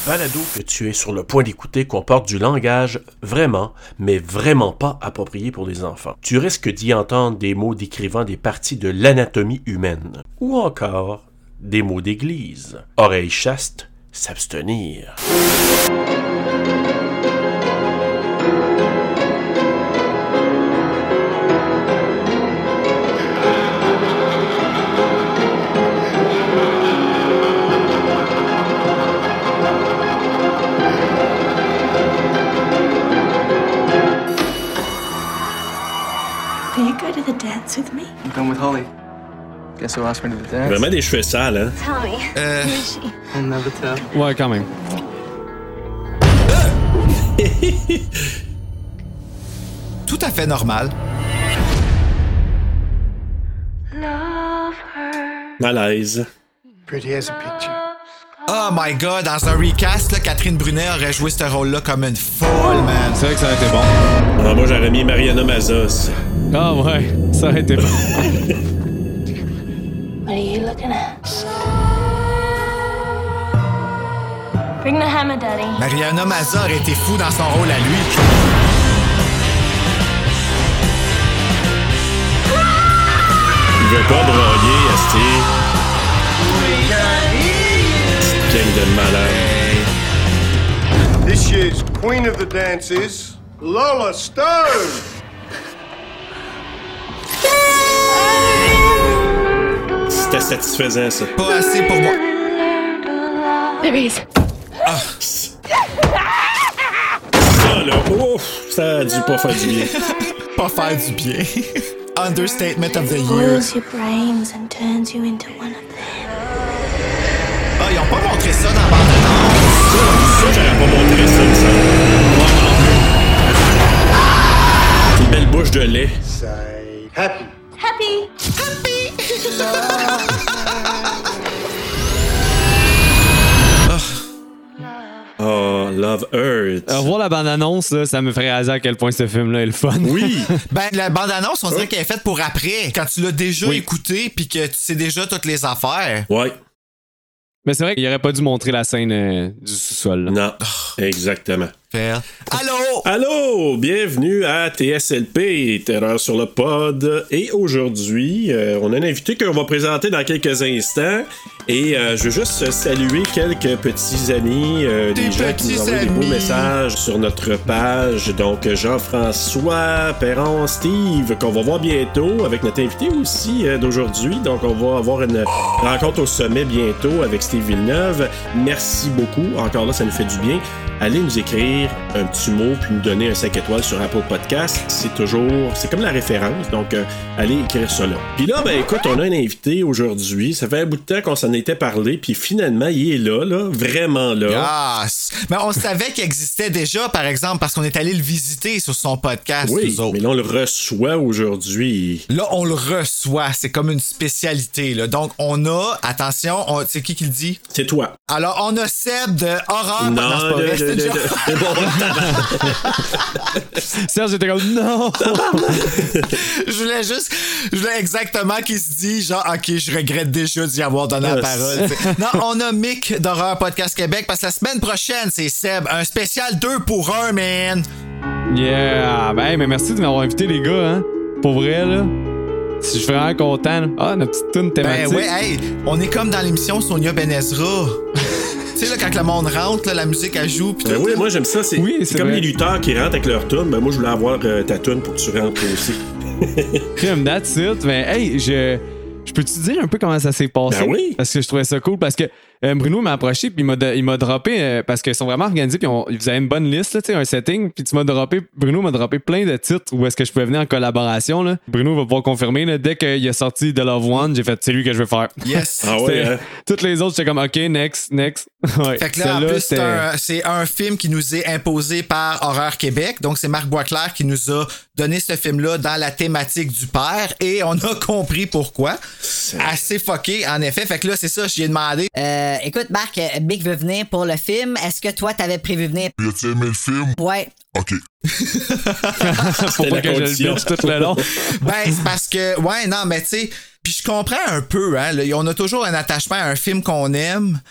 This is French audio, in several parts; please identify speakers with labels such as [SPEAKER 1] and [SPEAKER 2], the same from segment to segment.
[SPEAKER 1] balado que tu es sur le point d'écouter comporte du langage vraiment, mais vraiment pas approprié pour les enfants. Tu risques d'y entendre des mots décrivant des parties de l'anatomie humaine, ou encore des mots d'église. Oreilles chastes, s'abstenir.
[SPEAKER 2] Will you go to the dance with me?
[SPEAKER 3] I'm going with Holly. Guess who asked me to the dance?
[SPEAKER 4] Vraiment des cheveux sales, hein?
[SPEAKER 2] Tell me. Who is she?
[SPEAKER 3] I'll never tell.
[SPEAKER 5] Ouais, quand même.
[SPEAKER 6] Tout à fait normal.
[SPEAKER 2] Love her.
[SPEAKER 4] Malaise.
[SPEAKER 3] Pretty as a picture.
[SPEAKER 6] Oh my god, dans un recast, là, Catherine Brunet aurait joué ce rôle-là comme une folle, man.
[SPEAKER 5] C'est vrai que ça aurait été bon.
[SPEAKER 4] Alors moi, j'aurais mis Mariana Mazos.
[SPEAKER 5] Ah ouais, ça aurait été bon.
[SPEAKER 2] What are you looking at? Bring the hammer, Daddy.
[SPEAKER 6] Mariana Mazza aurait été fou dans son rôle à lui.
[SPEAKER 4] Il veut pas broyer, Asti. Gang de malade.
[SPEAKER 7] This year's Queen of the Dances, Lola Stone.
[SPEAKER 4] C'était satisfaisant, ça.
[SPEAKER 6] Pas assez pour moi.
[SPEAKER 2] There he is.
[SPEAKER 4] Ça, là, ouf, ça a dû pas faire du bien.
[SPEAKER 6] Pas faire du bien. Understatement of the year.
[SPEAKER 2] Boils your brains and turns you into one of them.
[SPEAKER 6] Ah, ils ont pas montré ça dans la bande-annonce.
[SPEAKER 4] Ça, j'aurais pas montré ça, il me semble. Une belle bouche de lait.
[SPEAKER 7] Say happy.
[SPEAKER 2] Happy.
[SPEAKER 4] Oh, Love Earth.
[SPEAKER 5] Voir la bande-annonce, là, ça me ferait réaliser à quel point ce film-là est le fun.
[SPEAKER 4] Oui.
[SPEAKER 6] Ben, la bande-annonce, on dirait qu'elle est faite pour après. Quand tu l'as déjà écouté puis que tu sais déjà toutes les affaires.
[SPEAKER 4] Ouais.
[SPEAKER 5] Mais c'est vrai qu'il aurait pas dû montrer la scène du sous-sol. Là.
[SPEAKER 4] Non. Exactement.
[SPEAKER 6] Allô?
[SPEAKER 4] Allô, bienvenue à TSLP, Terreur sur le pod. Et aujourd'hui, on a un invité qu'on va présenter dans quelques instants. Et je veux juste saluer quelques petits amis, des gens qui nous envoient des beaux messages sur notre page. Donc Jean-François, Perron, Steve, qu'on va voir bientôt avec notre invité aussi d'aujourd'hui. Donc on va avoir une rencontre au sommet bientôt avec Steve Villeneuve. Merci beaucoup. Encore là, ça nous fait du bien. Allez nous écrire un petit mot puis nous donner un 5 étoiles sur Apple Podcast. C'est comme la référence. Donc, allez écrire ça là. Puis là, ben écoute, on a un invité aujourd'hui. Ça fait un bout de temps qu'on s'en était parlé. Puis finalement, il est là, vraiment là.
[SPEAKER 6] Yes! Mais on savait qu'il existait déjà, par exemple, parce qu'on est allé le visiter sur son podcast.
[SPEAKER 4] Oui, mais là, on le reçoit aujourd'hui.
[SPEAKER 6] Là, on le reçoit. C'est comme une spécialité, là. Donc, on a, attention, c'est qui le dit?
[SPEAKER 4] C'est toi.
[SPEAKER 6] Alors, on a Seb de Horreur.
[SPEAKER 4] Non,
[SPEAKER 6] c'est pas vrai, c'est une joke.
[SPEAKER 5] Serge était comme non.
[SPEAKER 6] je voulais exactement qu'il se dise genre ok, je regrette déjà d'y avoir donné la parole. Non, on a Mick d'Horreur Podcast Québec parce que la semaine prochaine c'est Seb, un spécial 2 pour 1, man.
[SPEAKER 5] Yeah, ben mais merci de m'avoir invité les gars, hein. Pour vrai là. Si je suis vraiment content. Là. Ah, notre petite toune thématique.
[SPEAKER 6] Ben ouais, hey, on est comme dans l'émission Sonia Benezra. Tu sais, là, quand le monde rentre, là, la musique, elle joue. Pis tout,
[SPEAKER 4] oui, moi, j'aime ça. C'est comme
[SPEAKER 5] vrai.
[SPEAKER 4] les lutteurs qui rentrent avec leur tune. Ben, moi, je voulais avoir ta tune pour que tu rentres aussi.
[SPEAKER 5] Comme that's it. Mais hey, je peux-tu dire un peu comment ça s'est passé?
[SPEAKER 4] Ben oui.
[SPEAKER 5] Parce que je trouvais ça cool. Parce que Bruno m'a approché puis il m'a droppé parce qu'ils sont vraiment organisés puis vous avez une bonne liste, là, un setting. Puis Bruno m'a droppé plein de titres où est-ce que je pouvais venir en collaboration. Là. Bruno va pouvoir confirmer. Là, dès qu'il a sorti The Love One, j'ai fait c'est lui que je veux faire.
[SPEAKER 6] Yes.
[SPEAKER 4] Ah ouais, hein?
[SPEAKER 5] Toutes les autres, j'étais comme OK, next. Ouais,
[SPEAKER 6] fait que là, en plus, c'est un film qui nous est imposé par Horreur Québec. Donc, c'est Marc Boisclair qui nous a donné ce film-là dans la thématique du père. Et on a compris pourquoi. Assez fucké, en effet. Fait que là, c'est ça, je lui ai demandé.
[SPEAKER 8] Écoute, Marc, Mick veut venir pour le film. Est-ce que toi, t'avais prévu venir?
[SPEAKER 9] As-tu aimé le film?
[SPEAKER 8] Ouais.
[SPEAKER 9] OK.
[SPEAKER 5] Faut pas que je le bitch tout le long.
[SPEAKER 6] Ben, c'est parce que... Ouais, non, mais tu sais... Puis je comprends un peu, hein. Là, on a toujours un attachement à un film qu'on aime.
[SPEAKER 5] Ouais.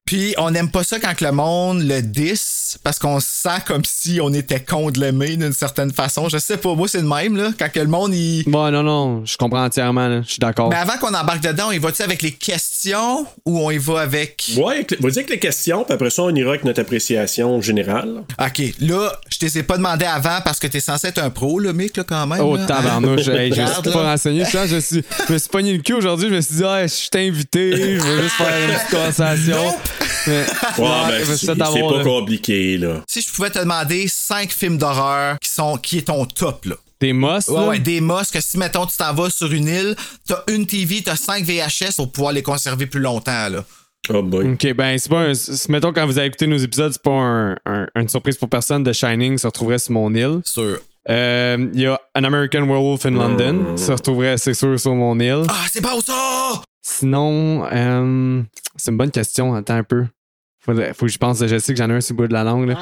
[SPEAKER 6] Puis on n'aime pas ça quand que le monde le diss, parce qu'on se sent comme si on était con de l'aimer d'une certaine façon. Je sais pas, moi c'est le même, là. Quand que le monde, il...
[SPEAKER 5] Bon, non, je comprends entièrement, là. Je suis d'accord.
[SPEAKER 6] Mais avant qu'on embarque dedans, on y va-tu avec les questions ou on y va avec...
[SPEAKER 4] Ouais, on va dire que les questions, puis après ça, on ira avec notre appréciation générale.
[SPEAKER 6] OK, là, je t'ai pas demandé avant parce que t'es censé être un pro, là, mec, là, quand même.
[SPEAKER 5] Oh,
[SPEAKER 6] là.
[SPEAKER 5] tabarnouche, hey, je me
[SPEAKER 6] Regarde,
[SPEAKER 5] suis pas
[SPEAKER 6] là.
[SPEAKER 5] renseigné. Je me suis pogné le cul aujourd'hui. Je me suis dit, je suis invité. Je vais juste faire une petite conversation. Mais,
[SPEAKER 4] C'est pas compliqué, là.
[SPEAKER 6] Si je pouvais te demander 5 films d'horreur qui est ton top, là.
[SPEAKER 5] Des mosses, là?
[SPEAKER 6] Ouais, des mosses que si, mettons, tu t'en vas sur une île, t'as une TV, t'as 5 VHS pour pouvoir les conserver plus longtemps, là.
[SPEAKER 4] Oh boy.
[SPEAKER 5] OK, ben, c'est pas mettons, quand vous avez écouté nos épisodes, c'est pas une surprise pour personne. The Shining se retrouverait sur mon île.
[SPEAKER 6] Sûr.
[SPEAKER 5] Il y a An American Werewolf in London. Se retrouverait, c'est sûr, sur mon île.
[SPEAKER 6] Ah, c'est pas ça!
[SPEAKER 5] Sinon, c'est une bonne question. Attends un peu. Faut que je pense. Je sais que j'en ai un sur le bout de la langue. Tu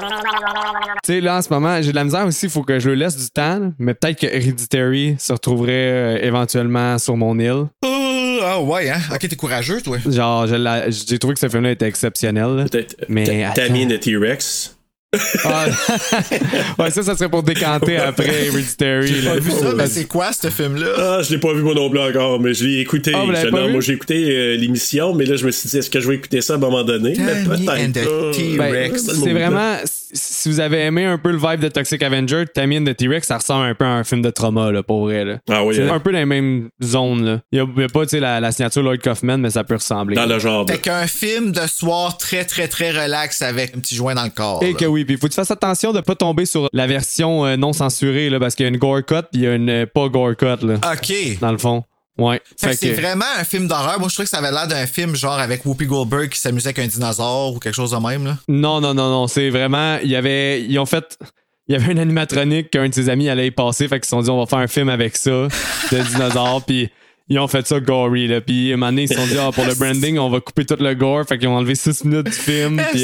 [SPEAKER 5] sais, là, en ce moment, j'ai de la misère aussi. Il faut que je le laisse du temps. Là. Mais peut-être que Hereditary se retrouverait éventuellement sur mon île.
[SPEAKER 6] Ah ouais, hein? Ok, t'es courageux, toi.
[SPEAKER 5] Genre, j'ai trouvé que ce film-là était exceptionnel. Là.
[SPEAKER 4] Peut-être
[SPEAKER 5] Mais
[SPEAKER 4] Tammy and the T-Rex.
[SPEAKER 5] Ah, ouais, ça serait pour décanter après Hereditary.
[SPEAKER 6] J'ai
[SPEAKER 5] là.
[SPEAKER 6] pas vu ça, mais c'est quoi, ce film-là?
[SPEAKER 4] Ah, je l'ai pas vu moi non plus encore, mais je l'ai écouté.
[SPEAKER 5] Ah, vous l'avez pas vu?
[SPEAKER 4] Moi, j'ai écouté l'émission, mais là, je me suis dit, est-ce que je vais écouter ça à un moment donné?
[SPEAKER 6] Tammy
[SPEAKER 4] Mais
[SPEAKER 6] and
[SPEAKER 4] peut-être.
[SPEAKER 6] the T-Rex.
[SPEAKER 5] C'est vraiment... Si vous avez aimé un peu le vibe de Toxic Avenger, Tammy and the T-Rex, ça ressemble un peu à un film de trauma, là, pour vrai. Là.
[SPEAKER 4] Ah oui,
[SPEAKER 5] c'est
[SPEAKER 4] hein?
[SPEAKER 5] un peu dans les mêmes zones. Là. Il y a pas la signature Lloyd Kaufman, mais ça peut ressembler.
[SPEAKER 4] Dans le genre.
[SPEAKER 6] Fait qu'un film de soir très, très, très relax avec un petit joint dans le corps.
[SPEAKER 5] Et
[SPEAKER 6] là.
[SPEAKER 5] que oui, puis faut que tu fasses attention de pas tomber sur la version non censurée, là, parce qu'il y a une gore cut, puis il y a une pas gore cut, là,
[SPEAKER 6] OK.
[SPEAKER 5] dans le fond. Ouais.
[SPEAKER 6] Fait que
[SPEAKER 5] Fait
[SPEAKER 6] c'est
[SPEAKER 5] que-
[SPEAKER 6] vraiment un film d'horreur. Moi, je trouvais que ça avait l'air d'un film genre avec Whoopi Goldberg qui s'amusait avec un dinosaure ou quelque chose de même, là.
[SPEAKER 5] Non. C'est vraiment... Il y avait un animatronique qu'un de ses amis allait y passer, fait qu'ils se sont dit, on va faire un film avec ça, de dinosaures, puis ils ont fait ça gory, là. Puis à un moment donné, ils se sont dit, pour le branding, on va couper tout le gore, fait qu'ils ont enlevé 6 minutes du film, puis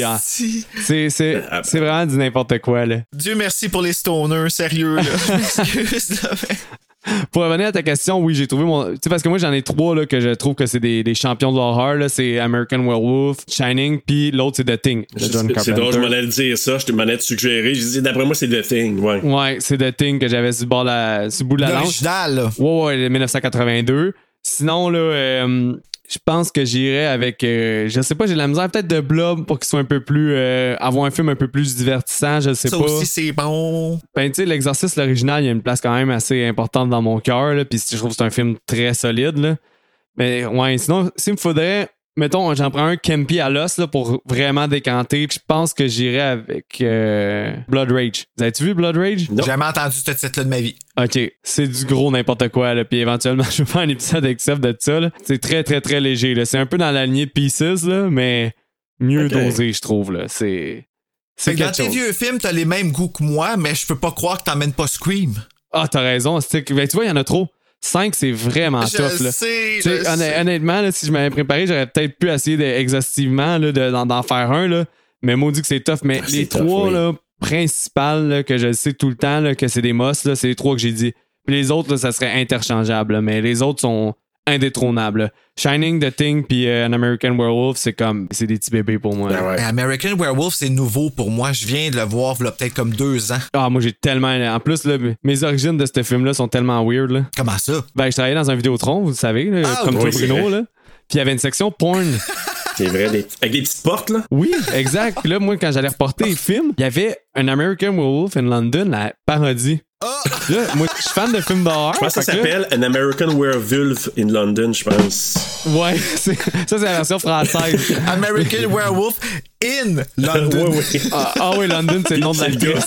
[SPEAKER 5] c'est vraiment du n'importe quoi, là.
[SPEAKER 6] Dieu merci pour les stoners, sérieux, là. Je m'excuse, là, mais...
[SPEAKER 5] Pour revenir à ta question, oui, j'ai trouvé mon... Tu sais, parce que moi, j'en ai 3 là, que je trouve que c'est des champions de l'horreur. Là. C'est American Werewolf, Shining, puis l'autre, c'est The Thing, de John Carpenter.
[SPEAKER 4] C'est drôle, je m'en allais dire ça, je te m'en allais te suggérer. J'ai dit, d'après moi, c'est The Thing, ouais.
[SPEAKER 5] Ouais, c'est The Thing que j'avais sur le bout de la langue.
[SPEAKER 6] L'original, là.
[SPEAKER 5] Ouais, 1982. Sinon, là, je pense que j'irais avec... je sais pas, j'ai de la misère peut-être de Blob pour qu'il soit un peu plus... avoir un film un peu plus divertissant, je sais
[SPEAKER 6] Ça
[SPEAKER 5] pas.
[SPEAKER 6] aussi, c'est bon.
[SPEAKER 5] Ben, tu sais, l'Exorciste, l'original, il y a une place quand même assez importante dans mon cœur, là, puis je trouve que c'est un film très solide, là. Mais, ouais, sinon, s'il me faudrait... Mettons, j'en prends un Campy à l'os, là, pour vraiment décanter, puis je pense que j'irais avec Blood Rage. Vous avez-tu vu Blood Rage?
[SPEAKER 6] J'ai jamais entendu ce titre-là de ma vie.
[SPEAKER 5] OK, c'est du gros n'importe quoi, là, puis éventuellement, je vais faire un épisode avec Seth de ça, là. C'est très, très, très léger, là. C'est un peu dans la lignée Pieces, là, mais mieux dosé, je trouve, là. C'est
[SPEAKER 6] Fait que dans
[SPEAKER 5] quelque
[SPEAKER 6] tes
[SPEAKER 5] chose.
[SPEAKER 6] vieux films, t'as les mêmes goûts que moi, mais je peux pas croire que t'emmènes pas Scream.
[SPEAKER 5] Ah, t'as raison. Ben, tu vois, il y en a trop. 5, c'est vraiment tough, là.
[SPEAKER 6] sais,
[SPEAKER 5] Tu sais, honnêtement, là, si je m'avais préparé, j'aurais peut-être pu essayer exhaustivement là, d'en faire un, là. Mais maudit que c'est tough. Mais les
[SPEAKER 4] tough,
[SPEAKER 5] 3
[SPEAKER 4] oui.
[SPEAKER 5] là, principales là, que je sais tout le temps là, que c'est des mosses, là, c'est les 3 que j'ai dit. Puis les autres, là, ça serait interchangeable. Là, mais les autres sont indétrônables. Là. Shining, The Thing, puis An American Werewolf, c'est des petits bébés pour moi.
[SPEAKER 4] Ben ouais.
[SPEAKER 6] American Werewolf, c'est nouveau pour moi. Je viens de le voir là, peut-être comme 2 ans.
[SPEAKER 5] Ah, moi, j'ai tellement... En plus, là, mes origines de ce film-là sont tellement weird, là.
[SPEAKER 6] Comment ça?
[SPEAKER 5] Ben, je travaillais dans un Vidéotron, vous le savez, là,
[SPEAKER 6] Ah,
[SPEAKER 5] comme
[SPEAKER 4] oui,
[SPEAKER 5] toi,
[SPEAKER 4] c'est
[SPEAKER 5] Bruno,
[SPEAKER 4] vrai.
[SPEAKER 5] là. Puis il y avait une section porn.
[SPEAKER 4] C'est vrai, avec des petites portes, là.
[SPEAKER 5] Oui, exact. Puis là, moi, quand j'allais reporter les films, il y avait un American Werewolf in London, la parodie. Là, moi, je suis fan de films d'horreur.
[SPEAKER 4] Je pense que ça
[SPEAKER 5] fait que là-
[SPEAKER 4] s'appelle An American Werewolf in London, je pense.
[SPEAKER 5] Ouais, ça, c'est la version française.
[SPEAKER 6] American Werewolf in London.
[SPEAKER 4] Oui.
[SPEAKER 5] Ah oui, London, c'est le nom de
[SPEAKER 4] C'est le
[SPEAKER 5] l'actrice.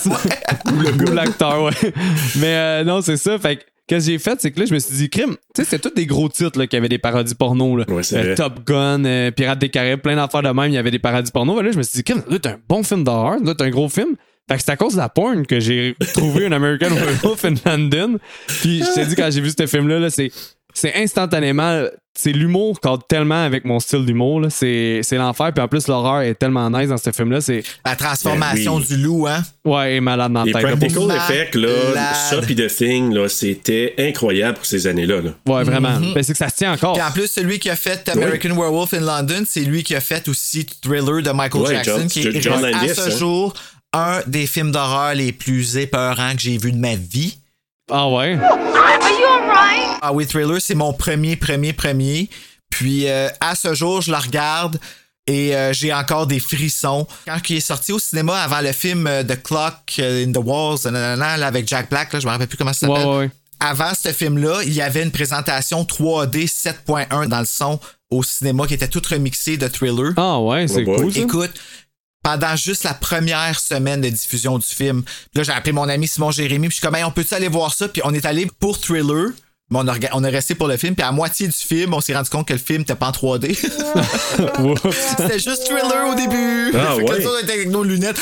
[SPEAKER 5] Ou l'acteur, ouais. Mais non, c'est ça. Fait que qu'est-ce que j'ai fait, c'est que là, je me suis dit, crime, tu sais, c'était tous des gros titres là, qui avaient des parodies porno. Là.
[SPEAKER 4] Ouais, c'est vrai.
[SPEAKER 5] Top Gun, Pirates des Caraïbes, plein d'affaires de même, il y avait des parodies porno. Mais là, je me suis dit, crime, là, t'as un bon film d'horreur, là, t'as un gros film. Fait que c'est à cause de la porn que j'ai trouvé un American Werewolf in London. Puis je t'ai dit, quand j'ai vu ce film-là, là, c'est c'est instantanément, c'est l'humour cadre tellement avec mon style d'humour, là. C'est l'enfer, puis en plus l'horreur est tellement nice dans ce film-là, c'est...
[SPEAKER 6] La transformation du loup, hein?
[SPEAKER 5] Ouais, et malade dans la
[SPEAKER 4] Les
[SPEAKER 5] tête.
[SPEAKER 4] practical effects, là, ça pis The Thing, là, c'était incroyable pour ces années-là. Là.
[SPEAKER 5] Ouais, vraiment. Ben, c'est que ça se tient encore.
[SPEAKER 6] Puis en plus, celui qui a fait American Werewolf in London, c'est lui qui a fait aussi Thriller de Michael Jackson, qui est
[SPEAKER 4] John Landis,
[SPEAKER 6] à ce jour un des films d'horreur les plus épeurants que j'ai vu de ma vie.
[SPEAKER 5] Ah ouais?
[SPEAKER 2] Are you alright?
[SPEAKER 6] Ah oui, Thriller, c'est mon premier. Puis à ce jour, je le regarde et j'ai encore des frissons. Quand il est sorti au cinéma avant le film The Clock in the Walls, là, avec Jack Black, là, je me rappelle plus comment ça s'appelle.
[SPEAKER 5] Ouais.
[SPEAKER 6] Avant ce film-là, il y avait une présentation 3D 7.1 dans le son au cinéma qui était toute remixée de Thriller.
[SPEAKER 5] Ah ouais, c'est cool ça.
[SPEAKER 6] Écoute, pendant juste la première semaine de diffusion du film, là j'ai appelé mon ami Simon Jérémy, puis je suis comme hey, on peut-tu aller voir ça? Puis on est allé pour Thriller. Mais on est resté pour le film, puis à moitié du film, on s'est rendu compte que le film n'était pas en 3D. C'était juste Thriller au début.
[SPEAKER 4] Ah,
[SPEAKER 6] fait que
[SPEAKER 4] ouais.
[SPEAKER 6] là, on était avec nos lunettes.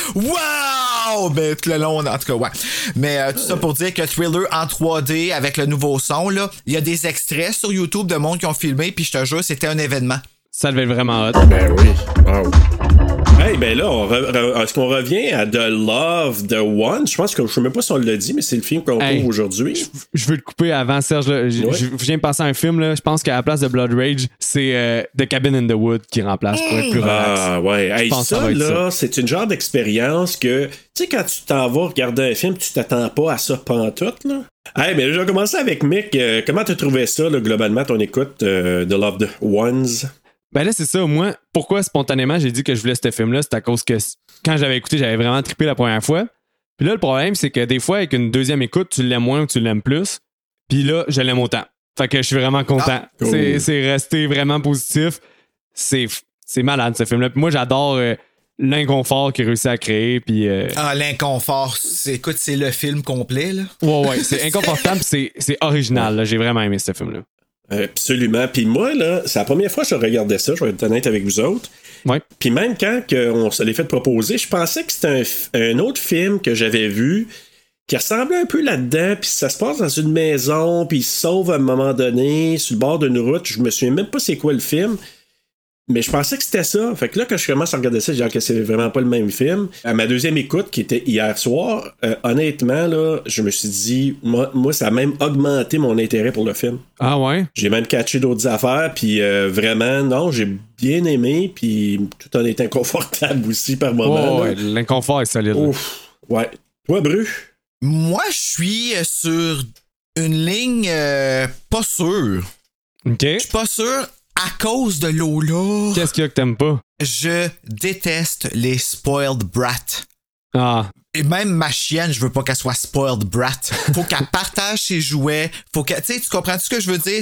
[SPEAKER 6] Wow! Ben, tout le long, en tout cas, ouais. Mais tout ça pour dire que Thriller en 3D avec le nouveau son, là, il y a des extraits sur YouTube de monde qui ont filmé, puis je te jure, c'était un événement.
[SPEAKER 5] Ça devait être vraiment hot.
[SPEAKER 4] Ben oui. Wow. Hey, ben là, est-ce qu'on revient à The Love, The One? Je pense que je sais même pas si on l'a dit, mais c'est le film qu'on trouve aujourd'hui.
[SPEAKER 5] Je veux te couper avant, Serge. Là. Je viens de passer à un film. Là. Je pense qu'à la place de Blood Rage, c'est The Cabin in the Wood qui remplace pour être plus relax.
[SPEAKER 4] Ah ouais. Hey, ça, là, c'est une genre d'expérience que, tu sais, quand tu t'en vas regarder un film, tu t'attends pas à ça pantoute, là. Hey, mais je vais commencer avec Mick. Comment t'as trouvé ça, là, globalement, ton écoute de Love, The Ones?
[SPEAKER 5] Ben là, c'est ça. Moi, pourquoi spontanément j'ai dit que je voulais ce film-là, c'est à cause que quand j'avais écouté, j'avais vraiment trippé la première fois. Puis là, le problème, c'est que des fois, avec une deuxième écoute, tu l'aimes moins ou tu l'aimes plus. Puis là, je l'aime autant. Fait que je suis vraiment content. C'est resté vraiment positif. C'est malade, ce film-là. Puis moi, j'adore l'inconfort qu'il réussit à créer. Puis,
[SPEAKER 6] l'inconfort. Écoute, c'est le film complet, là.
[SPEAKER 5] Ouais. C'est inconfortable, c'est original. Là. J'ai vraiment aimé ce film-là.
[SPEAKER 4] Absolument. Puis moi, là, c'est la première fois que je regardais ça, je vais être honnête avec vous autres.
[SPEAKER 5] Ouais.
[SPEAKER 4] Puis même quand on se l'est fait proposer, je pensais que c'était un autre film que j'avais vu qui ressemblait un peu là-dedans, puis ça se passe dans une maison, puis il se sauve à un moment donné, sur le bord d'une route. Je me souviens même pas c'est quoi le film. Mais je pensais que c'était ça. Fait que là, quand je commence à regarder ça, je dis que c'est vraiment pas le même film. À ma deuxième écoute, qui était hier soir, honnêtement, là, je me suis dit, moi, ça a même augmenté mon intérêt pour le film.
[SPEAKER 5] Ah ouais?
[SPEAKER 4] J'ai même catché d'autres affaires, puis vraiment, non, j'ai bien aimé, puis tout en étant inconfortable aussi par moment.
[SPEAKER 5] Ouais, l'inconfort est solide.
[SPEAKER 4] Ouf, ouais. Toi, Bru?
[SPEAKER 6] Moi, je suis sur une ligne pas sûre.
[SPEAKER 5] OK.
[SPEAKER 6] Je suis pas sûr à cause de Lola.
[SPEAKER 5] Qu'est-ce qu'il y a que t'aimes pas?
[SPEAKER 6] Je déteste les spoiled brats.
[SPEAKER 5] Ah.
[SPEAKER 6] Et même ma chienne, je veux pas qu'elle soit spoiled brat. Faut qu'elle partage ses jouets. Faut qu'elle, tu sais, tu comprends ce que je veux dire?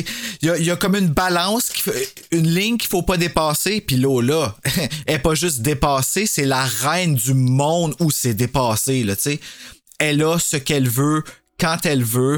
[SPEAKER 6] Il y a comme une balance, une ligne qu'il faut pas dépasser. Puis Lola, elle est pas juste dépassée, c'est la reine du monde où c'est dépassé, là, tu sais. Elle a ce qu'elle veut, quand elle veut.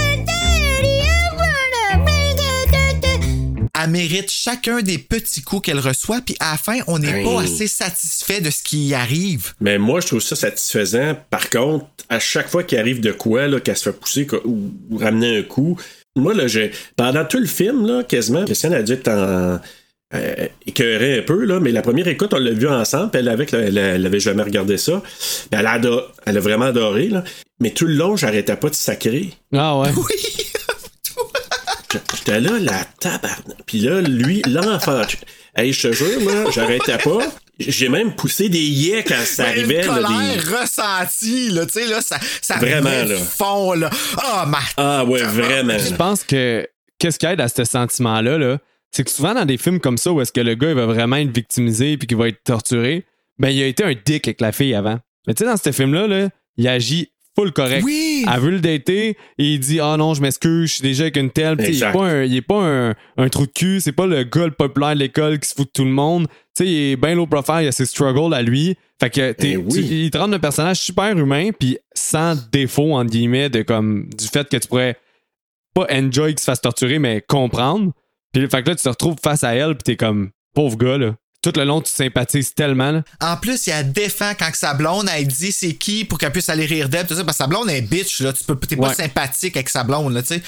[SPEAKER 6] Elle mérite chacun des petits coups qu'elle reçoit, puis à la fin, on n'est pas assez satisfait de ce qui y arrive.
[SPEAKER 4] Mais moi, je trouve ça satisfaisant. Par contre, à chaque fois qu'il arrive de quoi, là, qu'elle se fait pousser ou ramener un coup, moi, là, pendant tout le film, là, quasiment, Christiane a dû être écœurée un peu, là, mais la première écoute, on l'a vu ensemble, puis elle avait jamais regardé ça. Puis elle a vraiment adoré, là. Mais tout le long, j'arrêtais pas de sacrer.
[SPEAKER 5] Ah ouais?
[SPEAKER 6] Oui!
[SPEAKER 4] J'étais là, la tabarnak. Puis là, lui, l'enfant. Hey, je te jure, moi, j'arrêtais pas. J'ai même poussé des yeux quand ça arrivait.
[SPEAKER 6] Une colère
[SPEAKER 4] là,
[SPEAKER 6] ressentie, là, tu sais, là, ça
[SPEAKER 4] vraiment,
[SPEAKER 6] là. Fond, là.
[SPEAKER 4] Ah, ouais, vraiment.
[SPEAKER 5] Je pense que qu'est-ce qui aide à ce sentiment-là, là, c'est que souvent dans des films comme ça où est-ce que le gars il va vraiment être victimisé puis qu'il va être torturé, ben il a été un dick avec la fille avant. Mais tu sais, dans ce film-là, là, il agit full correct.
[SPEAKER 6] Oui!
[SPEAKER 5] Elle veut le dater et il dit ah non, je m'excuse, je suis déjà avec une telle. Il est pas un trou de cul, c'est pas le gars le populaire de l'école qui se fout de tout le monde. Tu sais, il est bien low profile, il a ses struggles à lui. Fait que il te rend un personnage super humain puis sans défaut entre guillemets de comme du fait que tu pourrais pas enjoy qu'il se fasse torturer mais comprendre. Puis fait que là tu te retrouves face à elle puis t'es comme pauvre gars là. Tout le long, tu sympathises tellement. Là.
[SPEAKER 6] En plus, il a défend quand sa blonde, elle dit c'est qui pour qu'elle puisse aller rire d'elle, tout ça, parce que sa blonde est bitch, là. T'es pas sympathique avec sa blonde, là, tu sais.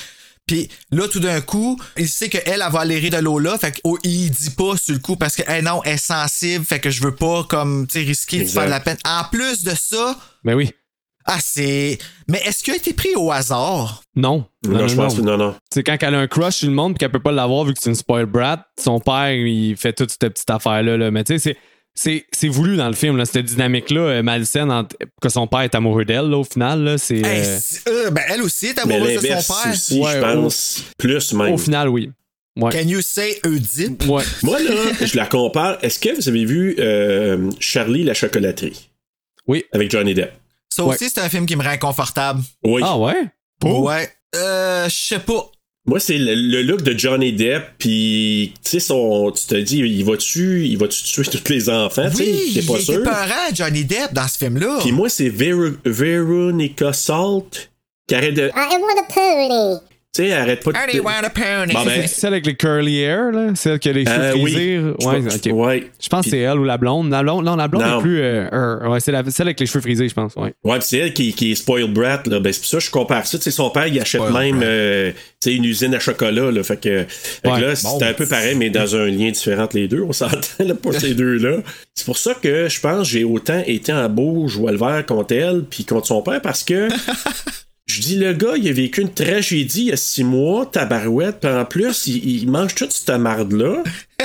[SPEAKER 6] Puis là, tout d'un coup, il sait qu'elle va aller rire de Lola. Fait qu'il dit pas sur le coup parce que, non, elle est sensible. Fait que je veux pas, comme, tu sais, risquer de faire de la peine. En plus de ça.
[SPEAKER 5] Ben oui.
[SPEAKER 6] Ah, c'est. Mais est-ce qu'il a été pris au hasard?
[SPEAKER 5] Non.
[SPEAKER 4] Non, je pense que non.
[SPEAKER 5] C'est quand elle a un crush sur le monde et qu'elle peut pas l'avoir vu que c'est une spoiled brat, son père, il fait toute cette petite affaire-là. Là. Mais tu sais, c'est voulu dans le film, là, cette dynamique-là malsaine que son père est amoureux d'elle, là, au final. Là, c'est,
[SPEAKER 6] ben, elle aussi est amoureuse de son père.
[SPEAKER 4] Aussi, je pense, plus même.
[SPEAKER 5] Au final, oui. Ouais.
[SPEAKER 6] Can you say Oedipe?
[SPEAKER 5] Ouais.
[SPEAKER 4] Moi, là, je la compare. Est-ce que vous avez vu Charlie la chocolaterie?
[SPEAKER 5] Oui.
[SPEAKER 4] Avec Johnny Depp.
[SPEAKER 6] Ça aussi, c'est un film qui me rend inconfortable.
[SPEAKER 4] Oui.
[SPEAKER 5] Ah ouais?
[SPEAKER 6] Ouais. Je sais pas.
[SPEAKER 4] Moi, c'est le look de Johnny Depp, puis tu sais, tu te dis, il va-tu tuer tous les enfants?
[SPEAKER 6] Oui,
[SPEAKER 4] t'es pas
[SPEAKER 6] il
[SPEAKER 4] sûr?
[SPEAKER 6] était peurant, Johnny Depp, dans ce film-là.
[SPEAKER 4] Puis moi, c'est Veronica Salt qui arrête de...
[SPEAKER 9] I want a pony.
[SPEAKER 4] Tu sais, arrête pas de...
[SPEAKER 6] I want a pony.
[SPEAKER 4] Bon,
[SPEAKER 5] C'est celle avec les curly hair, là? Celle qui a les cheveux frisés?
[SPEAKER 4] Oui.
[SPEAKER 5] Ouais, ok.
[SPEAKER 4] Ouais.
[SPEAKER 5] Je pense que c'est elle ou la blonde. La blonde
[SPEAKER 4] Non.
[SPEAKER 5] est plus... ouais, c'est celle avec les cheveux frisés, je pense. Ouais,
[SPEAKER 4] Ouais, pis c'est elle qui est spoiled brat, là. Ben, c'est pour ça que je compare ça. Tu sais, son père, il achète même tu sais, une usine à chocolat, là. Fait que là, c'était un peu pareil, mais dans un lien différent entre les deux. On s'entend, là, pour ces deux-là. C'est pour ça que je pense que j'ai autant été en beau jouer le vert contre elle puis contre son père parce que je dis, le gars, il a vécu une tragédie il y a 6 mois, tabarouette, puis en plus, il mange toute cette marde-là.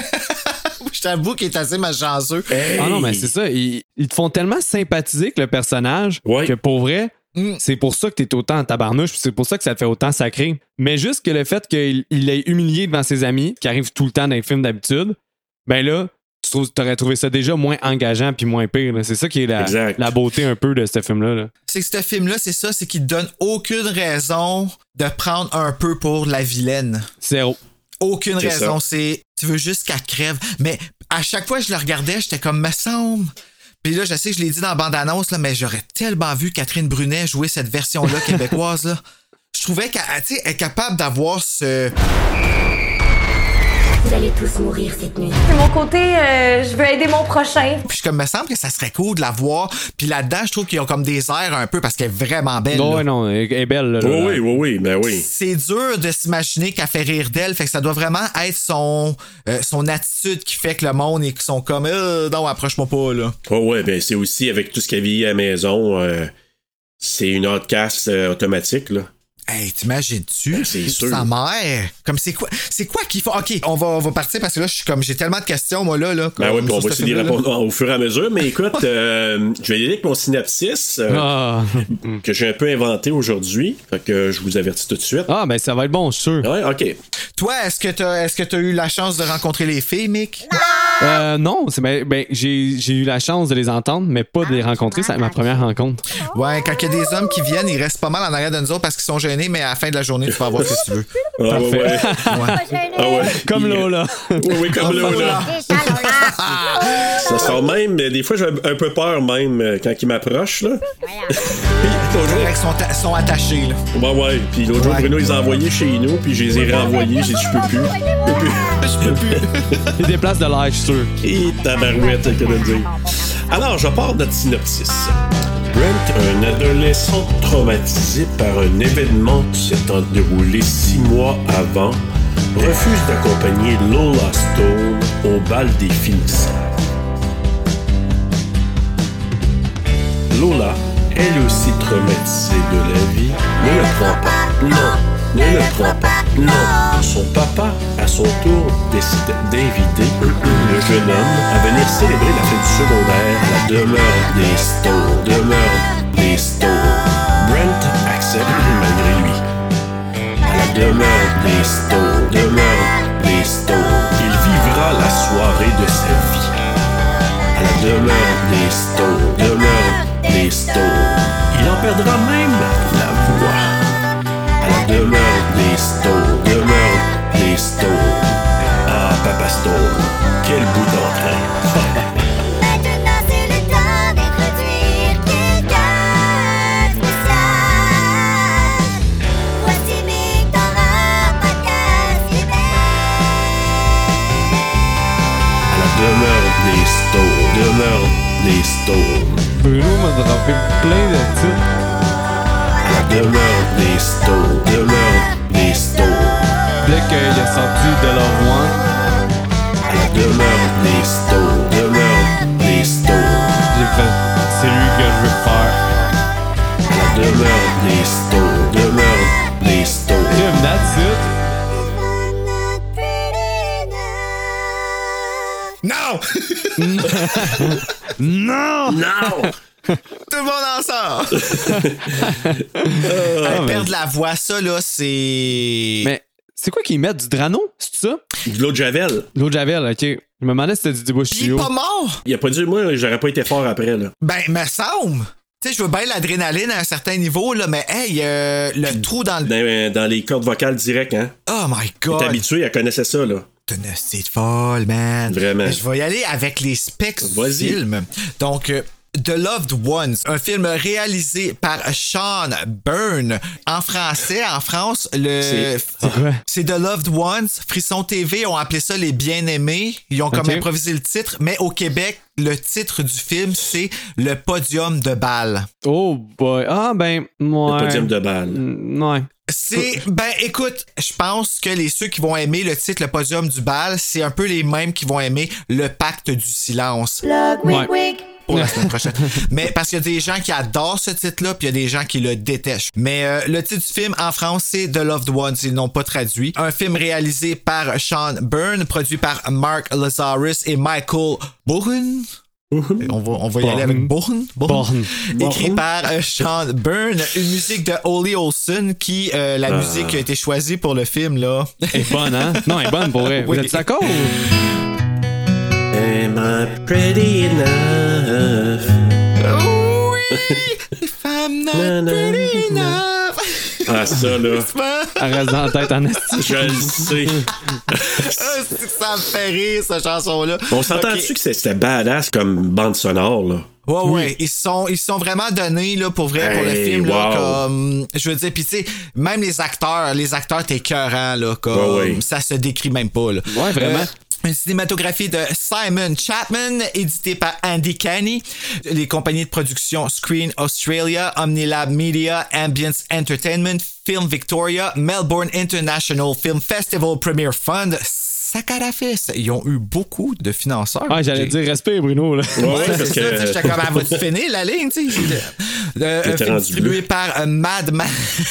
[SPEAKER 6] Je t'avoue qu'il est assez malchanceux.
[SPEAKER 4] Hey.
[SPEAKER 5] Ah non, mais c'est ça. Ils te font tellement sympathiser que le personnage que pour vrai, c'est pour ça que t'es autant en tabarnouche, puis c'est pour ça que ça te fait autant sacré. Mais juste que le fait qu'il est humilié devant ses amis, qui arrive tout le temps dans les films d'habitude, ben là, t'aurais trouvé ça déjà moins engageant puis moins pire. Là. C'est ça qui est la beauté un peu de ce film-là. Là.
[SPEAKER 6] C'est que ce film-là, c'est ça, c'est qu'il te donne aucune raison de prendre un peu pour la vilaine.
[SPEAKER 5] Zéro.
[SPEAKER 6] Aucune
[SPEAKER 4] C'est
[SPEAKER 6] raison.
[SPEAKER 4] ça.
[SPEAKER 6] C'est tu veux juste qu'elle crève. Mais à chaque fois que je le regardais, j'étais comme, me semble. Puis là, je sais que je l'ai dit dans la bande-annonce, là, mais j'aurais tellement vu Catherine Brunet jouer cette version-là québécoise. Là. Je trouvais qu'elle est capable d'avoir ce...
[SPEAKER 9] Vous allez tous mourir cette nuit.
[SPEAKER 2] De mon côté, je veux aider mon prochain.
[SPEAKER 6] Puis comme me semble que ça serait cool de la voir. Puis là-dedans, je trouve qu'ils ont comme des airs un peu parce qu'elle est vraiment belle.
[SPEAKER 5] Non,
[SPEAKER 6] là.
[SPEAKER 5] non, elle est belle. Là,
[SPEAKER 4] Oui, ben oui.
[SPEAKER 6] C'est dur de s'imaginer qu'elle fait rire d'elle. Fait que ça doit vraiment être son attitude qui fait que le monde ils sont comme non, approche-moi pas là.
[SPEAKER 4] Ouais, ben c'est aussi avec tout ce qu'elle vit à la maison, c'est une outcast automatique, là.
[SPEAKER 6] Hey, t'imagines-tu?
[SPEAKER 4] Ben, c'est sûr.
[SPEAKER 6] Sa mère. Comme c'est quoi qu'il faut? OK, on va partir parce que là, j'ai tellement de questions, moi, là.
[SPEAKER 4] Ben oui, puis on va essayer de répondre au fur et à mesure. Mais écoute, je vais y aller avec mon synopsis que j'ai un peu inventé aujourd'hui. Fait que je vous avertis tout de suite.
[SPEAKER 5] Ah, ben ça va être bon, je suis sûr.
[SPEAKER 4] Ouais, OK.
[SPEAKER 6] Toi, est-ce que t'as eu la chance de rencontrer les filles, Mick?
[SPEAKER 5] Non, j'ai eu la chance de les entendre, mais pas de les rencontrer. C'est ma première rencontre.
[SPEAKER 6] Ouais, quand il y a des hommes qui viennent, ils restent pas mal en arrière de nous autres parce qu'ils sont gênés, mais à la fin de la journée, tu peux avoir ce que tu veux.
[SPEAKER 4] Ah ouais. Ah ouais.
[SPEAKER 5] Comme Lola.
[SPEAKER 4] Oui, comme Lola. Ça sort même, des fois j'ai un peu peur même quand ils m'approchent, là.
[SPEAKER 6] Ils sont attachés, là.
[SPEAKER 4] Ouais. Puis l'autre jour, Bruno, ils les a envoyés chez nous, puis je les ai renvoyés. J'ai dit, je peux plus.
[SPEAKER 6] Je peux plus.
[SPEAKER 5] Il des places de live, je suis sûr.
[SPEAKER 4] Et tabarouette, c'est le cas de le dire. Alors, je pars de notre synopsis. Brent, un adolescent traumatisé par un événement qui s'étant déroulé 6 mois avant, refuse d'accompagner Lola Stone au bal des finissants. Lola, elle aussi traumatisée de la vie, ne le prend pas. Non, ne le prend pas. Non. Son papa, à son tour, décide d'inviter le jeune homme à venir célébrer la fête du secondaire à la demeure des Stones. Brent accepte malgré lui. À la demeure des Stones. Il vivra la soirée de sa vie. À la demeure des Stones. Il en perdra même la voix. À la demeure des Stones. Ah, Papa Stone, quel bout d'entrain.
[SPEAKER 9] Maintenant c'est le temps d'introduire quelqu'un de spécial. Voici Mick dans un podcast Québec.
[SPEAKER 4] À la demeure des Stones.
[SPEAKER 5] Bruno m'a droppé plein de titres.
[SPEAKER 4] À la demeure des stores, demeure des stores.
[SPEAKER 5] Dès qu'il a sorti de leur one,
[SPEAKER 4] À la demeure des stores, demeure des stores.
[SPEAKER 5] j'ai fait, c'est lui que je veux faire.
[SPEAKER 4] À la demeure des stores, demeure des stores.
[SPEAKER 5] Tim, that's it.
[SPEAKER 6] Non!
[SPEAKER 5] Non!
[SPEAKER 4] Non!
[SPEAKER 6] Tout le monde en sort! Perdre la voix, ça, là, c'est...
[SPEAKER 5] Mais c'est quoi qu'ils mettent? Du Drano? C'est ça?
[SPEAKER 4] De l'eau de Javel.
[SPEAKER 5] L'eau de Javel, ok. Je me demandais si c'était du
[SPEAKER 6] Puis il est
[SPEAKER 5] Bushido.
[SPEAKER 6] pas mort!
[SPEAKER 4] Il a pas dit, moi, j'aurais pas été fort après, là.
[SPEAKER 6] Ben, me semble! Tu sais, je veux bien l'adrénaline à un certain niveau, là, mais hey, le trou dans le...
[SPEAKER 4] Dans les cordes vocales directes, hein.
[SPEAKER 6] Oh my
[SPEAKER 4] T'es
[SPEAKER 6] God!
[SPEAKER 4] habitué, elle connaissait ça, là.
[SPEAKER 6] T'es une hostie de folle, man.
[SPEAKER 4] Vraiment.
[SPEAKER 6] Je vais y aller avec les specs du
[SPEAKER 4] Vas-y.
[SPEAKER 6] film. Donc, The Loved Ones, un film réalisé par Sean Byrne. En français, en France, c'est The Loved Ones. Frisson TV ont appelé ça Les Bien-Aimés. Ils ont comme improvisé le titre, mais au Québec, le titre du film, c'est Le Podium de bal.
[SPEAKER 5] Oh boy. Ah ben, ouais.
[SPEAKER 4] Le podium de balle.
[SPEAKER 5] Ouais.
[SPEAKER 6] Écoute, je pense que ceux qui vont aimer le titre Le Podium du bal, c'est un peu les mêmes qui vont aimer Le Pacte du silence.
[SPEAKER 5] Ouais.
[SPEAKER 6] Pour la semaine prochaine. Mais parce qu'il y a des gens qui adorent ce titre-là, puis il y a des gens qui le détestent. Mais le titre du film en France, c'est The Loved Ones. Ils n'ont pas traduit. Un film réalisé par Sean Byrne, produit par Mark Lazarus et Michael Bourne. On va y aller avec Bourne. Écrit par Sean Byrne. Une musique de Holly Olsen qui, la musique qui a été choisie pour le film, là.
[SPEAKER 5] Elle est bonne, hein? Non, elle est bonne pour vrai.
[SPEAKER 6] Oui.
[SPEAKER 5] Vous êtes d'accord?
[SPEAKER 4] Am I pretty enough?
[SPEAKER 6] Oui! If I'm not pretty enough.
[SPEAKER 4] Ah, ça, là.
[SPEAKER 5] Elle reste dans la tête en esti.
[SPEAKER 4] Je le sais.
[SPEAKER 6] Ça me fait rire, cette chanson-là.
[SPEAKER 4] On s'entend-tu que c'était badass comme bande sonore, là?
[SPEAKER 6] Ouais. Ils se sont vraiment donnés, là, pour vrai, pour le film, là,
[SPEAKER 4] wow.
[SPEAKER 6] comme, je veux dire, pis tu sais, même les acteurs, t'es écœurants, là, comme, ça se décrit même pas, là.
[SPEAKER 5] Ouais, vraiment.
[SPEAKER 6] Une cinématographie de Simon Chapman, éditée par Andy Canny. Les compagnies de production Screen Australia, Omnilab Media, Ambience Entertainment, Film Victoria, Melbourne International Film Festival Premier Fund. Sacarafis, ils ont eu beaucoup de financeurs.
[SPEAKER 5] Ah, j'allais dire respect, Bruno, là.
[SPEAKER 4] Ouais,
[SPEAKER 6] c'est
[SPEAKER 4] parce
[SPEAKER 6] ça,
[SPEAKER 4] que...
[SPEAKER 6] j'étais comme, va-tu finir la ligne, tu sais? Un film distribué par Madman.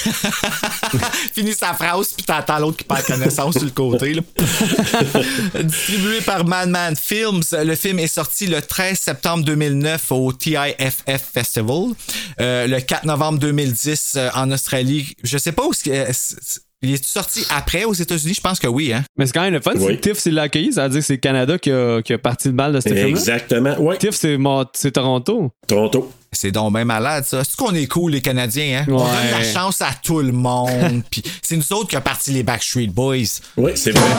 [SPEAKER 6] Finis sa phrase, puis t'entends l'autre qui perd connaissance sur le côté, là. Distribué par Madman Films, le film est sorti le 13 septembre 2009 au TIFF Festival. Le 4 novembre 2010 en Australie. Je sais pas où il est sorti après aux États-Unis? Je pense que oui, hein?
[SPEAKER 5] Mais c'est quand même le fun.
[SPEAKER 4] Oui.
[SPEAKER 5] Si TIFF s'il l'a accueilli, ça veut dire que c'est le Canada qui a parti le bal de ce film-là.
[SPEAKER 4] Exactement, oui.
[SPEAKER 5] TIFF, c'est Toronto.
[SPEAKER 4] Toronto.
[SPEAKER 6] C'est donc bien malade, ça. C'est qu'on est cool, les Canadiens, hein? On donne la chance à tout le monde. Puis c'est nous autres qui a parti les Backstreet Boys.
[SPEAKER 4] Oui, c'est vrai.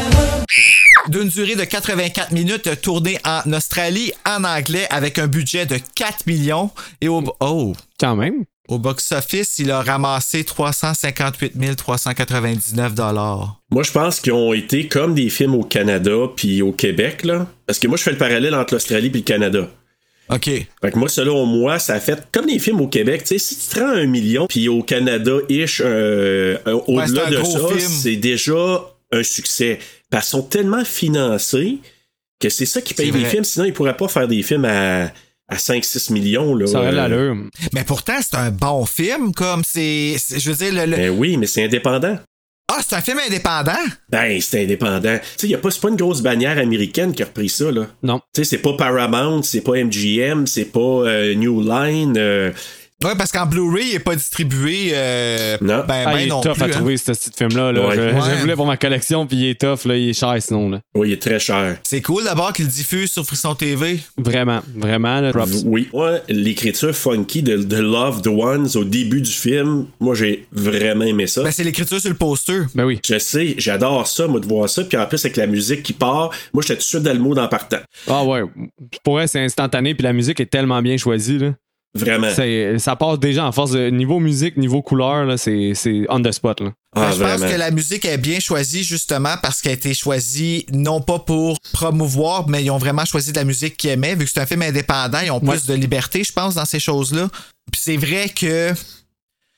[SPEAKER 6] D'une durée de 84 minutes, tournée en Australie, en anglais, avec un budget de 4 millions. Et
[SPEAKER 5] Quand même.
[SPEAKER 6] Au box-office, il a ramassé 358 399 $.
[SPEAKER 4] Moi, je pense qu'ils ont été comme des films au Canada puis au Québec, là. Parce que moi, je fais le parallèle entre l'Australie puis le Canada.
[SPEAKER 6] OK.
[SPEAKER 4] Fait que moi, selon moi, ça a fait comme des films au Québec. Tu sais, si tu te rends à 1 million, puis au Canada-ish, au-delà de ça, c'est déjà un succès. Parce qu'ils sont tellement financés que c'est ça qui paye les films. Sinon, ils pourraient pas faire des films à 5-6 millions. Là,
[SPEAKER 5] ça aurait l'allure.
[SPEAKER 6] Mais pourtant, c'est un bon film, comme c'est je veux dire...
[SPEAKER 4] Ben oui, mais c'est indépendant.
[SPEAKER 6] Ah, c'est un film indépendant?
[SPEAKER 4] Ben, c'est indépendant. Tu sais, c'est pas une grosse bannière américaine qui a repris ça, là.
[SPEAKER 5] Non.
[SPEAKER 4] Tu sais, c'est pas Paramount, c'est pas MGM, c'est pas New Line.
[SPEAKER 6] Ouais, parce qu'en Blu-ray, il est pas distribué.
[SPEAKER 4] Non.
[SPEAKER 6] Ben,
[SPEAKER 5] il est
[SPEAKER 6] non
[SPEAKER 5] tough
[SPEAKER 6] plus,
[SPEAKER 5] à trouver, ce petit film-là. Là.
[SPEAKER 4] Ouais.
[SPEAKER 5] Je le voulais pour ma collection, puis il est tough, là, il est cher sinon. Là.
[SPEAKER 4] Oui, il est très cher.
[SPEAKER 6] C'est cool d'abord qu'il le diffuse sur Frisson TV.
[SPEAKER 5] Vraiment, là, props.
[SPEAKER 4] Oui. Moi, l'écriture funky de The Loved Ones au début du film, moi, j'ai vraiment aimé ça.
[SPEAKER 6] Ben, c'est l'écriture sur le poster.
[SPEAKER 5] Ben oui.
[SPEAKER 4] Je sais, j'adore ça, moi, de voir ça. Puis en plus, avec la musique qui part, moi, j'étais tout de suite dans le mood en partant.
[SPEAKER 5] Ah ouais. Pour elle, c'est instantané, puis la musique est tellement bien choisie. Là.
[SPEAKER 4] Vraiment.
[SPEAKER 5] Ça part déjà en force de niveau musique, niveau couleur, là, c'est on the spot. Là.
[SPEAKER 6] Ben, je pense que la musique est bien choisie justement parce qu'elle a été choisie non pas pour promouvoir, mais ils ont vraiment choisi de la musique qu'ils aimaient. Vu que c'est un film indépendant, ils ont plus de liberté, je pense, dans ces choses-là. Puis c'est vrai que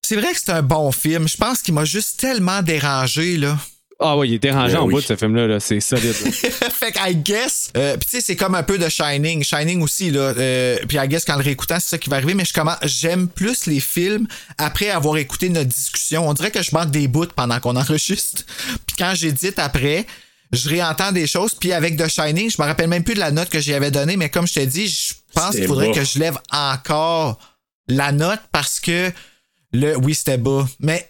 [SPEAKER 6] C'est vrai que c'est un bon film. Je pense qu'il m'a juste tellement dérangé, là.
[SPEAKER 5] Ah ouais, il est dérangeant en
[SPEAKER 1] oui.
[SPEAKER 5] bout de ce film-là. Là. C'est solide. Là.
[SPEAKER 6] Fait que, I guess. Puis tu sais, c'est comme un peu de Shining. Shining aussi, là. Puis I guess qu'en le réécoutant, c'est ça qui va arriver. Mais j'aime plus les films après avoir écouté notre discussion. On dirait que je manque des bouts pendant qu'on enregistre. Puis quand j'édite après, je réentends des choses. Puis avec The Shining, je me rappelle même plus de la note que j'y avais donnée. Mais comme je t'ai dit, je pense qu'il faudrait que je lève encore la note parce que oui, c'était bas. Mais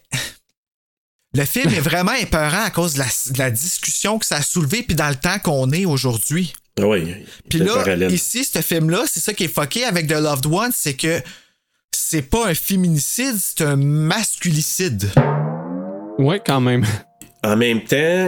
[SPEAKER 6] le film est vraiment épeurant à cause de la discussion que ça a soulevé puis dans le temps qu'on est aujourd'hui.
[SPEAKER 4] Oui.
[SPEAKER 6] Puis là, ici, ce film-là, c'est ça qui est fucké avec The Loved Ones, c'est que c'est pas un féminicide, c'est un masculicide.
[SPEAKER 5] Ouais, quand même.
[SPEAKER 4] En même temps,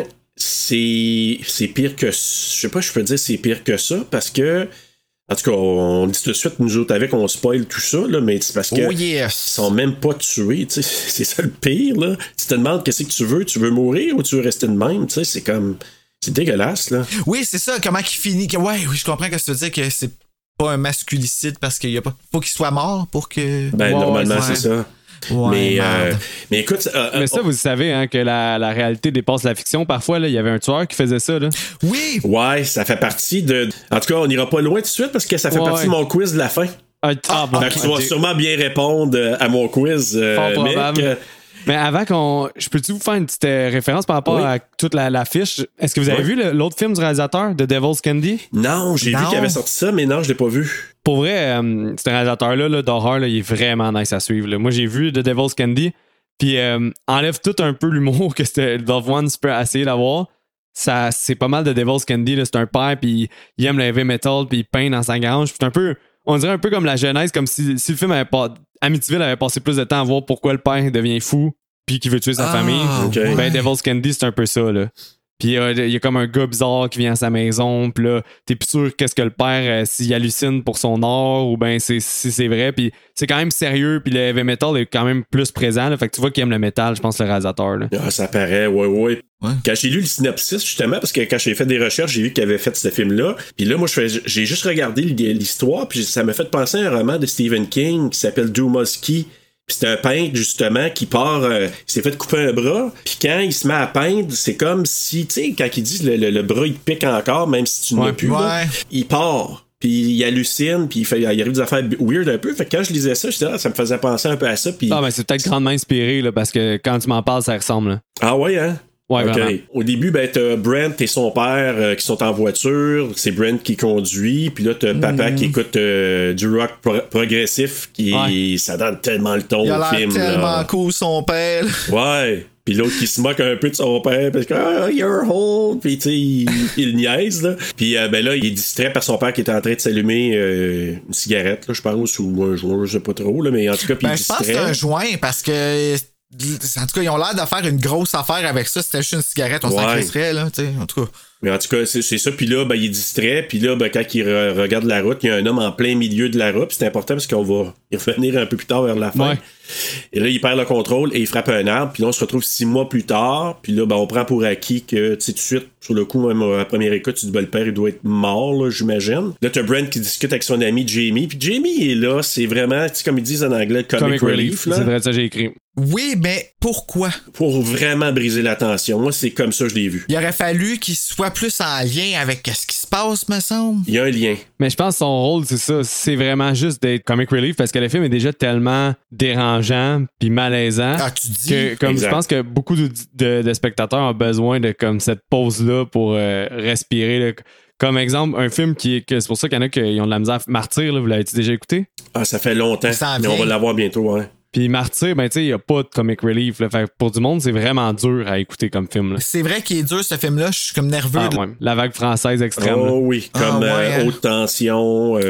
[SPEAKER 4] c'est pire que... Je sais pas, je peux dire c'est pire que ça, parce que... En tout cas, on dit tout de suite, nous autres avec, on spoil tout ça, là, mais c'est parce que ils sont même pas tués, tu sais, c'est ça le pire, là. Tu te demandes qu'est-ce que tu veux mourir ou tu veux rester de même, tu sais, c'est comme... C'est dégueulasse, là.
[SPEAKER 6] Oui, c'est ça, comment qu'il finit... Ouais, oui, je comprends que ça veut dire que c'est pas un masculicide parce qu'il y a pas... Faut qu'il soit mort pour que...
[SPEAKER 4] Ben, normalement, c'est ça.
[SPEAKER 6] Ouais,
[SPEAKER 4] mais écoute...
[SPEAKER 5] mais ça, vous savez hein, que la réalité dépasse la fiction. Parfois, il y avait un tueur qui faisait ça. Là.
[SPEAKER 6] Oui!
[SPEAKER 4] Ouais, ça fait partie de... En tout cas, on n'ira pas loin tout de suite parce que ça fait partie de mon quiz de la fin.
[SPEAKER 5] Bon,
[SPEAKER 4] fait que tu vas sûrement bien répondre à mon quiz, Mick.
[SPEAKER 5] Mais avant je peux-tu vous faire une petite référence par rapport à toute la fiche? Est-ce que vous avez vu l'autre film du réalisateur, The Devil's Candy?
[SPEAKER 4] Non, j'ai vu qu'il avait sorti ça, mais non, je l'ai pas vu.
[SPEAKER 5] Pour vrai, ce réalisateur-là d'horreur, là, il est vraiment nice à suivre. Là. Moi, j'ai vu The Devil's Candy, puis enlève tout un peu l'humour que Loved Ones peut essayer d'avoir. Ça, c'est pas mal de Devil's Candy. Là. C'est un père, puis il aime le heavy metal, puis il peint dans sa grange. C'est un peu, on dirait un peu comme la genèse, comme si le film avait pas... Amityville avait passé plus de temps à voir pourquoi le père devient fou puis qu'il veut tuer sa famille.
[SPEAKER 4] Okay.
[SPEAKER 5] Ben, Devil's Candy, c'est un peu ça, là. Puis il y a comme un gars bizarre qui vient à sa maison, puis là, t'es plus sûr qu'est-ce que le père, s'il hallucine pour son art, ou ben si c'est vrai. Puis c'est quand même sérieux, puis le heavy metal est quand même plus présent, là. Fait que tu vois qu'il aime le métal, je pense, le réalisateur, là.
[SPEAKER 4] Ah, ça paraît, ouais. Quand j'ai lu le synopsis, justement, parce que quand j'ai fait des recherches, j'ai vu qu'il avait fait ce film-là. Puis là, moi, j'ai juste regardé l'histoire, puis ça m'a fait penser à un roman de Stephen King qui s'appelle Doomsday. Puis c'est un peintre, justement, qui part... il s'est fait couper un bras. Puis quand il se met à peindre, c'est comme si, tu sais, quand il dit le bras, il te pique encore, même si tu ne l'as plus, là, il part. Puis il hallucine, puis il arrive des affaires weird un peu. Fait que quand je lisais ça, ça me faisait penser un peu à ça. Puis...
[SPEAKER 5] Ah, ben c'est peut-être grandement inspiré, là, parce que quand tu m'en parles, ça ressemble, là.
[SPEAKER 4] Ah ouais, hein?
[SPEAKER 5] Ouais,
[SPEAKER 4] okay.
[SPEAKER 5] vraiment.
[SPEAKER 4] Au début, ben, t'as Brent et son père qui sont en voiture. C'est Brent qui conduit. Puis là, t'as papa qui écoute du rock progressif. Ça donne tellement le ton au film.
[SPEAKER 6] Il a l'air tellement cool, son père.
[SPEAKER 4] Ouais. Puis l'autre qui se moque un peu de son père parce que you're old. Puis tu sais, il niaise, là. Puis ben là, il est distrait par son père qui est en train de s'allumer une cigarette, là, je pense, ou un joint, je sais pas trop, là. Mais en tout cas, puis il est distrait.
[SPEAKER 6] Je pense que c'est un joint parce que... En tout cas, ils ont l'air de faire une grosse affaire avec ça. C'était juste une cigarette, on s'en crisserait, là, tu sais, en tout cas.
[SPEAKER 4] Mais en tout cas, c'est ça. Puis là, ben, il est distrait. Puis là, ben, quand il regarde la route, il y a un homme en plein milieu de la route. Puis c'est important parce qu'on va y revenir un peu plus tard vers la fin. Ouais. Et là, il perd le contrôle et il frappe un arbre. Puis là, on se retrouve 6 mois plus tard. Puis là, ben, on prend pour acquis que, tu sais, tout de suite, sur le coup, même à la première écoute, tu dis, ben, le père, il doit être mort, là, j'imagine. Là, t'as Brent qui discute avec son ami Jamie. Puis Jamie est là. C'est vraiment, tu sais, comme ils disent en anglais, comic relief. Là.
[SPEAKER 5] C'est vrai, ça, j'ai écrit.
[SPEAKER 6] Oui, mais pourquoi?
[SPEAKER 4] Pour vraiment briser la tension. Moi, c'est comme ça que je l'ai vu.
[SPEAKER 6] Il aurait fallu qu'il soit plus en lien avec ce qui se passe, me semble.
[SPEAKER 4] Il y a un lien. Mais
[SPEAKER 5] je pense que son rôle, c'est ça. C'est vraiment juste d'être comic relief parce que le film est déjà tellement dérangeant puis malaisant.
[SPEAKER 6] Ah, tu dis?
[SPEAKER 5] Que, comme je pense que beaucoup de spectateurs ont besoin de comme cette pause-là pour respirer. Là. Comme exemple, un film c'est pour ça qu'il y en a qui ont de la misère. Martyr, là, vous l'avez déjà écouté?
[SPEAKER 4] Ah, ça fait longtemps. Mais on va l'avoir bientôt, ouais.
[SPEAKER 5] Puis Martyr, ben tu sais, il n'y a pas de comic relief. Là. Fait pour du monde, c'est vraiment dur à écouter comme film. Là.
[SPEAKER 6] C'est vrai qu'il est dur, ce film-là. Je suis comme nerveux.
[SPEAKER 5] Ouais. La vague française extrême.
[SPEAKER 4] Oh oui, comme haute tension.
[SPEAKER 5] Ouais.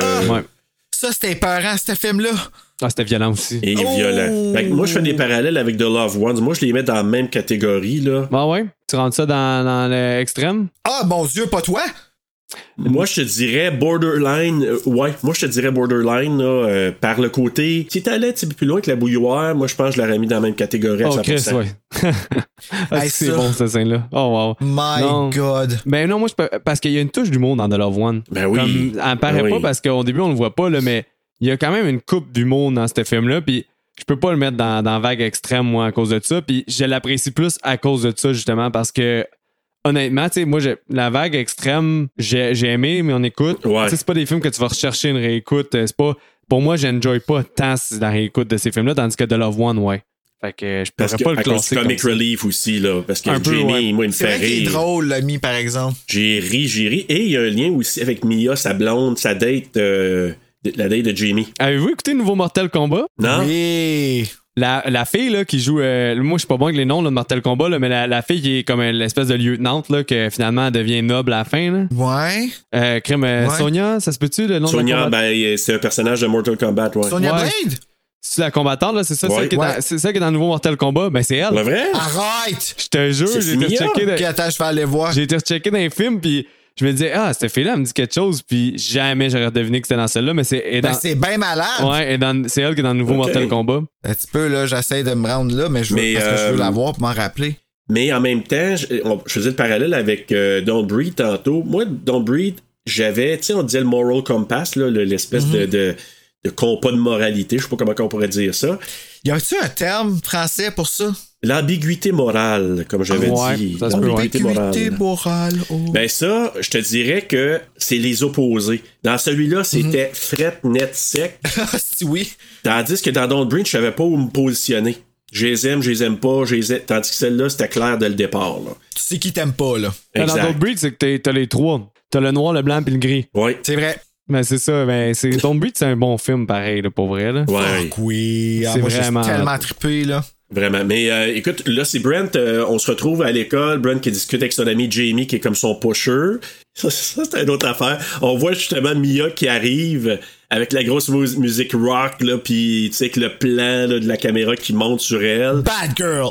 [SPEAKER 6] Ça, c'était épeurant, ce film-là.
[SPEAKER 5] Ah, c'était violent aussi.
[SPEAKER 4] Et violent. Fait que moi, je fais des parallèles avec The Loved Ones. Moi, je les mets dans la même catégorie, là.
[SPEAKER 5] Ah ouais? Tu rentres ça dans l'extrême?
[SPEAKER 6] Ah, mon Dieu, pas toi?
[SPEAKER 4] Moi, je te dirais borderline. Moi, je te dirais borderline, là, par le côté. Si t'allais un petit peu plus loin que la bouilloire, moi, je pense que je l'aurais mis dans la même catégorie à 100%.
[SPEAKER 5] Chris, ouais. C'est bon, cette scène-là. Oh, wow.
[SPEAKER 6] My God.
[SPEAKER 5] Ben non, moi, parce qu'il y a une touche d'humour dans The Loved One.
[SPEAKER 4] Ben oui.
[SPEAKER 5] Comme, elle paraît pas parce qu'au début, on le voit pas, là, mais il y a quand même une coupe d'humour dans ce film-là. Puis je peux pas le mettre dans vague extrême, moi, à cause de ça. Puis je l'apprécie plus à cause de ça, justement, parce que honnêtement, tu sais, moi, la vague extrême, j'ai aimé, mais on écoute.
[SPEAKER 4] Ouais.
[SPEAKER 5] Tu sais, c'est pas des films que tu vas rechercher une réécoute. C'est pas... Pour moi, j'enjoy pas tant la réécoute de ces films-là, tandis que The Love One, ouais. Fait que je pourrais pas le classer
[SPEAKER 4] comme
[SPEAKER 5] comme ça.
[SPEAKER 4] Comic Relief aussi, là. Parce que
[SPEAKER 5] Un peu,
[SPEAKER 4] Jamie,
[SPEAKER 5] ouais.
[SPEAKER 4] moi, il me
[SPEAKER 6] C'est
[SPEAKER 4] fait
[SPEAKER 6] vrai qu'il est
[SPEAKER 4] rire.
[SPEAKER 6] drôle, l'ami, par exemple.
[SPEAKER 4] J'ai ri. Et il y a un lien aussi avec Mia, sa blonde, sa date, la date de Jamie.
[SPEAKER 5] Avez-vous écouté le nouveau Mortal Kombat?
[SPEAKER 4] Non?
[SPEAKER 6] Oui.
[SPEAKER 5] La fille là, qui joue... moi, je suis pas bon avec les noms là, de Mortal Kombat, là, mais la fille qui est comme l'espèce de lieutenant, là, que finalement, elle devient noble à la fin. Là.
[SPEAKER 6] Ouais.
[SPEAKER 5] Sonia, ça se peut-tu, le nom de la
[SPEAKER 4] Sonia,
[SPEAKER 5] combattante?
[SPEAKER 4] c'est un personnage de Mortal Kombat, ouais.
[SPEAKER 6] Sonia
[SPEAKER 5] Ouais.
[SPEAKER 6] Blade?
[SPEAKER 5] C'est la combattante, là, c'est ça?
[SPEAKER 4] Ouais.
[SPEAKER 5] C'est celle qui est dans le nouveau Mortal Kombat? Ben, c'est elle.
[SPEAKER 4] Pas vrai?
[SPEAKER 6] Arrête!
[SPEAKER 5] Je te jure,
[SPEAKER 4] C'est
[SPEAKER 5] j'ai été
[SPEAKER 4] Mia?
[SPEAKER 5] rechecké
[SPEAKER 6] Ok, attends, je vais aller voir.
[SPEAKER 5] J'ai été rechecké dans les films, puis je me disais, cette fille-là, elle me dit quelque chose, puis jamais j'aurais deviné que c'était dans celle-là, mais c'est...
[SPEAKER 6] Ben, c'est bien malade.
[SPEAKER 5] Ouais, c'est elle qui est dans le nouveau
[SPEAKER 4] Ok.
[SPEAKER 5] Mortal Kombat.
[SPEAKER 6] Un petit peu, là, j'essaie de me rendre là, mais parce que je veux la voir pour m'en rappeler.
[SPEAKER 4] Mais en même temps, je faisais le parallèle avec Don't Breathe tantôt. Moi, Don't Breathe, j'avais, tu sais, on disait le moral compass, là, l'espèce de compas de moralité, je sais pas comment on pourrait dire ça.
[SPEAKER 6] Y a-tu un terme français pour ça?
[SPEAKER 4] L'ambiguïté morale, comme j'avais dit.
[SPEAKER 5] Ça se peut, ouais.
[SPEAKER 6] Ambiguïté morale. Oh.
[SPEAKER 4] Ben ça, je te dirais que c'est les opposés. Dans celui-là, c'était fret, net, sec.
[SPEAKER 6] Oui.
[SPEAKER 4] Tandis que dans Don't Breathe, je savais pas où me positionner. Je les aime pas, tandis que celle-là, c'était clair dès le départ. Là.
[SPEAKER 6] Tu sais qui t'aime pas, là.
[SPEAKER 5] Dans
[SPEAKER 4] Exact.
[SPEAKER 5] Don't Breathe, c'est que t'as les trois. T'as le noir, le blanc puis le gris.
[SPEAKER 4] Oui.
[SPEAKER 6] C'est vrai.
[SPEAKER 5] Ben, c'est ça. Ben, Don't Breathe, c'est un bon film, pareil, là, pour vrai. Là.
[SPEAKER 4] Ouais.
[SPEAKER 6] Fuck oui.
[SPEAKER 5] C'est
[SPEAKER 6] Moi,
[SPEAKER 5] vraiment-
[SPEAKER 6] j'ai tellement trippé, là.
[SPEAKER 4] Vraiment. Mais écoute, là, c'est Brent. On se retrouve à l'école. Brent qui discute avec son ami Jamie, qui est comme son pusher. Ça, c'est une autre affaire. On voit justement Mia qui arrive avec la grosse musique rock, là, puis tu sais, avec le plan là, de la caméra qui monte sur elle.
[SPEAKER 6] Bad girl.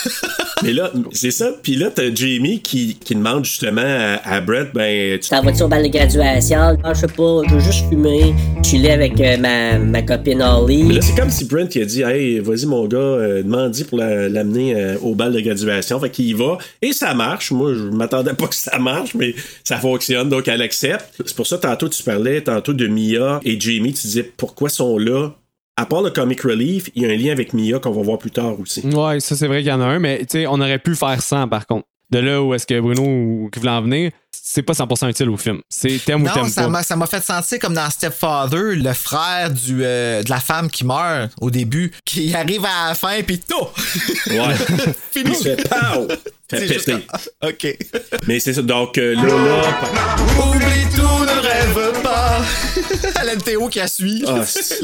[SPEAKER 4] Mais là, c'est ça. Puis là, t'as Jamie qui demande justement à Brent, ben, tu
[SPEAKER 10] T'en vas-tu au bal de graduation? Ah, je sais pas, je veux juste fumer. Chiller avec ma copine
[SPEAKER 4] Mais
[SPEAKER 10] Holly.
[SPEAKER 4] là, c'est comme si Brent il a dit, hey, vas-y, mon gars, demande-y pour l'amener au bal de graduation. Fait qu'il y va. Et ça marche. Moi, je m'attendais pas que ça marche, mais ça fonctionne. Donc, elle accepte. C'est pour ça, tantôt, tu parlais de Mia et Jamie. Tu disais, pourquoi ils sont là? À part le Comic Relief, il y a un lien avec Mia qu'on va voir plus tard aussi.
[SPEAKER 5] Ouais, ça, c'est vrai qu'il y en a un, mais tu sais, on aurait pu faire 100, par contre. De là où est-ce que Bruno ou qui voulait en venir, c'est pas 100% utile au film. C'est t'aimes ou
[SPEAKER 6] Non,
[SPEAKER 5] t'aimes pas.
[SPEAKER 6] ça m'a fait sentir comme dans Stepfather, le frère de la femme qui meurt au début, qui arrive à la fin, puis tout!
[SPEAKER 4] Ouais.
[SPEAKER 6] Fini!
[SPEAKER 4] Il se fait pow! Fait
[SPEAKER 6] C'est
[SPEAKER 4] péter.
[SPEAKER 6] juste OK.
[SPEAKER 4] Mais c'est ça. Donc, Lola...
[SPEAKER 6] Oublie tout, ne rêve pas! Alain Théo qui a suivi.
[SPEAKER 4] Ah,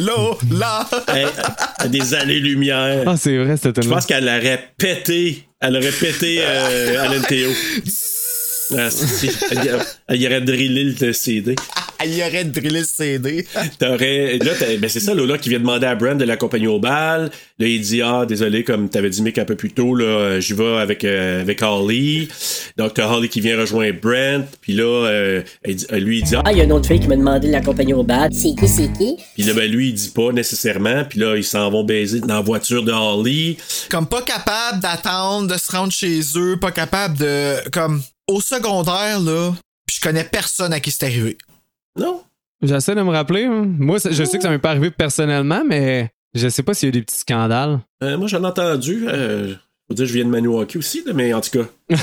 [SPEAKER 6] Lola!
[SPEAKER 4] Hey, à des années-lumière.
[SPEAKER 5] Ah, c'est vrai, c'était
[SPEAKER 4] Je pense qu'elle aurait pété. Elle aurait pété Alain Théo. Ah, elle y aurait drillé le CD.
[SPEAKER 6] Il y aurait drillé le CD.
[SPEAKER 4] Ben c'est ça, Lola qui vient demander à Brent de l'accompagner au bal. Là, il dit, désolé, comme t'avais dit, Mick, un peu plus tôt, là, j'y vais avec Holly. Donc, t'as Holly qui vient rejoindre Brent. Puis là, lui, il dit,
[SPEAKER 10] Ah, il y a une autre fille qui m'a demandé de l'accompagner au bal.
[SPEAKER 9] C'est qui?
[SPEAKER 4] Puis là, ben, lui, il dit pas nécessairement. Puis là, ils s'en vont baiser dans la voiture de Holly.
[SPEAKER 6] Comme pas capable d'attendre, de se rendre chez eux, pas capable de... Comme, au secondaire, là, je connais personne à qui c'est arrivé.
[SPEAKER 4] Non.
[SPEAKER 5] J'essaie de me rappeler. Hein. Moi, je sais que ça m'est pas arrivé personnellement, mais je sais pas s'il y a eu des petits scandales.
[SPEAKER 4] Moi, j'en ai entendu. Faut dire, je viens de Maniwaki aussi, là, mais en tout cas...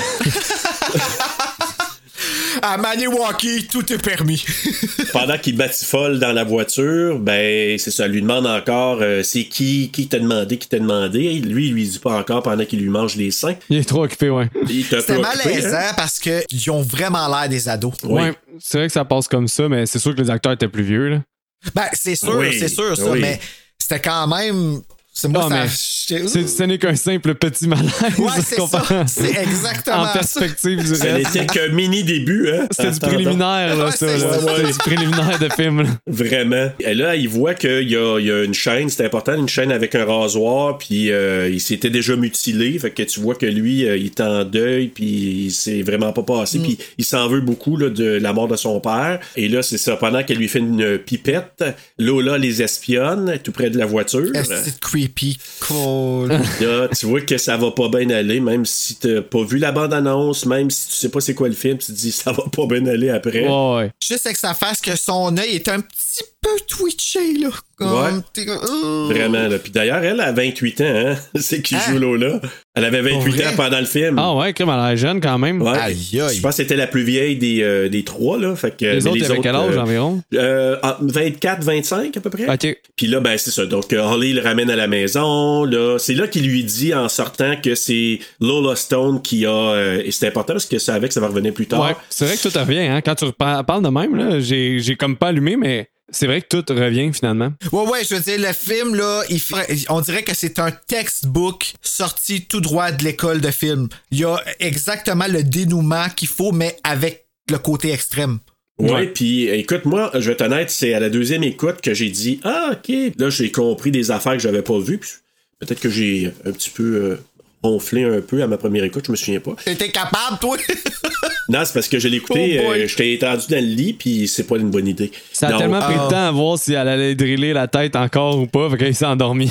[SPEAKER 6] À Maniwaki, tout est permis.
[SPEAKER 4] Pendant qu'il batifole dans la voiture, ben c'est ça, lui demande encore c'est qui t'a demandé. Lui, il lui dit pas encore pendant qu'il lui mange les seins.
[SPEAKER 5] Il est trop occupé, ouais.
[SPEAKER 6] C'était malaisant parce qu'ils ont vraiment l'air des ados.
[SPEAKER 5] Ouais, c'est vrai que ça passe comme ça, mais c'est sûr que les acteurs étaient plus vieux, là.
[SPEAKER 6] Ben, c'est sûr, ça,
[SPEAKER 4] oui.
[SPEAKER 6] mais c'était quand même... C'est moi,
[SPEAKER 5] mais ce n'est qu'un simple petit malaise.
[SPEAKER 6] Ouais, c'est ça. C'est exactement
[SPEAKER 5] en perspective du
[SPEAKER 4] ça. Ça
[SPEAKER 5] reste.
[SPEAKER 4] n'était qu'un mini début, hein.
[SPEAKER 5] C'était du préliminaire, là,
[SPEAKER 6] Ouais,
[SPEAKER 5] ça.
[SPEAKER 6] c'est
[SPEAKER 5] Là.
[SPEAKER 6] ça.
[SPEAKER 5] C'était du préliminaire de film, là.
[SPEAKER 4] Vraiment. Et là, il voit qu'il y a une chaîne, c'est important, une chaîne avec un rasoir, puis il s'était déjà mutilé, fait que tu vois que lui, il est en deuil, puis il s'est vraiment pas passé, puis il s'en veut beaucoup là, de la mort de son père. Et là, c'est ça, pendant qu'elle lui fait une pipette, Lola les espionne tout près de la voiture.
[SPEAKER 6] C'est creepy. Cool.
[SPEAKER 4] Là, tu vois que ça va pas bien aller, même si t'as pas vu la bande-annonce, même si tu sais pas c'est quoi le film, tu te dis ça va pas bien aller après.
[SPEAKER 5] Ouais.
[SPEAKER 6] Juste avec sa face que son œil est un petit peu twitché, là.
[SPEAKER 4] Vraiment, là. Puis d'ailleurs, elle a 28 ans, hein? C'est qui joue Lola. Elle avait 28 ans pendant le film.
[SPEAKER 5] Ah ouais, comme elle a l'air jeune quand même.
[SPEAKER 4] Ouais.
[SPEAKER 6] Aïe, aïe.
[SPEAKER 4] Je pense que c'était la plus vieille des trois, là. Fait que,
[SPEAKER 5] Les autres, avaient quel âge environ?
[SPEAKER 4] 24, 25 à peu près.
[SPEAKER 5] OK.
[SPEAKER 4] Puis là, ben, c'est ça. Donc, Holly le ramène à la maison. Là, c'est là qu'il lui dit en sortant que c'est Lola Stone qui a. Et c'est important parce que ça savait que ça va revenir plus tard.
[SPEAKER 5] Ouais, c'est vrai que tout revient, hein. Quand tu parles de même, là, j'ai comme pas allumé, mais c'est vrai que tout revient finalement.
[SPEAKER 6] Ouais, je veux dire, le film, là, on dirait que c'est un textbook sorti tout droit de l'école de film. Il y a exactement le dénouement qu'il faut, mais avec le côté extrême.
[SPEAKER 4] Ouais, puis écoute, moi, je vais être honnête, c'est à la deuxième écoute que j'ai dit « Ah, OK. » Là, j'ai compris des affaires que j'avais pas vues. Puis peut-être que j'ai un petit peu ronflé un peu à ma première écoute, je me souviens pas.
[SPEAKER 6] T'étais capable, toi?
[SPEAKER 4] Non, c'est parce que je l'ai écouté, j'étais étendu dans le lit, puis c'est pas une bonne idée.
[SPEAKER 5] Ça a tellement pris de temps à voir si elle allait driller la tête encore ou pas, fait qu'elle s'est endormie.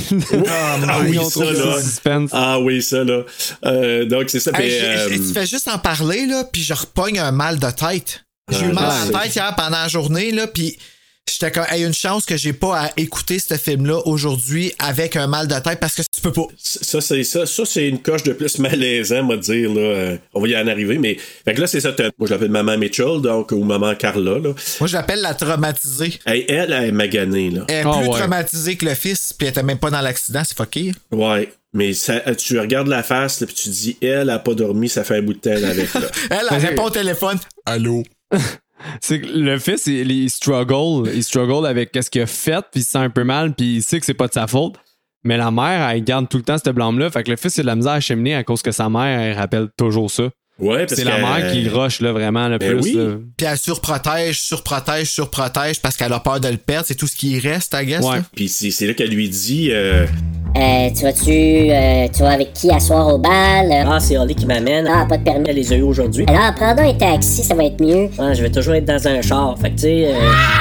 [SPEAKER 4] Ah oui, ça, là. Donc, c'est ça.
[SPEAKER 6] Tu fais juste en parler, là, puis je repogne un mal de tête. J'ai eu mal à la tête hier pendant la journée, là, puis j'étais comme, une chance que j'ai pas à écouter ce film-là aujourd'hui avec un mal de tête parce que tu peux pas.
[SPEAKER 4] Ça, c'est une coche de plus malaisant, moi, dire, là. On va y en arriver, mais. Fait que là, c'est ça. Moi, je l'appelle Maman Mitchell, donc, ou Maman Carla, là.
[SPEAKER 6] Moi, je l'appelle la traumatisée.
[SPEAKER 4] Elle est maganée, là.
[SPEAKER 6] Elle est plus traumatisée que le fils, puis elle était même pas dans l'accident, c'est fucké.
[SPEAKER 4] Ouais. Mais tu regardes la face, là, puis tu dis, elle a pas dormi, ça fait un bout de temps avec, là.
[SPEAKER 6] Elle répond au téléphone. Allô?
[SPEAKER 5] C'est que le fils, il struggle avec qu'est-ce qu'il a fait, puis il se sent un peu mal, puis il sait que c'est pas de sa faute. Mais la mère, elle garde tout le temps cette blâme-là. Fait que le fils, il a de la misère à cheminer à cause que sa mère, elle rappelle toujours ça.
[SPEAKER 4] Ouais, parce
[SPEAKER 5] c'est la mère qui rush là, vraiment le plus.
[SPEAKER 4] Oui.
[SPEAKER 5] Là.
[SPEAKER 6] Puis elle surprotège parce qu'elle a peur de le perdre. C'est tout ce qui reste, I guess.
[SPEAKER 4] Ouais. Puis c'est là qu'elle lui dit...
[SPEAKER 10] tu vas avec qui asseoir au bal? Ah, c'est Holly qui m'amène. Ah, pas de permis, elle les a eu aujourd'hui. Alors, prends donc un taxi, ça va être mieux. Ah, je vais toujours être dans un char, fait que tu sais...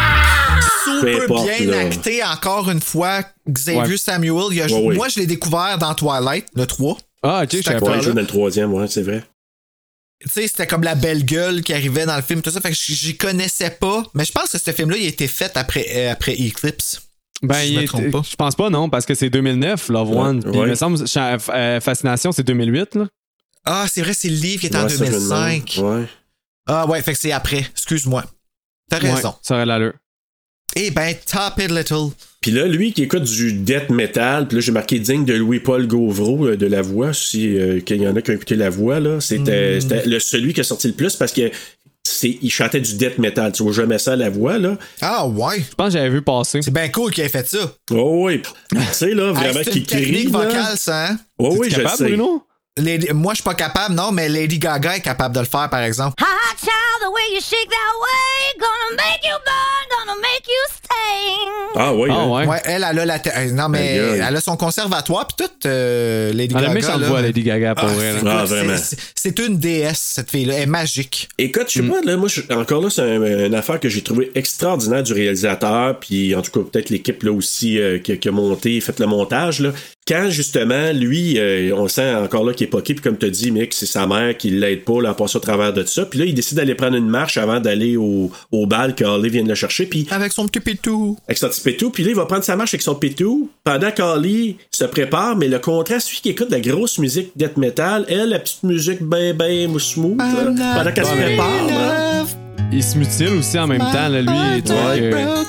[SPEAKER 6] Super bien acté, encore une fois, Xavier Samuel. Moi, je l'ai découvert dans Twilight, le 3.
[SPEAKER 5] Ah, ok, je savais pas.
[SPEAKER 4] Il joue dans le 3e, ouais, c'est vrai.
[SPEAKER 6] Tu sais, c'était comme la belle gueule qui arrivait dans le film, tout ça. Fait que j'y connaissais pas. Mais je pense que ce film-là, il a été fait après Eclipse.
[SPEAKER 5] Ben, je pense pas, non, parce que c'est 2009, Love One. Puis il me semble, Fascination, c'est 2008, là.
[SPEAKER 6] Ah, c'est vrai, c'est le livre qui est en 2005.
[SPEAKER 4] Ouais.
[SPEAKER 6] Ah, ouais, fait que c'est après. Excuse-moi. T'as raison.
[SPEAKER 5] Ouais, ça aurait l'allure.
[SPEAKER 6] Eh ben, Top It Little.
[SPEAKER 4] Puis là, lui qui écoute du death metal, puis là, j'ai marqué digne de Louis-Paul Gauvreau de La Voix, si qu'il y en a qui ont écouté La Voix, là. C'était celui qui a sorti le plus parce que il chantait du death metal. Tu vois jamais ça à La Voix, là.
[SPEAKER 6] Ah, ouais.
[SPEAKER 5] Je pense que j'avais vu passer.
[SPEAKER 6] C'est bien cool qu'il ait fait ça.
[SPEAKER 4] Oh, oui. Tu sais, là, vraiment, qui crie.
[SPEAKER 6] C'est une technique vocale, ça, hein?
[SPEAKER 4] Oh, oui, je sais.
[SPEAKER 5] Bruno?
[SPEAKER 6] Moi, je suis pas capable, non, mais Lady Gaga est capable de le faire, par exemple.
[SPEAKER 9] Hot child, the way you shake that way, gonna make you burn, gonna make you sting.
[SPEAKER 4] Ah oui,
[SPEAKER 6] ouais, elle a non, mais elle a son conservatoire puis tout, Lady Gaga.
[SPEAKER 5] Elle a méchante voix, Lady Gaga, pour elle.
[SPEAKER 4] Ah, vraiment.
[SPEAKER 6] C'est une déesse, cette fille-là. Elle est magique.
[SPEAKER 4] Écoute, je sais pas, là, moi, encore là, c'est une affaire que j'ai trouvé extraordinaire du réalisateur, puis en tout cas, peut-être l'équipe là aussi qui a monté, fait le montage, là. Quand, justement, lui, on sent encore là qu'il est poqué, puis comme tu as dit, Mick, c'est sa mère qui l'aide pas, là, à passer au travers de ça. Puis là, il décide d'aller prendre une marche avant d'aller au bal que Holly vient de le chercher. Puis
[SPEAKER 6] avec son petit pétou.
[SPEAKER 4] Avec son petit pétou. Puis là, il va prendre sa marche avec son pétou pendant qu'Holly se prépare. Mais le contraste, celui qui écoute de la grosse musique death metal, elle, la petite musique ben smooth, là, pendant qu'elle se prépare. Là.
[SPEAKER 5] Il se mutile aussi en même temps, là, lui. Tu vois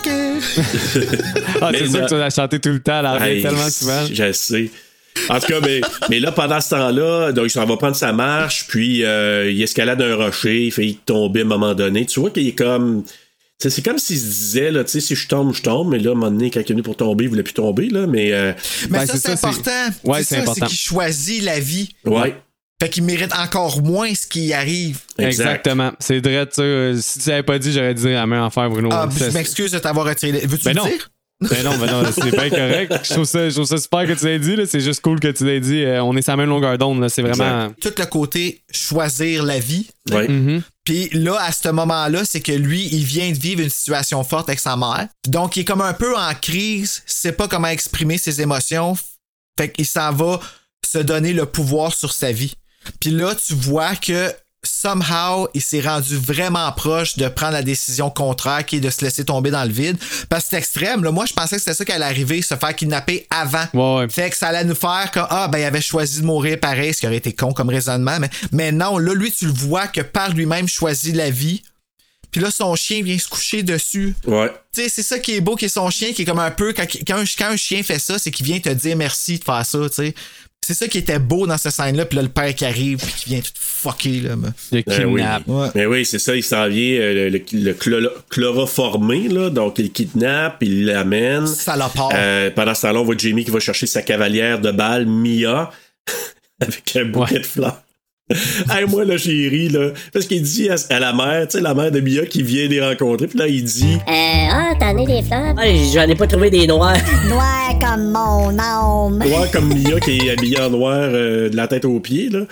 [SPEAKER 5] c'est sûr que tu vas la chanter tout le temps, elle arrive tellement souvent.
[SPEAKER 4] Je sais. En tout cas, mais là, pendant ce temps-là, donc il s'en va prendre sa marche, puis il escalade un rocher, il fait tomber à un moment donné. Tu vois qu'il est comme... C'est comme s'il se disait, là, tu sais, si je tombe, mais là, à un moment donné, quand il est venu pour tomber, il voulait plus tomber, là, mais...
[SPEAKER 6] Mais ça, c'est important.
[SPEAKER 5] Ouais, c'est important.
[SPEAKER 6] C'est qu'il choisit la vie.
[SPEAKER 4] Ouais.
[SPEAKER 6] Fait qu'il mérite encore moins ce qui arrive.
[SPEAKER 5] Exactement. C'est vrai, si tu l'avais pas dit, j'aurais dit à main en faire, Bruno.
[SPEAKER 6] Ah, je m'excuse de t'avoir retiré. Veux-tu le dire?
[SPEAKER 5] Ben non, c'est bien correct. Je trouve ça super que tu l'aies dit. Là. C'est juste cool que tu l'aies dit. On est sur la même longueur d'onde. Là. C'est vraiment...
[SPEAKER 6] Tout le côté choisir la vie.
[SPEAKER 4] Ouais.
[SPEAKER 6] Puis là, à ce moment-là, c'est que lui, il vient de vivre une situation forte avec sa mère. Donc, il est comme un peu en crise. Il sait pas comment exprimer ses émotions. Fait qu'il s'en va se donner le pouvoir sur sa vie. Puis là, tu vois que somehow, il s'est rendu vraiment proche de prendre la décision contraire qui est de se laisser tomber dans le vide. Parce que c'est extrême. Là. Moi, je pensais que c'était ça qui allait arriver, se faire kidnapper avant.
[SPEAKER 5] Ouais.
[SPEAKER 6] Fait que ça allait nous faire comme, il avait choisi de mourir pareil, ce qui aurait été con comme raisonnement. Mais non, là, lui, tu le vois que par lui-même choisit la vie. Puis là, son chien vient se coucher dessus.
[SPEAKER 4] Ouais.
[SPEAKER 6] Tu sais, c'est ça qui est beau, qui est son chien, qui est comme un peu... Quand un chien fait ça, c'est qu'il vient te dire merci de faire ça, tu sais. C'est ça qui était beau dans cette scène-là. Puis là, le père qui arrive, puis qui vient tout fucker, là.
[SPEAKER 5] Le kidnappe.
[SPEAKER 4] Oui.
[SPEAKER 6] Ouais.
[SPEAKER 4] Mais oui, c'est ça, il s'en vient, le chloroformé, là. Donc, il kidnappe, il l'amène.
[SPEAKER 6] Ça la part.
[SPEAKER 4] Pendant ce temps-là, on voit Jamie qui va chercher sa cavalière de balle, Mia, avec un bouquet de fleurs. Hey, moi, là, j'ai ri, là. Parce qu'il dit à la mère, tu sais, la mère de Mia qui vient les rencontrer, puis là, il dit
[SPEAKER 10] t'en as des fleurs? J'en ai pas trouvé des noirs.
[SPEAKER 8] Noir comme mon âme.
[SPEAKER 4] noir comme Mia qui est habillée en noir de la tête aux pieds, là.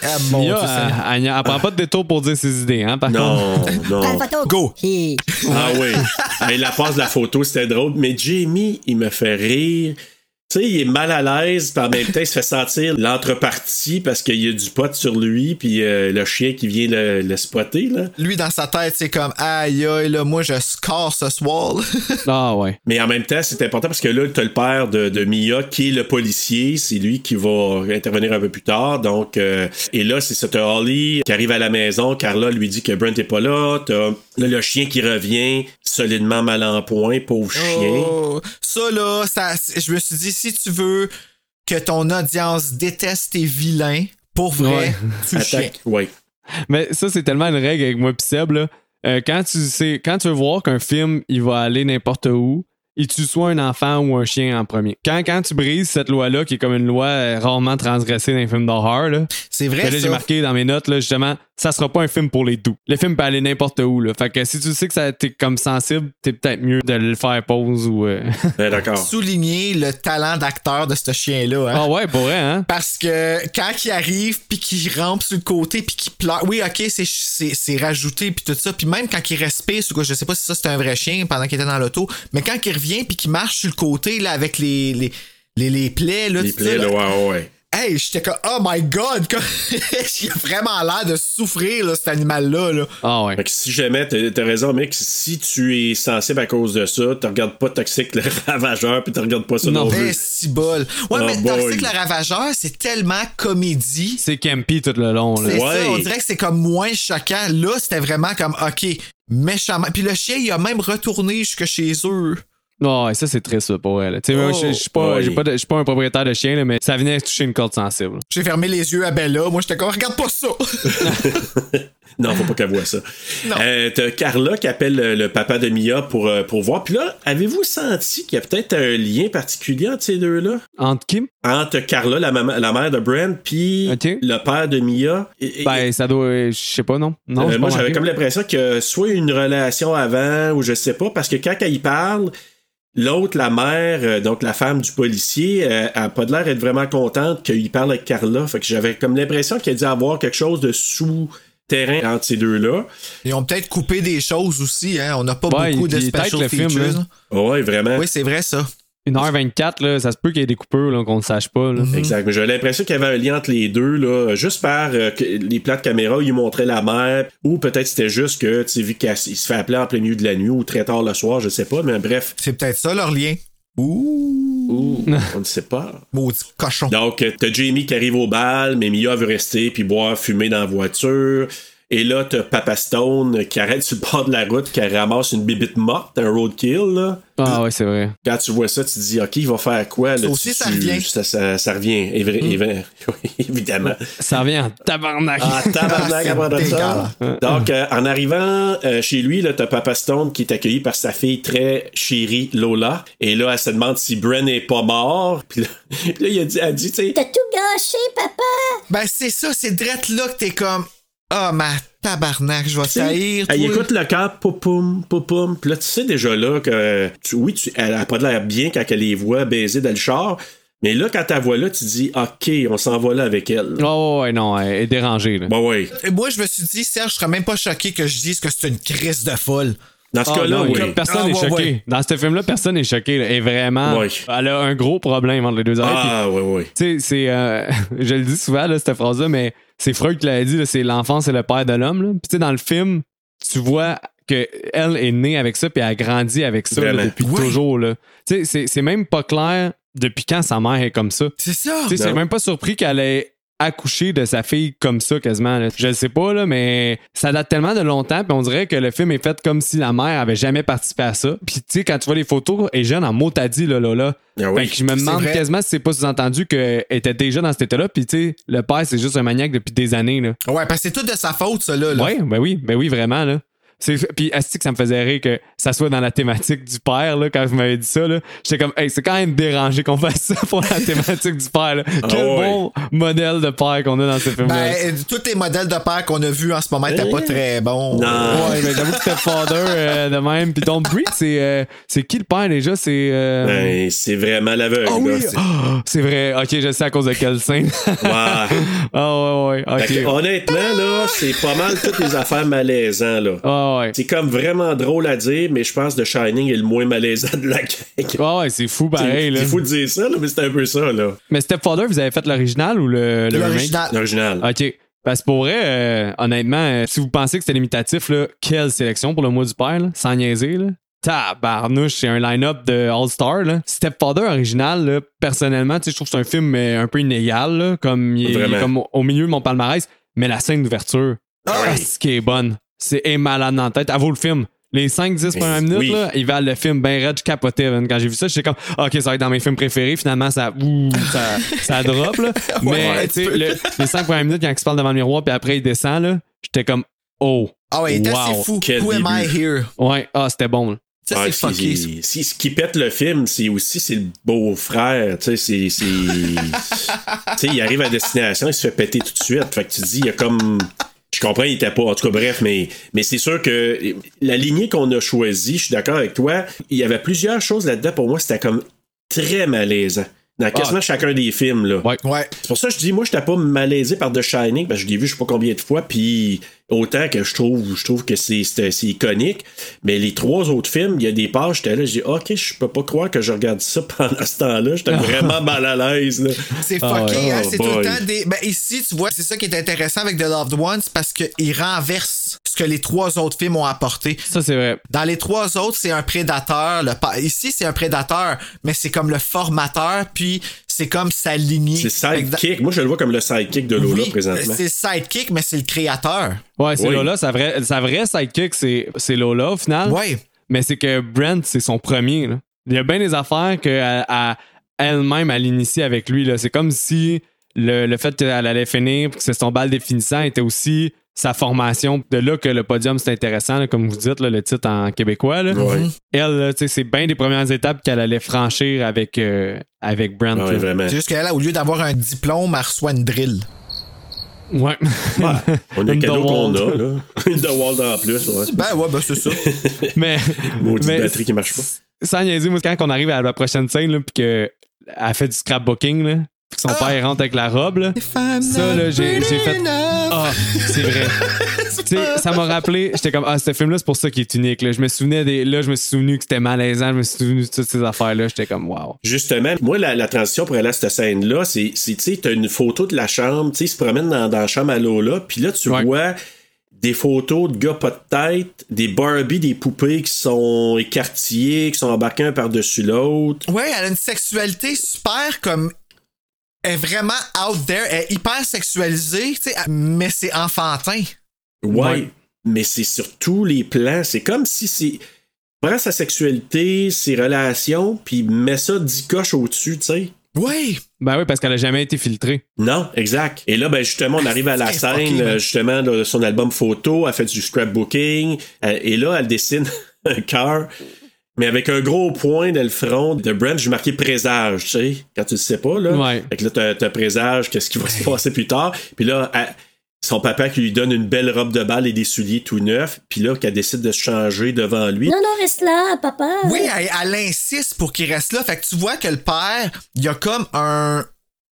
[SPEAKER 5] Elle prend pas de détour pour dire ses idées, hein, par contre.
[SPEAKER 4] Non.
[SPEAKER 8] Prends une photo.
[SPEAKER 6] Go!
[SPEAKER 4] Ah oui. Hey, la phase de la photo, c'était drôle. Mais Jamie, il me fait rire. Tu sais, il est mal à l'aise, puis en même temps, il se fait sentir l'entrepartie parce qu'il y a du pot sur lui, puis le chien qui vient le spotter, là.
[SPEAKER 6] Lui, dans sa tête, c'est comme, aïe, là, moi, je score ce soir.
[SPEAKER 5] Ah ouais.
[SPEAKER 4] Mais en même temps, c'est important parce que là, t'as le père de Mia qui est le policier. C'est lui qui va intervenir un peu plus tard. Donc, et là, c'est ça. T'as Holly qui arrive à la maison. Carla lui dit que Brent est pas là. T'as là, le chien qui revient solidement mal en point. Pauvre chien.
[SPEAKER 6] Ça, là, je me suis dit, si tu veux que ton audience déteste tes vilains, pour vrai, tu le chien.
[SPEAKER 4] Ouais.
[SPEAKER 5] Mais ça, c'est tellement une règle avec moi pis Seb, là. Quand tu veux voir qu'un film, il va aller n'importe où, il tue soit un enfant ou un chien en premier. Quand tu brises cette loi-là, qui est comme une loi rarement transgressée dans les films d'horreur, là,
[SPEAKER 6] c'est vrai,
[SPEAKER 5] là, j'ai marqué dans mes notes, là, justement, ça sera pas un film pour les doux. Le film peut aller n'importe où, là. Fait que si tu sais que t'es comme sensible, t'es peut-être mieux de le faire pause ou...
[SPEAKER 4] D'accord.
[SPEAKER 6] Souligner le talent d'acteur de ce chien-là, hein.
[SPEAKER 5] Ah ouais, pour vrai, hein.
[SPEAKER 6] Parce que quand il arrive, puis qu'il rampe sur le côté, puis qu'il pleure... Oui, OK, c'est rajouté, puis tout ça. Puis même quand il respire, je sais pas si ça c'est un vrai chien pendant qu'il était dans l'auto, mais quand il revient, puis qu'il marche sur le côté, là, avec les plaies, là...
[SPEAKER 4] Les plaies, là, ouais.
[SPEAKER 6] Hey, j'étais comme, oh my god, il a vraiment l'air de souffrir, là, cet animal-là. Là.
[SPEAKER 5] Ah ouais.
[SPEAKER 4] Fait que si jamais, t'as raison, mec, si tu es sensible à cause de ça, tu regardes pas Toxic le Ravageur, puis tu regardes pas ça non plus.
[SPEAKER 6] Si bol. Ouais, mais Toxic le Ravageur, c'est tellement comédie.
[SPEAKER 5] C'est campy tout le long, là.
[SPEAKER 6] C'est ça, on dirait que c'est comme moins choquant. Là, c'était vraiment comme, OK, méchamment. Puis le chien, il a même retourné jusque chez eux.
[SPEAKER 5] Non, ça c'est triste pour elle. Je suis pas un propriétaire de chien, là, mais ça venait toucher une corde sensible.
[SPEAKER 6] J'ai fermé les yeux à Bella. Moi, j'étais comme, regarde pas ça.
[SPEAKER 4] Non, faut pas qu'elle voie ça. T'as Carla qui appelle le papa de Mia pour voir. Puis là, avez-vous senti qu'il y a peut-être un lien particulier entre ces deux-là?
[SPEAKER 5] Entre qui?
[SPEAKER 4] Entre Carla, la mère de Brent, puis le père de Mia.
[SPEAKER 5] Ben, ça doit... Je sais pas, non.
[SPEAKER 4] Moi, j'avais comme l'impression que soit une relation avant, ou je sais pas, parce que quand elle y parle... L'autre, la mère, donc la femme du policier, a pas de l'air d'être vraiment contente qu'il parle avec Carla. Fait que j'avais comme l'impression qu'il a dû avoir quelque chose de souterrain entre ces deux-là.
[SPEAKER 6] Ils ont peut-être coupé des choses aussi, hein. On n'a pas beaucoup de special features.
[SPEAKER 4] Ouais, vraiment.
[SPEAKER 6] Oui, c'est vrai, ça.
[SPEAKER 5] 1h24, là, ça se peut qu'il y ait des coupures là, qu'on ne sache pas. Là.
[SPEAKER 4] Exact, mais j'avais l'impression qu'il y avait un lien entre les deux, là, juste par les plans de caméra, ils montraient la mère, ou peut-être c'était juste que, tu sais, vu qu'il se fait appeler en plein milieu de la nuit ou très tard le soir, je sais pas, mais bref.
[SPEAKER 6] C'est peut-être ça leur lien. Ouh,
[SPEAKER 4] on ne sait pas.
[SPEAKER 6] Maudit cochon.
[SPEAKER 4] Donc, t'as Jamie qui arrive au bal, mais Mia veut rester puis boire, fumer dans la voiture. Et là, t'as Papa Stone qui arrête sur le bord de la route, qui ramasse une bibite morte, un roadkill, là.
[SPEAKER 5] Ah ouais, c'est vrai.
[SPEAKER 4] Quand tu vois ça, tu te dis, OK, il va faire quoi? Là,
[SPEAKER 6] ça aussi, ça revient.
[SPEAKER 4] Ça revient, évidemment.
[SPEAKER 5] Ça revient en tabarnak.
[SPEAKER 4] En tabarnak à part de ça. Donc, en arrivant chez lui, là, t'as Papa Stone qui est accueilli par sa fille très chérie, Lola. Et là, elle se demande si Bren n'est pas mort. Puis là, elle dit, tu sais...
[SPEAKER 10] T'as tout gâché, papa!
[SPEAKER 6] Ben, c'est ça, c'est drette là que t'es comme... Ah, ma tabarnak, je vais saillir.
[SPEAKER 4] Elle écoute le cœur, poupoum, poupoum. Puis là, tu sais déjà là que, elle a pas de l'air bien quand elle les voit baiser dans le char. Mais là, quand elle voit là, tu dis, OK, on s'en va là avec elle.
[SPEAKER 5] Oh, ouais, non, elle est dérangée. Là.
[SPEAKER 4] Bah, ouais.
[SPEAKER 6] Et moi, je me suis dit, Serge, je serais même pas choqué que je dise que c'est une crise de folle.
[SPEAKER 4] Dans ce cas-là,
[SPEAKER 5] non,
[SPEAKER 4] oui.
[SPEAKER 5] Personne n'est choqué.
[SPEAKER 6] Ouais.
[SPEAKER 5] Dans ce film-là, personne n'est choqué. Là. Et vraiment,
[SPEAKER 4] Ouais.
[SPEAKER 5] elle a un gros problème entre les deux oreilles.
[SPEAKER 4] Ah, oui.
[SPEAKER 5] Tu sais, c'est. Je le dis souvent, là, cette phrase-là, mais c'est Freud qui l'avait dit, là, c'est l'enfant, c'est le père de l'homme. Là. Puis, tu sais, dans le film, tu vois qu'elle est née avec ça, puis elle a grandi avec ça là, depuis toujours. Là. Tu sais, c'est même pas clair depuis quand sa mère est comme ça.
[SPEAKER 6] C'est ça.
[SPEAKER 5] Tu sais, c'est même pas surpris qu'elle ait accouché de sa fille comme ça quasiment. Là. Je le sais pas, là, mais ça date tellement de longtemps, puis on dirait que le film est fait comme si la mère avait jamais participé à ça. Puis tu sais, quand tu vois les photos, elle est jeune en mot t'as dit, là.
[SPEAKER 4] Ah oui.
[SPEAKER 5] Fait que je me demande quasiment si c'est pas sous-entendu qu'elle était déjà dans cet état-là, puis tu sais, le père, c'est juste un maniaque depuis des années, là.
[SPEAKER 6] Ouais, parce que c'est tout de sa faute, ça, là.
[SPEAKER 5] Ouais, ben oui, vraiment, là. Puis, est-ce que ça me faisait rire que ça soit dans la thématique du père, là, quand vous m'avez dit ça, là. J'étais comme, hey, c'est quand même dérangé qu'on fasse ça pour la thématique du père, là. Quel bon modèle de père qu'on a dans ce film-là.
[SPEAKER 6] Ben, tous les modèles de père qu'on a vus en ce moment étaient pas très bons.
[SPEAKER 4] Non.
[SPEAKER 5] Ouais, mais j'avoue que c'était Father de même. Puis Don't Breathe, c'est qui le père déjà?
[SPEAKER 4] Ben, c'est vraiment l'aveugle.
[SPEAKER 5] Oh, oui.
[SPEAKER 4] Là,
[SPEAKER 5] c'est vrai. Ok, je sais à cause de quelle scène.
[SPEAKER 4] Ouais.
[SPEAKER 5] Ouais. Ok.
[SPEAKER 4] Honnêtement, là, c'est pas mal toutes les affaires malaisantes, là.
[SPEAKER 5] Ouais.
[SPEAKER 4] C'est comme vraiment drôle à dire, mais je pense que The Shining est le moins malaisant de la gang.
[SPEAKER 5] Ouais, c'est fou pareil.
[SPEAKER 4] C'est fou de dire ça, là, mais c'est un peu ça. Là.
[SPEAKER 5] Mais Stepfather, vous avez fait l'original ou le remake?
[SPEAKER 4] L'original.
[SPEAKER 5] OK. Parce que pour vrai, honnêtement, si vous pensez que c'était limitatif, là, quelle sélection pour le mois du père, là, sans niaiser. Là. Tabarnouche, c'est un line-up de All-Star. Là. Stepfather original, là, personnellement, je trouve que c'est un film un peu inégal, là, comme il est comme au milieu de mon palmarès, mais la scène d'ouverture, ce qui est bonne. C'est malade dans la tête. Elle vaut le film. Les 5-10 premières minutes, là, ils valent le film ben red, je capotais. Quand j'ai vu ça, j'étais comme, OK, ça va être dans mes films préférés. Finalement, ça drop. Là. Mais tu sais, les 5 premières minutes, quand il se parle devant le miroir, puis après, il descend, là, j'étais comme, oh.
[SPEAKER 6] Ah ouais, c'est fou. Who am I here?
[SPEAKER 5] Ouais, c'était bon. Là.
[SPEAKER 6] Ça, c'est fucké.
[SPEAKER 4] Ce qui pète le film, c'est le beau-frère. Tu sais, il arrive à destination, il se fait péter tout de suite. Fait que tu dis, il y a comme. Je comprends, il était pas. En tout cas, bref, mais c'est sûr que la lignée qu'on a choisie, je suis d'accord avec toi, il y avait plusieurs choses là-dedans. Pour moi, c'était comme très malaisant. Dans quasiment chacun des films, là.
[SPEAKER 6] Ouais.
[SPEAKER 4] C'est pour ça que je dis, moi, j'étais pas malaisé par The Shining, parce que je l'ai vu je sais pas combien de fois, puis autant que je trouve que c'est iconique. Mais les 3 autres films, il y a des pages, j'étais là, je dis, OK, je peux pas croire que je regarde ça pendant ce temps-là. J'étais vraiment mal à l'aise, là.
[SPEAKER 6] C'est fucké, hein? C'est tout le temps des. Ben, ici, tu vois, c'est ça qui est intéressant avec The Loved Ones, parce qu'il renverse ce que les 3 autres films ont apporté.
[SPEAKER 5] Ça, c'est vrai.
[SPEAKER 6] Dans les 3 autres, c'est un prédateur. Ici, c'est un prédateur, mais c'est comme le formateur, puis c'est comme sa lignée.
[SPEAKER 4] C'est sidekick. Moi, je le vois comme le sidekick de Lola, présentement.
[SPEAKER 6] C'est sidekick, mais c'est le créateur.
[SPEAKER 5] Ouais, c'est Lola. Sa vraie sidekick, c'est Lola, au final.
[SPEAKER 6] Ouais.
[SPEAKER 5] Mais c'est que Brent, c'est son premier. Là. Il y a bien des affaires qu'elle-même, elle initie avec lui. Là. C'est comme si le fait qu'elle allait finir, que c'est son bal définissant, était aussi sa formation. De là que le podium, c'est intéressant, là, comme vous dites, là, le titre en québécois. Là.
[SPEAKER 4] Ouais.
[SPEAKER 5] Elle, c'est bien des premières étapes qu'elle allait franchir avec Brent.
[SPEAKER 4] Ouais, vraiment.
[SPEAKER 6] C'est juste qu'elle, au lieu d'avoir un diplôme, elle reçoit une drill.
[SPEAKER 5] Ouais.
[SPEAKER 4] On a le cadeau qu'on a, là. Une DeWalt en plus, ouais.
[SPEAKER 6] Ben, c'est ça.
[SPEAKER 5] mais
[SPEAKER 4] batterie qui marche pas.
[SPEAKER 5] Sans niaiser, moi, quand on arrive à la prochaine scène, là, puis qu'elle fait du scrapbooking, là, puis que son père rentre avec la robe, là, ça, là, j'ai fait. C'est vrai. Tu sais, ça m'a rappelé, j'étais comme, ce film-là, c'est pour ça qu'il est unique. Là. Je me suis souvenu que c'était malaisant, je me suis souvenu de toutes ces affaires-là. J'étais comme, wow.
[SPEAKER 4] Justement, moi, la transition pour aller à cette scène-là, c'est tu sais, t'as une photo de la chambre, tu sais, il se promène dans la chambre à Lola, puis là, tu vois des photos de gars pas de tête, des Barbie, des poupées qui sont écartillées, qui sont embarquées un par-dessus l'autre.
[SPEAKER 6] Ouais, elle a une sexualité super comme. Elle est vraiment out there, elle est hyper sexualisée, tu sais, mais c'est enfantin.
[SPEAKER 4] Ouais, mais c'est sur tous les plans. C'est comme si c'est. Prends sa sexualité, ses relations, puis met ça 10 coches au-dessus, tu sais.
[SPEAKER 6] Oui!
[SPEAKER 5] Ben oui, parce qu'elle a jamais été filtrée.
[SPEAKER 4] Non, exact. Et là, ben justement, on arrive à la scène, justement, de son album photo, elle fait du scrapbooking, et là, elle dessine un cœur, mais avec un gros point dans le front de Brent, j'ai marqué présage, tu sais, quand tu le sais pas, là.
[SPEAKER 5] Ouais.
[SPEAKER 4] Fait que là, t'as présage, qu'est-ce qui va se passer plus tard, puis là, son papa qui lui donne une belle robe de bal et des souliers tout neufs, puis là, qu'elle décide de se changer devant lui.
[SPEAKER 10] Non, reste là, papa.
[SPEAKER 6] Oui, elle insiste pour qu'il reste là. Fait que tu vois que le père, il y a comme un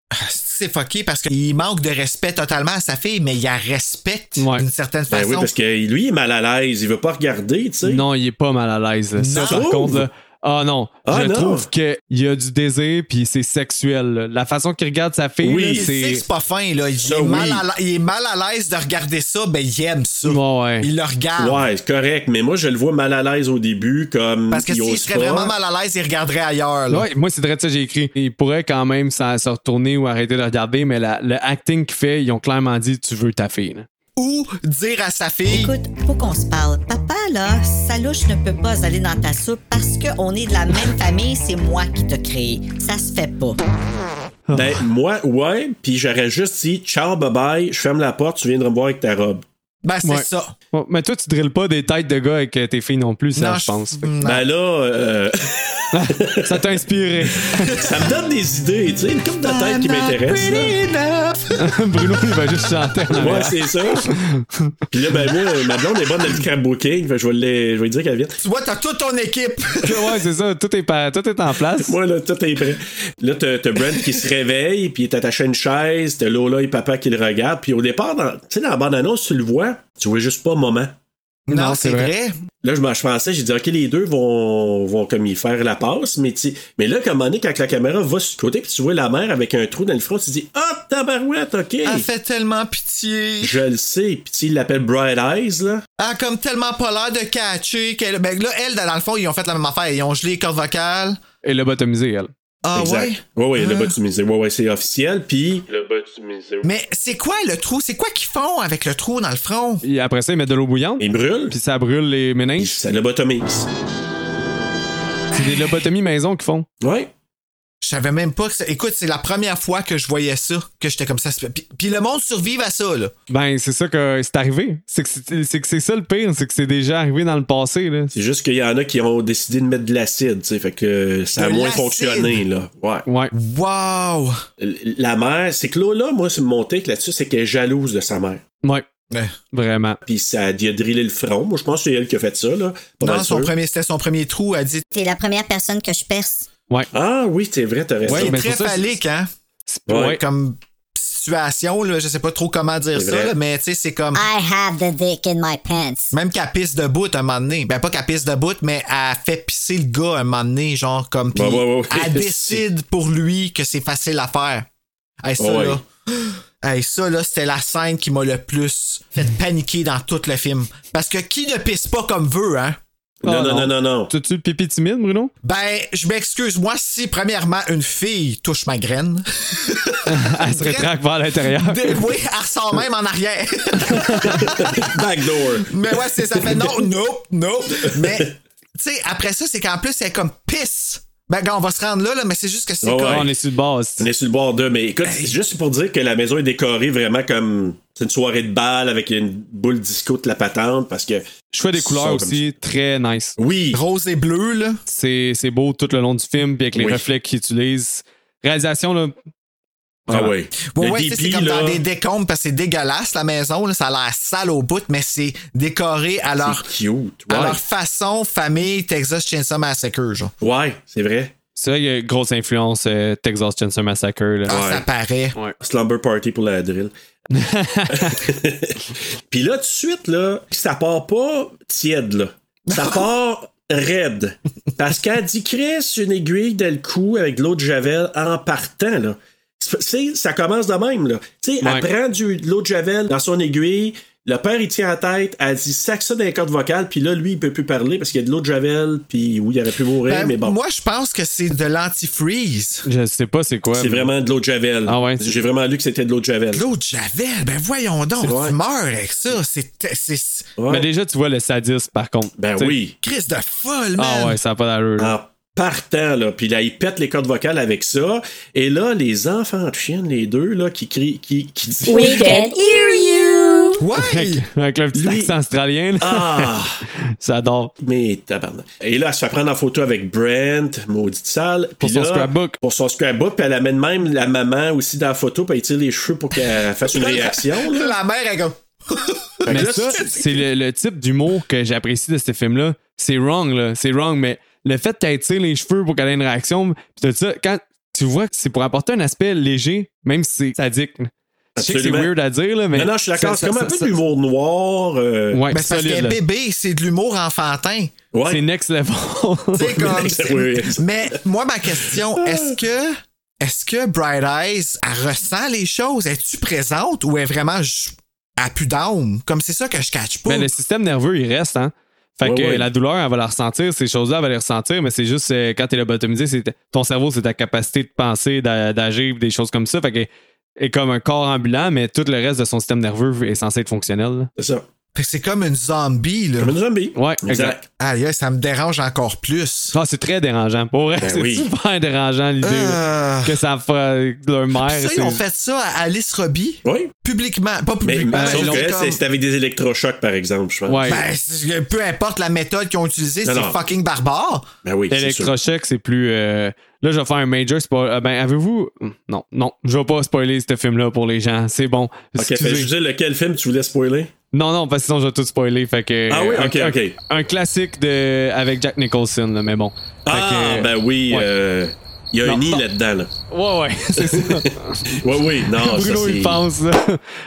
[SPEAKER 6] C'est fucké parce qu'il manque de respect totalement à sa fille, mais il la respecte d'une certaine façon.
[SPEAKER 4] Oui, parce que lui, il est mal à l'aise. Il veut pas regarder, tu sais.
[SPEAKER 5] Non, il est pas mal à l'aise. Ça, par contre, là, je trouve qu'il y a du désir puis c'est sexuel. Là. La façon qu'il regarde sa fille, là,
[SPEAKER 6] il sait que c'est pas fin. Là. Il est mal à l'aise de regarder ça, ben il aime ça.
[SPEAKER 5] Ouais.
[SPEAKER 6] Il le regarde.
[SPEAKER 4] Ouais, c'est correct, mais moi, je le vois mal à l'aise au début, comme.
[SPEAKER 6] Parce que s'il serait vraiment mal à l'aise, il regarderait ailleurs. Là.
[SPEAKER 5] Ouais, moi, c'est vrai de ça que j'ai écrit. Il pourrait quand même se retourner ou arrêter de regarder, mais le acting qu'il fait, ils ont clairement dit tu veux ta fille. Là.
[SPEAKER 6] Ou dire à sa fille...
[SPEAKER 8] Écoute, faut qu'on se parle. Papa, là, sa louche ne peut pas aller dans ta soupe parce qu'on est de la même famille, c'est moi qui t'ai créé. Ça se fait pas.
[SPEAKER 4] Ben, moi, ouais, puis j'aurais juste dit ciao, bye-bye, je ferme la porte, tu viendras me voir avec ta robe.
[SPEAKER 6] Ben, c'est ça.
[SPEAKER 5] Ouais, mais toi, tu drilles pas des têtes de gars avec tes filles non plus, ça, je pense.
[SPEAKER 4] Ben là...
[SPEAKER 5] Ça t'a inspiré.
[SPEAKER 4] Ça me donne des idées, tu sais, une couple de têtes qui m'intéresse.
[SPEAKER 5] Bruno, il va juste chanter.
[SPEAKER 4] Ouais, c'est ça. Puis là, ben moi, ma blonde est bonne dans le scrapbooking, je vais lui dire qu'elle vienne.
[SPEAKER 6] Tu vois, t'as toute ton équipe.
[SPEAKER 5] Ouais, c'est ça, tout est en place.
[SPEAKER 4] Moi, là, tout est prêt. Là, t'as Brent qui se réveille, puis il est attaché à une chaise, t'as Lola et papa qui le regardent, puis au départ, tu sais, dans la bande-annonce, tu le vois, tu vois juste pas moment.
[SPEAKER 6] Non, c'est vrai.
[SPEAKER 4] Là, je pensais, j'ai dit, OK, les deux vont comme y faire la passe, mais là, comme on est, quand la caméra va sur le côté, puis tu vois la mère avec un trou dans le front, tu te dis, tabarouette, OK.
[SPEAKER 6] Elle fait tellement pitié.
[SPEAKER 4] Je le sais. Puis il l'appelle Bright Eyes, là.
[SPEAKER 6] Ah, comme tellement pas l'air de catcher. Ben là, elle, dans le fond, ils ont fait la même affaire. Ils ont gelé les cordes vocales.
[SPEAKER 5] Et lobotomisé, elle.
[SPEAKER 6] Ah,
[SPEAKER 4] exact. Ouais, lobotomisé. Ouais, c'est officiel. Puis.
[SPEAKER 7] Lobotomisé.
[SPEAKER 6] Mais c'est quoi le trou? C'est quoi qu'ils font avec le trou dans le front?
[SPEAKER 5] Et après ça, ils mettent de l'eau bouillante.
[SPEAKER 4] Ils brûlent.
[SPEAKER 5] Puis ça brûle les méninges.
[SPEAKER 4] Ça lobotomise.
[SPEAKER 5] C'est des lobotomies maison qu'ils font.
[SPEAKER 4] Ouais.
[SPEAKER 6] Je savais même pas que ça... Écoute, c'est la première fois que je voyais ça, que j'étais comme ça. Puis le monde survive à ça, là.
[SPEAKER 5] Ben, c'est ça que c'est arrivé. C'est que c'est ça le pire, c'est que c'est déjà arrivé dans le passé, là.
[SPEAKER 4] C'est juste qu'il y en a qui ont décidé de mettre de l'acide, tu sais, fait que ça a moins fonctionné, là. Ouais.
[SPEAKER 6] Wow!
[SPEAKER 4] La mère, c'est que là, moi, c'est mon take là-dessus, c'est qu'elle est jalouse de sa mère.
[SPEAKER 5] Ouais. Vraiment.
[SPEAKER 4] Puis ça a drillé le front. Moi, je pense que c'est elle qui a fait ça, là.
[SPEAKER 6] Non, c'était son premier trou. Elle dit...
[SPEAKER 9] C'est la première personne que je perce.
[SPEAKER 5] Ouais.
[SPEAKER 4] Ah oui, c'est vrai, t'as raison.
[SPEAKER 6] Ouais, c'est très phallique, hein?
[SPEAKER 4] Ouais.
[SPEAKER 6] Comme situation, là, je sais pas trop comment dire ça, là, mais tu sais, c'est comme...
[SPEAKER 9] I have the dick in my pants.
[SPEAKER 6] Même qu'elle pisse debout un moment donné. Ben, pas qu'elle pisse debout, mais elle fait pisser le gars un moment donné, genre comme... Pis elle décide pour lui que c'est facile à faire. Hey, ça, là... Hey, ça, là, c'était la scène qui m'a le plus fait paniquer dans tout le film. Parce que qui ne pisse pas comme veut, hein?
[SPEAKER 4] Non.
[SPEAKER 5] T'as-tu le pipi timide, Bruno?
[SPEAKER 6] Ben, je m'excuse. Moi, si, premièrement, une fille touche ma graine...
[SPEAKER 5] Elle se rétracte vers l'intérieur.
[SPEAKER 6] Oui, elle ressort même en arrière.
[SPEAKER 4] Backdoor.
[SPEAKER 6] Mais ouais, ça fait nope. Mais, tu sais, après ça, c'est qu'en plus, c'est comme pisse. Ben, on va se rendre là, mais c'est juste que c'est comme...
[SPEAKER 5] On est sur le bord.
[SPEAKER 4] On est sur le bord d'eux, mais écoute, c'est juste pour dire que la maison est décorée vraiment comme une soirée de bal avec une boule disco de la patente, parce que...
[SPEAKER 5] Choix des couleurs aussi, très nice.
[SPEAKER 4] Oui.
[SPEAKER 6] Rose et bleu, là.
[SPEAKER 5] C'est beau tout le long du film, puis avec les reflets qu'ils utilisent. Réalisation, là...
[SPEAKER 4] Ah oui.
[SPEAKER 6] Ouais, c'est comme dans des décombres, parce que c'est dégueulasse, la maison, là, ça a l'air sale au bout, mais c'est décoré à leur...
[SPEAKER 4] C'est cute,
[SPEAKER 6] à leur façon, famille, Texas Chainsaw Massacre, genre.
[SPEAKER 4] Ouais, c'est vrai.
[SPEAKER 5] C'est vrai qu'il y a une grosse influence Texas Chainsaw Massacre. Là.
[SPEAKER 6] Ah, ça paraît.
[SPEAKER 4] Ouais. Slumber Party pour la drill. Puis là, tout de suite, là, ça part pas tiède, là. Ça part raide. Parce qu'elle dit Chris, une aiguille dans le cou avec de l'eau de Javel en partant, là. Ça commence de même, là. Tu sais, elle prend de l'eau de Javel dans son aiguille. Le père, il tient la tête, elle dit sac ça dans les cordes vocales, puis là, lui, il peut plus parler parce qu'il y a de l'eau de Javel, puis oui, il aurait pu mourir, mais bon.
[SPEAKER 6] Moi, je pense que c'est de l'antifreeze.
[SPEAKER 5] Je sais pas c'est quoi.
[SPEAKER 4] C'est vraiment de l'eau de Javel.
[SPEAKER 5] Ah ouais.
[SPEAKER 4] J'ai vraiment lu que c'était de l'eau de Javel.
[SPEAKER 6] De l'eau de Javel? Ben voyons donc, tu meurs avec ça.
[SPEAKER 5] Mais déjà, tu vois le sadisme, par contre.
[SPEAKER 4] Ben oui.
[SPEAKER 6] Crise de folle, man.
[SPEAKER 5] Ah ouais, ça n'a pas d'allure.
[SPEAKER 4] En partant, là, puis là, il pète les cordes vocales avec ça, et là, les enfants de chienne, les deux, là, qui crient, qui disent...
[SPEAKER 9] We can hear you!
[SPEAKER 6] Ouais!
[SPEAKER 5] Avec le petit accent australien. Là.
[SPEAKER 4] Ah!
[SPEAKER 5] J'adore.
[SPEAKER 4] Mais tabarnak. Et là, elle se fait prendre en photo avec Brent, maudite sale.
[SPEAKER 5] Pour son scrapbook.
[SPEAKER 4] Pour son scrapbook, puis elle amène même la maman aussi dans la photo, puis elle tire les cheveux pour qu'elle fasse une réaction. Là.
[SPEAKER 6] La mère est comme...
[SPEAKER 5] Mais là, ça, c'est le type d'humour que j'apprécie de ce film-là. C'est wrong, là. C'est wrong, mais le fait qu'elle tire les cheveux pour qu'elle ait une réaction, pis tout ça, quand tu vois que c'est pour apporter un aspect léger, même si c'est sadique. Je sais que c'est weird à dire, là, mais.
[SPEAKER 4] Non, je suis d'accord. C'est comme un peu de l'humour noir.
[SPEAKER 5] Ouais,
[SPEAKER 6] parce que bébé, c'est de l'humour enfantin.
[SPEAKER 4] Ouais.
[SPEAKER 5] C'est next level.
[SPEAKER 6] C'est comme. Mais moi, ma question, est-ce que Bright Eyes, elle ressent les choses? Es-tu présente ou est vraiment à plus d'âme? Comme c'est ça que je catch pas.
[SPEAKER 5] Ben, le système nerveux, il reste, hein. Fait que la douleur, elle va la ressentir, ces choses-là, elle va les ressentir, mais c'est juste quand t'es lobotomisé, ton cerveau, c'est ta capacité de penser, d'agir, des choses comme ça. Fait que est comme un corps ambulant, mais tout le reste de son système nerveux est censé être fonctionnel. Là.
[SPEAKER 4] C'est ça.
[SPEAKER 6] C'est comme une zombie, là.
[SPEAKER 4] Comme une zombie.
[SPEAKER 5] Ouais, exact.
[SPEAKER 6] Aïe, ça me dérange encore plus.
[SPEAKER 5] Ah, c'est très dérangeant. Pour vrai, c'est super dérangeant l'idée que ça fasse leur mère.
[SPEAKER 6] Ça, ils ont fait ça à Alice Robbie.
[SPEAKER 4] Oui.
[SPEAKER 6] Publiquement. Pas publiquement.
[SPEAKER 4] Mais sauf que c'est avec des électrochocs, par exemple, je pense.
[SPEAKER 5] Ouais.
[SPEAKER 6] Ben, peu importe la méthode qu'ils ont utilisée, c'est fucking barbare.
[SPEAKER 4] Ben oui.
[SPEAKER 5] L'électrochoc, c'est plus. Là, je vais faire un major spoil. Ben, avez-vous. Non, je vais pas spoiler ce film-là pour les gens. C'est bon.
[SPEAKER 4] Ok, je veux dire, lequel film tu voulais spoiler?
[SPEAKER 5] Non, parce que sinon je vais tout spoiler. Fait que,
[SPEAKER 4] ah oui, ok.
[SPEAKER 5] Un classique avec Jack Nicholson, là, mais bon.
[SPEAKER 4] Ben oui, il y a un nid là-dedans. Là.
[SPEAKER 5] Ouais, c'est ça.
[SPEAKER 4] oui, non,
[SPEAKER 5] Bruno,
[SPEAKER 4] ça c'est...
[SPEAKER 5] il pense, là.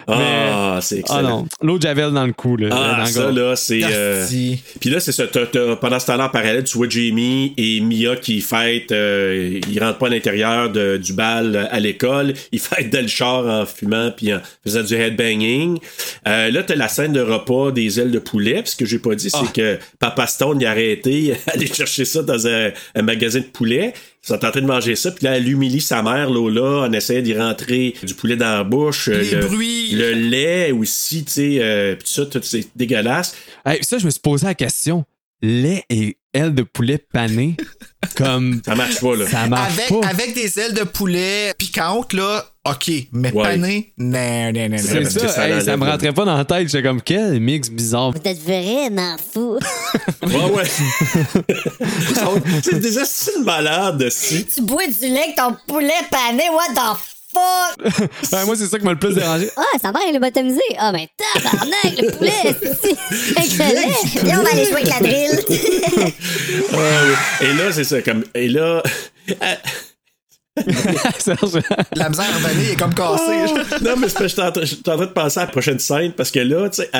[SPEAKER 4] C'est excellent.
[SPEAKER 5] Ah non, l'eau de Javel dans le cou, là.
[SPEAKER 4] Dans ça, là, c'est... Puis là, c'est ça. Pendant ce temps-là, en parallèle, tu vois Jamie et Mia qui fêtent... ils rentrent pas à l'intérieur du bal à l'école. Ils fêtent dans le char en fumant puis en faisant du headbanging. Là, t'as la scène de repas des ailes de poulet. Puis ce que j'ai pas dit, c'est que Papa Stone, il a arrêté aller chercher ça dans un magasin de poulet. Ils sont en train de manger ça, puis là, elle humilie sa mère, Lola, en essayant d'y rentrer du poulet dans la bouche. Le lait aussi, tu sais, puis tout ça, c'est dégueulasse.
[SPEAKER 5] Hey, ça, je me suis posé la question. Lait et ailes de poulet panées, comme...
[SPEAKER 4] Ça marche pas, là.
[SPEAKER 5] Ça marche pas.
[SPEAKER 6] Avec des ailes de poulet piquantes, là, OK, mais panées, non.
[SPEAKER 5] C'est ça, ça me rentrait pas dans la tête. J'étais comme, quel mix bizarre.
[SPEAKER 9] Vous êtes vraiment fou.
[SPEAKER 4] Ouais. C'est des astuces malades, si.
[SPEAKER 9] Tu bois du lait avec ton poulet pané, what the fuck?
[SPEAKER 5] Ben, moi, c'est ça qui m'a le plus dérangé.
[SPEAKER 9] Ah, sa mère est lobotomisée. Ah, ben, tabarnak, le poulet, c'est avec le lait. Viens, on va aller jouer avec la drill.
[SPEAKER 4] Et là, c'est ça, comme... Et là...
[SPEAKER 6] La misère vanille est comme cassée.
[SPEAKER 4] Non, mais je suis en train de penser à la prochaine scène parce que là, tu sais,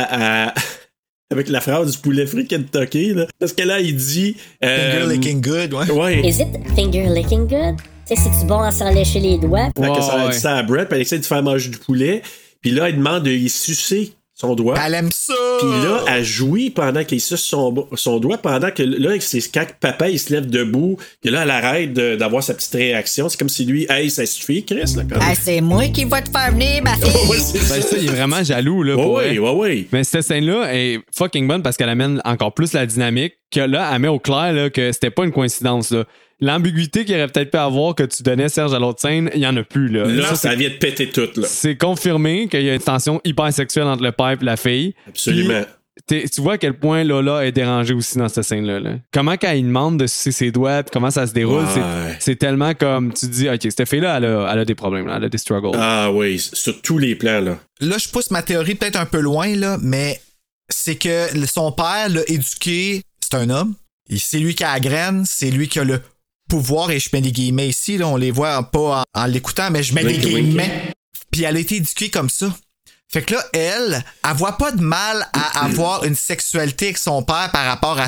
[SPEAKER 4] avec la phrase du poulet frit Kentucky, là, parce que là, il dit...
[SPEAKER 6] Finger licking good,
[SPEAKER 4] ouais.
[SPEAKER 10] Is it finger licking good? Tu sais, c'est-tu bon à s'en lécher les doigts?
[SPEAKER 4] Fait que ça a dit ça à Brett, puis elle essaie de faire manger du poulet, puis là, il demande de y sucer son doigt.
[SPEAKER 6] Elle aime ça!
[SPEAKER 4] Puis là, elle jouit pendant qu'il suce son doigt, pendant que là, c'est quand papa, il se lève debout, que là, elle arrête d'avoir sa petite réaction. C'est comme si lui, hey, ça suffit, Chris, là, quand même.
[SPEAKER 8] C'est moi qui va te faire venir, ma fille!
[SPEAKER 5] Ben ça, il est vraiment jaloux, là.
[SPEAKER 4] Oui.
[SPEAKER 5] Mais cette scène-là est fucking bonne parce qu'elle amène encore plus la dynamique, que là, elle met au clair là, que c'était pas une coïncidence, là. L'ambiguïté qu'il aurait peut-être pu avoir que tu donnais, Serge, à l'autre scène, il y en a plus, là.
[SPEAKER 4] Là, ça vient de péter tout, là.
[SPEAKER 5] C'est confirmé qu'il y a une tension hyper sexuelle entre le père et la fille.
[SPEAKER 4] Absolument.
[SPEAKER 5] Tu vois à quel point Lola est dérangée aussi dans cette scène-là. Là. Comment quand il demande de sucer ses doigts puis comment ça se déroule, c'est tellement comme tu te dis, OK, cette fille-là, elle a des problèmes, là, elle a des struggles.
[SPEAKER 4] Ah oui, sur tous les plans, là.
[SPEAKER 6] Là, je pousse ma théorie peut-être un peu loin, là, mais c'est que son père l'a éduqué, c'est un homme, et c'est lui qui a la graine, c'est lui qui a le pouvoir, et je mets des guillemets ici, là, on les voit pas en l'écoutant, mais je mets des guillemets. Puis elle a été éduquée comme ça. Fait que là, elle voit pas de mal à avoir une sexualité avec son père par rapport à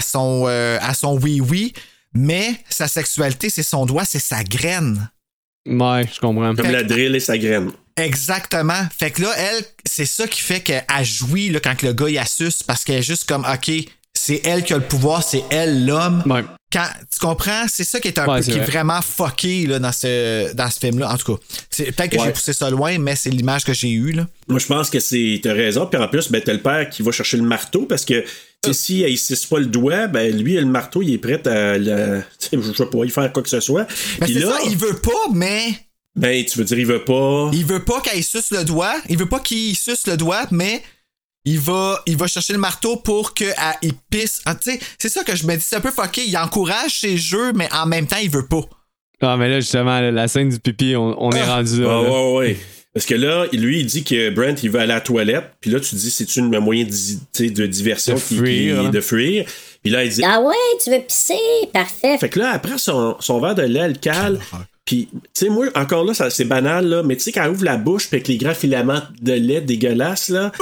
[SPEAKER 6] son oui-oui, mais sa sexualité, c'est son doigt, c'est sa graine.
[SPEAKER 5] Ouais, je comprends.
[SPEAKER 4] Comme la drill et sa graine.
[SPEAKER 6] Exactement. Fait que là, elle, c'est ça qui fait qu'elle jouit là, quand le gars y assuste, parce qu'elle est juste comme, OK, c'est elle qui a le pouvoir, c'est elle l'homme.
[SPEAKER 5] Ouais.
[SPEAKER 6] Quand tu comprends, c'est ça qui est un peu qui est vraiment fucké là, dans ce film-là. En tout cas, peut-être que j'ai poussé ça loin, mais c'est l'image que j'ai eue. Là.
[SPEAKER 4] Moi, je pense que t'as raison. Puis en plus, ben, t'as le père qui va chercher le marteau parce que si il suce pas le doigt, ben lui, le marteau, il est prêt à je sais pas, y faire quoi que ce soit.
[SPEAKER 6] Ben, c'est là, ça, il veut pas, mais.
[SPEAKER 4] Ben, tu veux dire, il veut pas.
[SPEAKER 6] Il veut pas qu'elle suce le doigt. Il veut pas qu'il suce le doigt, mais. Il va chercher le marteau pour qu'il pisse. Ah, tu sais, c'est ça que je me dis, c'est un peu fucké. Il encourage ses jeux, mais en même temps, il veut pas.
[SPEAKER 5] Ah, mais là, justement, la scène du pipi, on est rendu là.
[SPEAKER 4] Ouais. Parce que là, lui, il dit que Brent, il va aller à la toilette. Puis là, tu dis, c'est une moyen de diversion de fuir. Puis là, il dit...
[SPEAKER 10] Ah ouais, tu veux pisser? Parfait.
[SPEAKER 4] Fait que là, après son verre de lait, elle cale. Puis, tu sais, moi, encore là, c'est banal, là, mais tu sais, quand elle ouvre la bouche, puis avec les grands filaments de lait dégueulasses, là.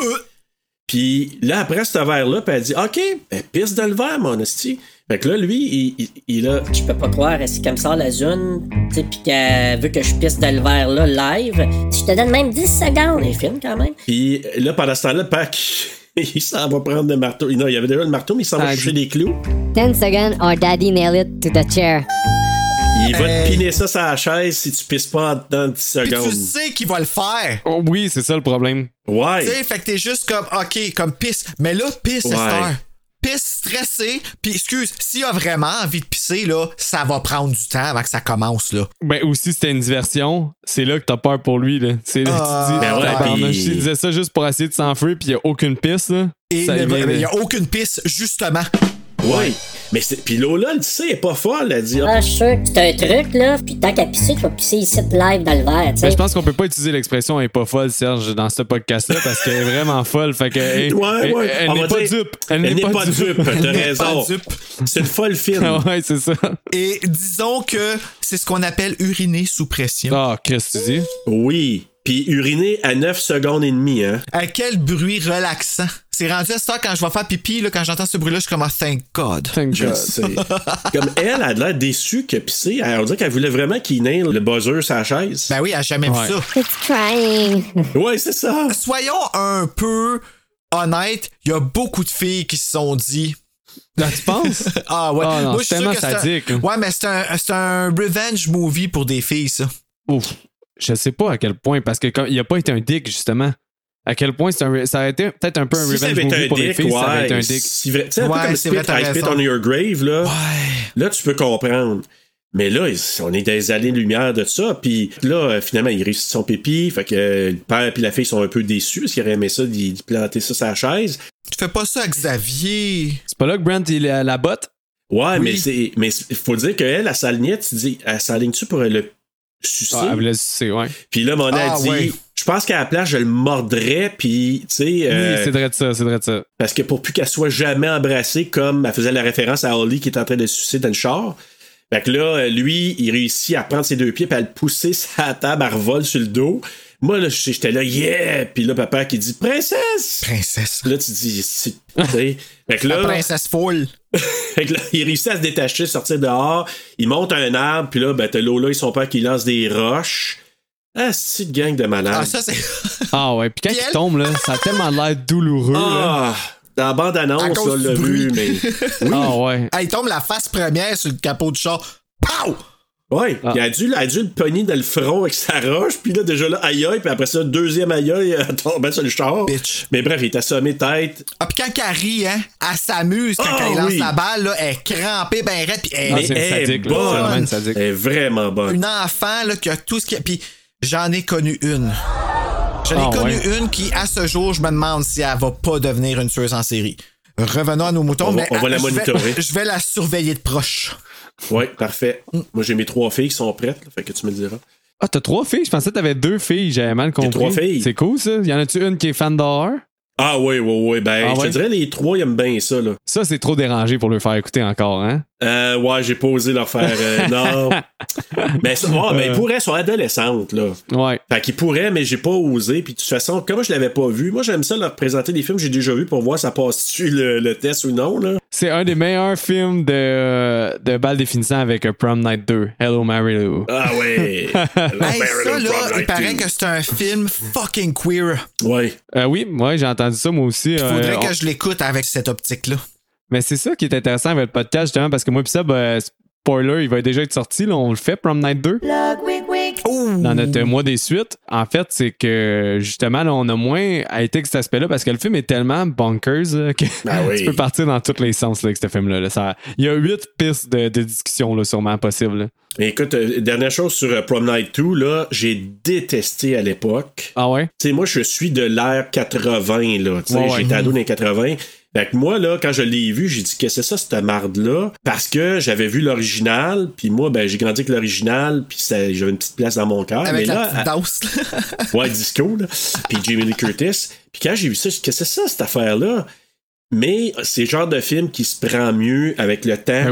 [SPEAKER 4] Puis là, après ce verre-là, puis elle dit, OK, ben, pisse dans le verre, mon esti. Fait que là, lui, il a.
[SPEAKER 10] Je peux pas croire, est-ce qu'elle me sort la zone, tu sais, pis qu'elle veut que je pisse dans le verre là, live. Je te donne même 10 secondes, les films, quand même.
[SPEAKER 4] Puis là, pendant ce temps-là, Pac, il s'en va prendre le marteau. Non, il y avait déjà le marteau, mais il s'en va chercher des clous.
[SPEAKER 9] 10 seconds or daddy nail it to the chair.
[SPEAKER 4] Il va te piner ça sur la chaise si tu pisses pas dans 10 secondes.
[SPEAKER 6] Puis tu sais qu'il va le faire.
[SPEAKER 5] Oh, oui, c'est ça le problème.
[SPEAKER 4] Ouais.
[SPEAKER 6] Tu sais, fait que t'es juste comme, OK, comme pisse. Mais là, pisse, Esther. Pisse stressé, puis excuse, s'il a vraiment envie de pisser, là, ça va prendre du temps avant que ça commence, là.
[SPEAKER 5] Ben aussi, c'était une diversion, c'est là que t'as peur pour lui, là. C'est là que tu dis,
[SPEAKER 4] ben ouais,
[SPEAKER 5] il disait ça juste pour essayer de s'enfuir, puis il y a aucune piste, là.
[SPEAKER 6] Et il y a aucune piste, justement.
[SPEAKER 4] Ouais. Mais puis Lola, elle sait, elle est pas folle, elle dit.
[SPEAKER 10] Ah, je suis sûr que c'est un truc, là, pis tant qu'à pisser, tu vas pisser ici live dans le verre, tu sais.
[SPEAKER 5] Ben, je pense qu'on peut pas utiliser l'expression « elle est pas folle », Serge, dans ce podcast-là, parce qu'elle est vraiment folle, fait que elle n'est pas dupe. Elle n'est pas dupe.
[SPEAKER 4] T'as raison. C'est une folle fine.
[SPEAKER 5] Ouais, c'est ça.
[SPEAKER 6] Et disons que c'est ce qu'on appelle uriner sous pression.
[SPEAKER 5] Ah, qu'est-ce que tu dis?
[SPEAKER 4] Oui. Puis uriner à 9 secondes et demie, hein.
[SPEAKER 6] À quel bruit relaxant. C'est rendu à ce temps quand je vais faire pipi, là, quand j'entends ce bruit-là, je suis comme « thank God ».
[SPEAKER 4] Je sais. Comme elle a l'air déçue que pisser. On dirait qu'elle voulait vraiment qu'il naille le buzzer sur la chaise.
[SPEAKER 6] Ben oui, elle a jamais vu ça.
[SPEAKER 9] It's crying.
[SPEAKER 4] Ouais, c'est ça.
[SPEAKER 6] Soyons un peu honnêtes, il y a beaucoup de filles qui se sont dit...
[SPEAKER 5] Là, tu penses?
[SPEAKER 6] Ah ouais.
[SPEAKER 5] Oh, non,
[SPEAKER 6] moi,
[SPEAKER 5] c'est tellement sadique.
[SPEAKER 6] Ouais, mais c'est un revenge movie pour des filles, ça.
[SPEAKER 5] Ouf. Je sais pas à quel point, parce qu'il a pas été un dick, justement. À quel point ça aurait été peut-être un peu un revenge movie pour les filles, ça aurait été un dick.
[SPEAKER 4] Tu sais, un peu comme Spit on Your Grave, là.
[SPEAKER 6] Ouais.
[SPEAKER 4] Là, tu peux comprendre. Mais là, on est des années-lumière de ça. Puis là, finalement, il réussit son pipi. Fait que le père et la fille sont un peu déçus parce qu'ils auraient aimé ça, d'y planter ça sur la chaise.
[SPEAKER 6] Tu fais pas ça, Xavier. C'est
[SPEAKER 5] pas là que Brent, il est à la botte?
[SPEAKER 4] Ouais, oui. mais il faut dire qu'elle, elle s'alignait, tu dis, elle s'aligne-tu pour le sucer?
[SPEAKER 5] Ah, elle voulait sucer, ouais.
[SPEAKER 4] Puis là, mon a dit... Ouais. Je pense qu'à la place, je le mordrais, puis, tu sais...
[SPEAKER 5] oui, c'est vrai de ça.
[SPEAKER 4] Parce que pour plus qu'elle soit jamais embrassée, comme elle faisait la référence à Holly qui est en train de sucer dans le char. Fait que là, lui, il réussit à prendre ses deux pieds, puis à le pousser sur la table, elle revole sur le dos. Moi, là, j'étais là, yeah! Puis là, papa qui dit, princesse!
[SPEAKER 6] Princesse.
[SPEAKER 4] Là, tu dis, fait que là...
[SPEAKER 6] La princesse foule.
[SPEAKER 4] Fait que là, il réussit à se détacher, sortir dehors. Il monte un arbre, puis là, ben, t'as Lola et son père qui lancent des roches. Ah, c'est une gang de malades.
[SPEAKER 6] Ah, ça, c'est...
[SPEAKER 5] Ah ouais, puis quand il tombe, là, ça a tellement l'air douloureux.
[SPEAKER 4] Ah! Dans la bande-annonce, on l'a vu, mais...
[SPEAKER 5] Oui. Ah ouais.
[SPEAKER 6] Ah, il tombe la face première sur le capot du char. Pow!
[SPEAKER 4] Ouais, il a dû le pogner dans le front avec sa roche, puis là, déjà là, aïe aïe, puis après ça, deuxième aïe aïe, elle tombait sur le char.
[SPEAKER 6] Bitch.
[SPEAKER 4] Mais bref, il est assommé tête.
[SPEAKER 6] Ah, puis quand elle rit, hein, elle s'amuse quand elle lance la balle, là, elle est crampée, ben raide, puis elle
[SPEAKER 5] est
[SPEAKER 4] bonne. Elle est vraiment bonne.
[SPEAKER 6] Une enfant, là, qui a tout ce qu'il y a. Puis j'en ai connu une. J'en ai connu une qui, à ce jour, je me demande si elle va pas devenir une tueuse en série. Revenons à nos moutons,
[SPEAKER 4] on va la monitorer.
[SPEAKER 6] Je vais la surveiller de proche.
[SPEAKER 4] Oui, parfait. Moi, j'ai mes 3 filles qui sont prêtes, là, fait que tu me le diras.
[SPEAKER 5] Ah, t'as 3 filles? Je pensais que t'avais 2 filles, j'avais mal compris.
[SPEAKER 4] J'ai 3 filles.
[SPEAKER 5] C'est cool, ça. Y en a-tu une qui est fan d'horreur?
[SPEAKER 4] Ah oui. Ben, je te dirais, les 3, ils aiment bien ça, là.
[SPEAKER 5] Ça, c'est trop dérangé pour leur faire écouter encore, hein?
[SPEAKER 4] Ouais, j'ai pas osé leur faire... non. Mais ils pourraient, sont adolescentes, là.
[SPEAKER 5] Ouais.
[SPEAKER 4] Fait qu'ils pourraient, mais j'ai pas osé. Puis de toute façon, comme je l'avais pas vu, moi, j'aime ça leur présenter des films que j'ai déjà vus pour voir si ça passe-tu le test ou non, là.
[SPEAKER 5] C'est un des meilleurs films de balle définissant avec Prom Night 2. Hello, Mary Lou.
[SPEAKER 4] Ah ouais.
[SPEAKER 6] Ça, là, il paraît que c'est un film fucking queer.
[SPEAKER 4] Ouais.
[SPEAKER 5] Oui, j'ai entendu ça, moi aussi.
[SPEAKER 6] Il faudrait que je l'écoute avec cette optique-là.
[SPEAKER 5] Mais c'est ça qui est intéressant avec le podcast, justement, parce que moi pis ça, spoiler, il va déjà être sorti, là, on le fait, Prom Night 2. Dans notre mois des suites. En fait, c'est que, justement, là, on a moins été avec cet aspect-là, parce que le film est tellement bonkers là, que tu peux partir dans tous les sens là, avec ce film-là. Il y a 8 pistes de discussion, là, sûrement possibles. Là.
[SPEAKER 4] Écoute, dernière chose sur Prom Night 2, là, j'ai détesté à l'époque.
[SPEAKER 5] Ah ouais?
[SPEAKER 4] Tu sais, moi, je suis de l'ère 80, là. Tu sais, j'étais ado dans les 80. Fait que moi, là, quand je l'ai vu, j'ai dit que c'est ça, cette marde-là. Parce que j'avais vu l'original, puis moi, ben, j'ai grandi avec l'original, puis j'avais une petite place dans mon cœur.
[SPEAKER 6] Avec
[SPEAKER 4] mais
[SPEAKER 6] la
[SPEAKER 4] là,
[SPEAKER 6] petite danse.
[SPEAKER 4] Ouais, disco, là. Puis Jamie Lee Curtis. Puis quand j'ai vu ça, j'ai dit que c'est ça, cette affaire-là. Mais c'est le genre de film qui se prend mieux avec le temps.
[SPEAKER 5] Ah oui.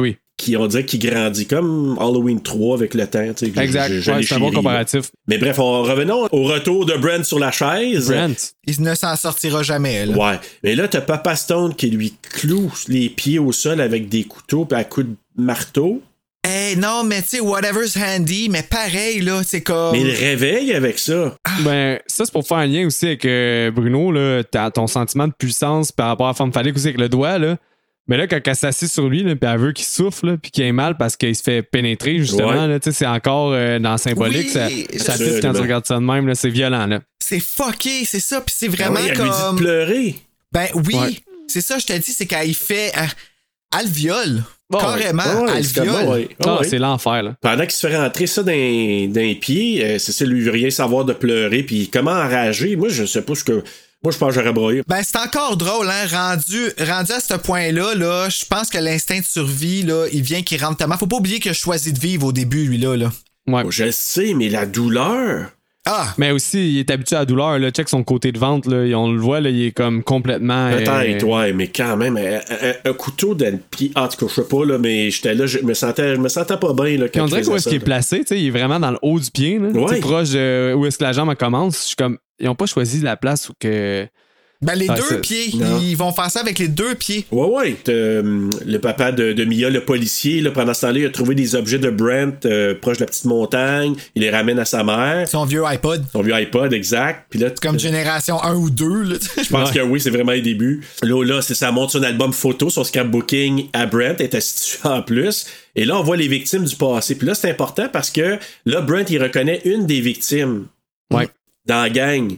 [SPEAKER 4] on dirait qu'il grandit comme Halloween 3 avec le temps.
[SPEAKER 5] Exact, c'est un bon comparatif.
[SPEAKER 4] Mais bref, revenons au retour de Brent sur la chaise.
[SPEAKER 6] Il ne s'en sortira jamais. Là.
[SPEAKER 4] Ouais. Mais là, t'as Papa Stone qui lui cloue les pieds au sol avec des couteaux puis à coups de marteau.
[SPEAKER 6] Non, mais tu sais, whatever's handy, mais pareil, là, c'est comme...
[SPEAKER 4] Mais il réveille avec ça.
[SPEAKER 5] Ben, ça, c'est pour faire un lien aussi avec Bruno, là, ton sentiment de puissance par rapport à la forme phallique aussi avec le doigt, là. Mais là, quand elle s'assied sur lui, puis elle veut qu'il souffle, puis qu'il ait mal parce qu'il se fait pénétrer, justement, là, c'est encore dans le symbolique.
[SPEAKER 6] Oui,
[SPEAKER 5] ça fit quand tu regardes ça de même, là, c'est violent. Là.
[SPEAKER 6] C'est fucké, c'est ça. Puis c'est vraiment
[SPEAKER 4] elle
[SPEAKER 6] comme...
[SPEAKER 4] lui dit de pleurer.
[SPEAKER 6] Ben oui, c'est ça, je te dis, c'est qu'elle fait... Elle le viole. Carrément, elle le viole.
[SPEAKER 5] C'est l'enfer. Là.
[SPEAKER 4] Pendant qu'il se fait rentrer ça dans les pieds, c'est ça, lui veut rien savoir de pleurer. Puis comment enrager? Moi, je sais pas ce que... Moi, je pense que j'aurais broyé.
[SPEAKER 6] Ben, c'est encore drôle, hein. Rendu à ce point-là, là, je pense que l'instinct de survie, là, il vient qu'il rentre tellement. Faut pas oublier qu'il a choisi de vivre au début, lui-là.
[SPEAKER 5] Ouais.
[SPEAKER 4] Je le sais, mais la douleur.
[SPEAKER 5] Mais aussi, il est habitué à la douleur. Là. Check son côté de ventre. Là. On le voit, là, il est comme complètement...
[SPEAKER 4] Peut-être, ouais, mais quand même, un couteau dans le pied... En tout cas, je sais pas, là, mais j'étais là, je me sentais pas bien. Là, quand
[SPEAKER 5] on dirait où est-ce qu'il est placé. Il est vraiment dans le haut du pied. Là, proche de où est-ce que la jambe commence. Je suis comme... Ils n'ont pas choisi la place où que...
[SPEAKER 6] Ben, les deux pieds. Non. Ils vont faire ça avec les deux pieds.
[SPEAKER 4] Ouais. Le papa de Mia, le policier, là, pendant ce temps-là, il a trouvé des objets de Brent proche de la petite montagne. Il les ramène à sa mère.
[SPEAKER 6] Son vieux iPod,
[SPEAKER 4] exact. Puis là,
[SPEAKER 6] comme génération 1 ou 2. Là.
[SPEAKER 4] Je pense que oui, c'est vraiment les débuts. Là, ça montre son album photo, son scrapbooking à Brent est institué en plus. Et là, on voit les victimes du passé. Puis là, c'est important parce que là, Brent, il reconnaît une des victimes dans la gang.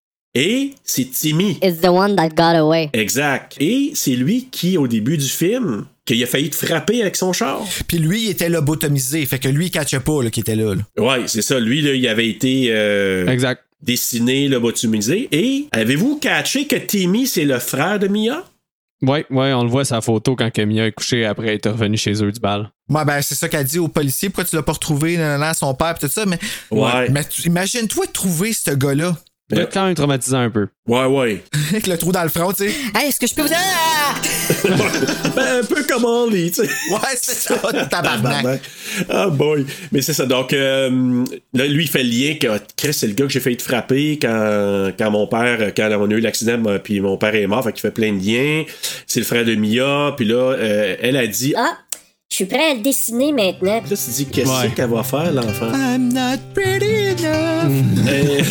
[SPEAKER 4] Et c'est Timmy.
[SPEAKER 9] It's the one that got away.
[SPEAKER 4] Exact. Et c'est lui qui, au début du film, qu'il a failli te frapper avec son char.
[SPEAKER 6] Puis lui, il était lobotomisé. Fait que lui, il catchait pas, là, qui était là.
[SPEAKER 4] Ouais, c'est ça. Lui, là, il avait été...
[SPEAKER 5] exact.
[SPEAKER 4] Dessiné, lobotomisé. Et avez-vous catché que Timmy, c'est le frère de Mia?
[SPEAKER 5] Ouais, on le voit sa photo quand Mia est couchée après être revenu chez eux du bal.
[SPEAKER 6] Ouais, ben c'est ça qu'elle dit au policier. Pourquoi tu l'as pas retrouvé, son père, pis tout ça. Mais, mais imagine-toi trouver ce gars-là.
[SPEAKER 5] Il va être quand même traumatisant un peu.
[SPEAKER 4] Ouais.
[SPEAKER 6] Avec le trou dans le front, tu sais.
[SPEAKER 8] Hey, est-ce que je peux vous dire...
[SPEAKER 4] Un peu comme Henley, tu sais.
[SPEAKER 6] Ouais, c'est ça, tabarnak.
[SPEAKER 4] Ah boy. Mais c'est ça. Donc, là, lui, il fait le lien que Chris, c'est le gars que j'ai failli te frapper quand mon père, quand on a eu l'accident, puis mon père est mort. Fait qu'il fait plein de liens. C'est le frère de Mia. Puis là, elle a dit...
[SPEAKER 10] Ah! Je suis prêt à le dessiner maintenant.
[SPEAKER 4] Là, tu te dis, qu'est-ce qu'elle va faire, l'enfant?
[SPEAKER 6] I'm not pretty enough.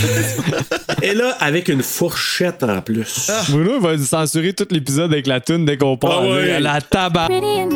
[SPEAKER 4] Et là, avec une fourchette en plus.
[SPEAKER 5] Bruno va censurer tout l'épisode avec la toune dès qu'on parle. La tabac.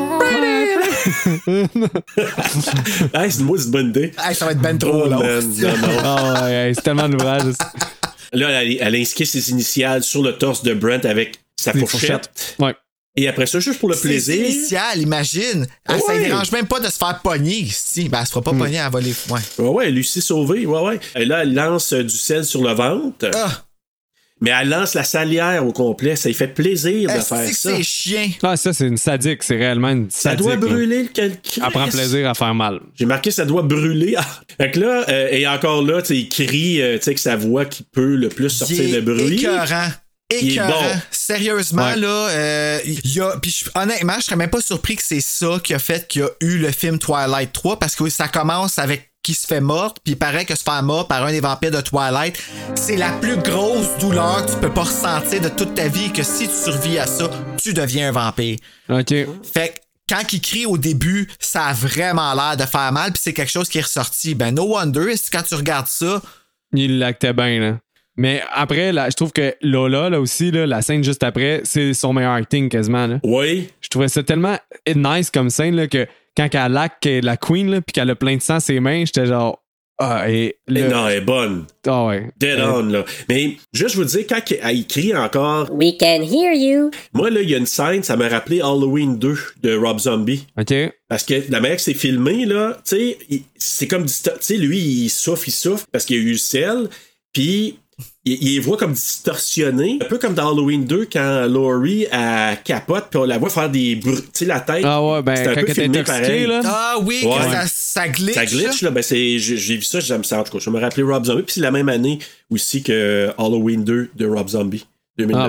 [SPEAKER 4] C'est une bonne idée.
[SPEAKER 6] Ça va être ben trop long.
[SPEAKER 5] C'est tellement d'ouvrage.
[SPEAKER 4] Là, elle a inscrit ses initiales sur le torse de Brent avec sa fourchette.
[SPEAKER 5] Ouais.
[SPEAKER 4] Et après ça, juste pour le plaisir.
[SPEAKER 6] C'est initial, imagine. Ça ne dérange même pas de se faire pogner. Si, elle se fera pas pogner, elle va les.
[SPEAKER 4] Ouais, elle lui s'est sauvée. Ouais. Et là, elle lance du sel sur le ventre. Mais elle lance la salière au complet. Ça lui fait plaisir de faire ça.
[SPEAKER 6] C'est chiant.
[SPEAKER 5] Ah, ça, c'est une sadique. C'est réellement une sadique.
[SPEAKER 4] Ça doit brûler le calcul.
[SPEAKER 5] Elle prend plaisir à faire mal.
[SPEAKER 4] J'ai marqué ça doit brûler. Fait que là, et encore là, il crie que sa voix qui peut le plus sortir de bruit.
[SPEAKER 6] Écœurant.
[SPEAKER 4] Bon.
[SPEAKER 6] Sérieusement, là, honnêtement, je serais même pas surpris que c'est ça qui a fait qu'il y a eu le film Twilight 3 parce que ça commence avec qui se fait morte, puis il paraît que se faire mort par un des vampires de Twilight, c'est la plus grosse douleur que tu peux pas ressentir de toute ta vie, que si tu survis à ça, tu deviens un vampire.
[SPEAKER 5] OK.
[SPEAKER 6] Fait que quand il crie au début, ça a vraiment l'air de faire mal, puis c'est quelque chose qui est ressorti. Ben, no wonder, quand tu regardes ça...
[SPEAKER 5] Il l'actait bien, là. Mais après, là, je trouve que Lola, là aussi, là, la scène juste après, c'est son meilleur acting quasiment. Là.
[SPEAKER 4] Oui.
[SPEAKER 5] Je trouvais ça tellement nice comme scène là, que quand elle acte la queen puis qu'elle a plein de sang à ses mains, j'étais genre...
[SPEAKER 4] non, elle est bonne.
[SPEAKER 5] Ah ouais.
[SPEAKER 4] Dead on, là. Mais juste vous dire, quand elle crie encore...
[SPEAKER 10] We can hear you.
[SPEAKER 4] Moi, là, il y a une scène, ça m'a rappelé Halloween 2 de Rob Zombie.
[SPEAKER 5] OK.
[SPEAKER 4] Parce que la manière que c'est filmé, là, tu sais, c'est comme... Tu sais, lui, il souffle parce qu'il y a eu le sel, puis... Il les voit comme distorsionnés. Un peu comme dans Halloween 2 quand Laurie elle capote puis on la voit faire des bruits. Tu sais, la tête.
[SPEAKER 5] Ah ouais, ben,
[SPEAKER 4] c'est un
[SPEAKER 5] quand
[SPEAKER 4] peu
[SPEAKER 5] elle
[SPEAKER 4] filmé
[SPEAKER 5] est
[SPEAKER 4] pareil.
[SPEAKER 5] Là.
[SPEAKER 6] Ah oui,
[SPEAKER 4] ouais.
[SPEAKER 6] ça glitch.
[SPEAKER 4] Ça glitch, là. Ben, j'ai vu ça, j'aime ça. En tout cas, je me rappelais Rob Zombie. Puis c'est la même année aussi que Halloween 2 de Rob Zombie. 2009.
[SPEAKER 5] Ah, ouais.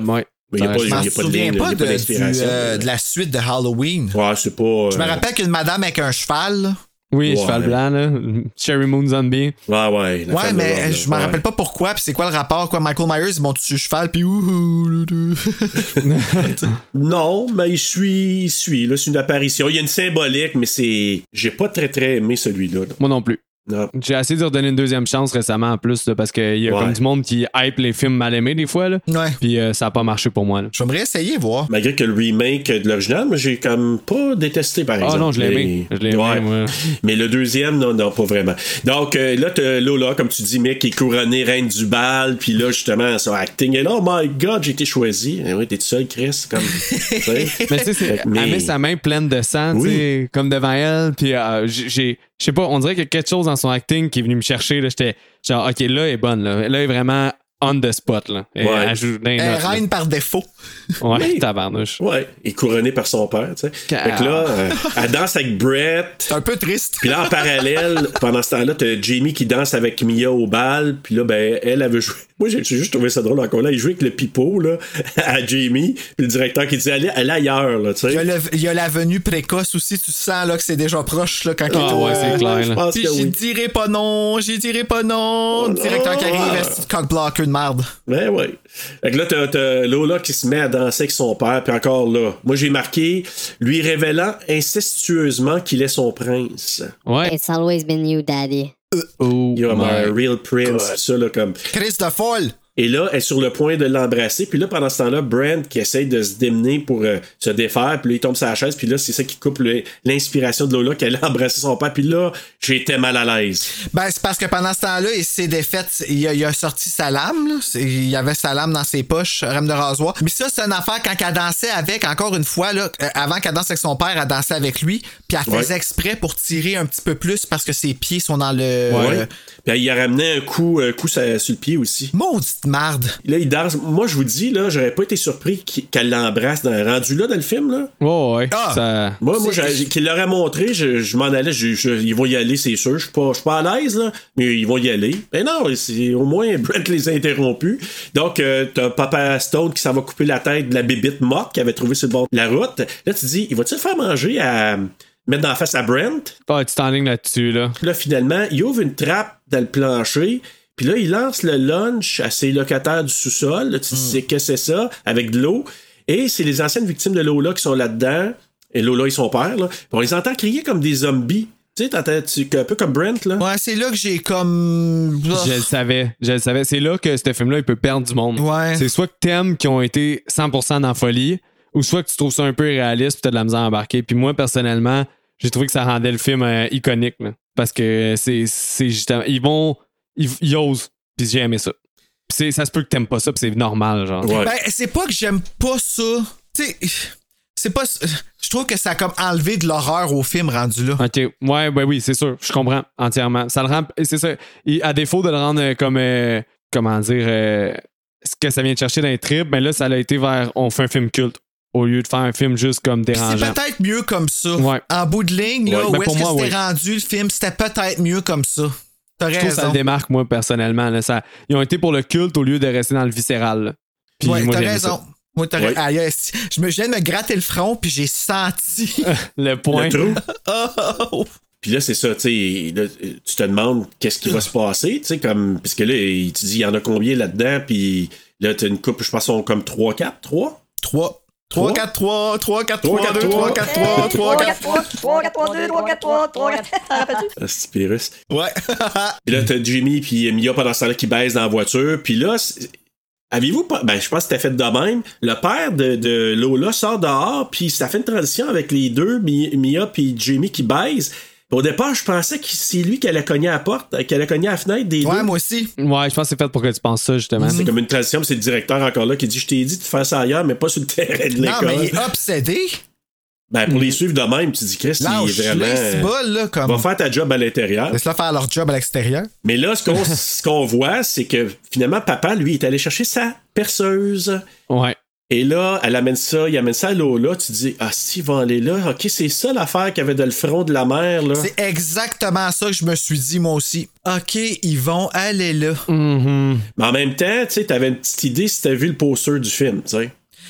[SPEAKER 4] Mais il n'y a pas,
[SPEAKER 6] Je m'en
[SPEAKER 4] y a pas de
[SPEAKER 6] souviens
[SPEAKER 4] lien,
[SPEAKER 6] pas
[SPEAKER 4] y a pas d'inspiration.
[SPEAKER 6] de la suite de Halloween.
[SPEAKER 4] Ouais, c'est pas.
[SPEAKER 6] Je me rappelle qu'une madame avec un cheval. Là.
[SPEAKER 5] Oui,
[SPEAKER 4] Ouais.
[SPEAKER 5] cheval blanc, là. Cherry Moon Zombie.
[SPEAKER 4] Ouais.
[SPEAKER 6] Ouais, mais je me rappelle pas pourquoi, puis c'est quoi le rapport, quoi. Michael Myers, ils montent sur le cheval, puis
[SPEAKER 4] Non, mais il suit, là, c'est une apparition. Il y a une symbolique, mais c'est. J'ai pas très aimé celui-là. Là.
[SPEAKER 5] Moi non plus.
[SPEAKER 4] Non.
[SPEAKER 5] J'ai essayé de redonner une deuxième chance récemment en plus, là, parce qu'il y a comme du monde qui hype les films mal aimés des fois. Là.
[SPEAKER 6] Ouais.
[SPEAKER 5] Puis ça a pas marché pour moi. Là.
[SPEAKER 6] Je vais me réessayer, voir.
[SPEAKER 4] Malgré que le remake de l'original, moi, j'ai comme pas détesté, par exemple.
[SPEAKER 5] Ah non, je l'ai aimé. Je l'ai aimé, moi.
[SPEAKER 4] Mais le deuxième, non, pas vraiment. Donc, là, t'as Lola, comme tu dis, mec, qui est couronnée reine du bal, puis là, justement, son acting, et là, oh my God, j'ai été choisi. Eh oui, t'es tout seul, Chris, comme.
[SPEAKER 5] Mais tu sais, elle met sa main pleine de sang, tu sais, comme devant elle, puis je sais pas, on dirait qu'il y a quelque chose dans son acting qui est venu me chercher. Là. J'étais genre, OK, là, elle est bonne. Là, elle est vraiment on the spot. Là. Elle joue d'un
[SPEAKER 6] Elle
[SPEAKER 5] autre,
[SPEAKER 6] reine par défaut.
[SPEAKER 5] Ouais, tabarnouche.
[SPEAKER 4] Ouais, et couronnée par son père, tu sais. Fait que là, elle danse avec Brett.
[SPEAKER 6] C'est un peu triste.
[SPEAKER 4] Puis là, en parallèle, pendant ce temps-là, t'as Jamie qui danse avec Mia au bal. Puis là, ben, elle veut jouer. Moi, j'ai juste trouvé ça drôle encore là. Il jouait avec le pipeau, là, à Jamie. Puis le directeur qui dit, elle est ailleurs, là, tu sais.
[SPEAKER 6] Il y a la venue précoce aussi. Tu sens, là, que c'est déjà proche, là, quand il est
[SPEAKER 5] ouais, c'est clair.
[SPEAKER 4] Je pense
[SPEAKER 6] Puis
[SPEAKER 4] que
[SPEAKER 6] j'y
[SPEAKER 4] oui.
[SPEAKER 6] dirai pas non. Le directeur qui arrive, est cock-blocker de merde.
[SPEAKER 4] Ben ouais. Fait que là, t'as Lola qui se met à danser avec son père, puis encore là. Moi, j'ai marqué, lui révélant incestueusement qu'il est son prince.
[SPEAKER 5] Ouais.
[SPEAKER 9] It's always been you, daddy.
[SPEAKER 4] You're my real prince, tout ça, là, comme.
[SPEAKER 6] Chris de folle.
[SPEAKER 4] Et là, elle est sur le point de l'embrasser. Puis là, pendant ce temps-là, Brent qui essaye de se démener pour se défaire. Puis là, il tombe sur la chaise. Puis là, c'est ça qui coupe l'inspiration de Lola qu'elle a embrassé son père. Puis là, j'étais mal à l'aise.
[SPEAKER 6] Ben, c'est parce que pendant ce temps-là, il s'est défait. Il a sorti sa lame. Là. Il y avait sa lame dans ses poches, rame de rasoir. Mais ça, c'est une affaire quand elle dansait avec, encore une fois, là, avant qu'elle danse avec son père, elle dansait avec lui. Puis elle faisait exprès pour tirer un petit peu plus parce que ses pieds sont dans le...
[SPEAKER 4] Ouais. Puis il a ramené un coup sur le pied aussi.
[SPEAKER 6] Maudite marde.
[SPEAKER 4] Là, il danse. Moi, je vous dis, là, j'aurais pas été surpris qu'elle l'embrasse rendu là dans le film, là.
[SPEAKER 5] Oh, ouais.
[SPEAKER 4] Ça... Moi, qu'il l'aurait montré, je m'en allais, ils vont y aller, c'est sûr. Je suis pas à l'aise, là, mais ils vont y aller. Mais non, au moins, Brent les a interrompus. Donc, t'as Papa Stone qui s'en va couper la tête de la bébite morte qu'il avait trouvée sur le bord de la route. Là, tu te dis, il va-tu le faire manger à... mettre dans la face à Brent?
[SPEAKER 5] Ah, tu t'enlignes là-dessus, là.
[SPEAKER 4] Là, finalement, il ouvre une trappe dans le plancher. Puis là, il lance le lunch à ses locataires du sous-sol. Là, tu sais que c'est ça, avec de l'eau. Et c'est les anciennes victimes de Lola qui sont là-dedans. Et Lola et son père. Là. Puis on les entend crier comme des zombies. Tu sais, un peu comme Brent, là.
[SPEAKER 6] Ouais, c'est là que j'ai comme...
[SPEAKER 5] Je le savais. C'est là que ce film-là, il peut perdre du monde.
[SPEAKER 6] Ouais.
[SPEAKER 5] C'est soit que t'aimes qui ont été 100% dans la folie, ou soit que tu trouves ça un peu irréaliste, puis t'as de la misère à embarquer. Puis moi, personnellement, j'ai trouvé que ça rendait le film iconique, là. Parce que c'est justement... Ils osent, puis j'ai aimé ça. Puis ça se peut que t'aimes pas ça, puis c'est normal, genre.
[SPEAKER 6] Ouais. Ben, c'est pas que j'aime pas ça. Tu sais, c'est pas... Je trouve que ça a comme enlevé de l'horreur au film rendu là.
[SPEAKER 5] OK. Ouais, ben oui, c'est sûr. Je comprends entièrement. Ça le rend... C'est ça. Et à défaut de le rendre comme... comment dire... ce que ça vient de chercher dans les tripes, ben là, ça a été vers... On fait un film culte. Au lieu de faire un film juste comme dérangeant.
[SPEAKER 6] C'est peut-être mieux comme ça.
[SPEAKER 5] Ouais.
[SPEAKER 6] En bout de ligne, là,
[SPEAKER 5] ouais,
[SPEAKER 6] où est-ce que c'était rendu le film, c'était peut-être mieux comme ça. T'as raison.
[SPEAKER 5] Je trouve que ça le démarque, moi, personnellement. Là, ils ont été pour le culte au lieu de rester dans le viscéral. Puis
[SPEAKER 6] ouais,
[SPEAKER 5] moi,
[SPEAKER 6] t'as raison. Moi,
[SPEAKER 4] ouais.
[SPEAKER 6] Je viens de me gratter le front, puis j'ai senti...
[SPEAKER 5] le point.
[SPEAKER 4] Le trou. Puis là, c'est ça, tu sais, tu te demandes qu'est-ce qui va se passer, tu sais, comme... Parce que là, tu dis, il y en a combien là-dedans, puis là, t'as une coupe, je pense, sont comme 3-4, 3?
[SPEAKER 6] 3. 3, 4, 3, 3, 4, 3, 2, 3, 4, 3, 3, 4, 3, 3, 4, 3, 2, 3, 4, 3, 3, 4.
[SPEAKER 4] Ah, c'est Pyrrhus.
[SPEAKER 6] Ouais.
[SPEAKER 4] Puis là, t'as Jimmy puis Mia pendant ce temps-là qui baissent dans la voiture. Puis là, avez-vous pas... Ben, je pense que c'était fait de même. Le père de Lola sort dehors, puis ça fait une transition avec les deux, Mia puis Jimmy qui baisent. Au départ, je pensais que c'est lui qui allait cogner à la porte, qui allait cogner à la fenêtre des deux.
[SPEAKER 6] Ouais, moi aussi.
[SPEAKER 5] Ouais, je pense que c'est fait pour que tu penses ça, justement.
[SPEAKER 4] C'est comme une transition, c'est le directeur encore là qui dit, je t'ai dit de faire ça ailleurs, mais pas sur le terrain de l'école.
[SPEAKER 6] Non, mais il est obsédé.
[SPEAKER 4] Ben, pour les suivre de même, tu dis, Chris, il est vraiment... Va faire ta job à l'intérieur.
[SPEAKER 6] Laisse-la faire leur job à l'extérieur.
[SPEAKER 4] Mais là, ce qu'on voit, c'est que finalement, papa, lui, est allé chercher sa perceuse.
[SPEAKER 5] Ouais.
[SPEAKER 4] Et là, il amène ça à Lola. Tu dis, ah, si, ils vont aller là. OK, c'est ça l'affaire qu'il y avait dans le front de la mer, là.
[SPEAKER 6] C'est exactement ça que je me suis dit, moi aussi. OK, ils vont aller là.
[SPEAKER 5] Mm-hmm.
[SPEAKER 4] Mais en même temps, tu sais, t'avais une petite idée si t'avais vu le poster du film, tu sais.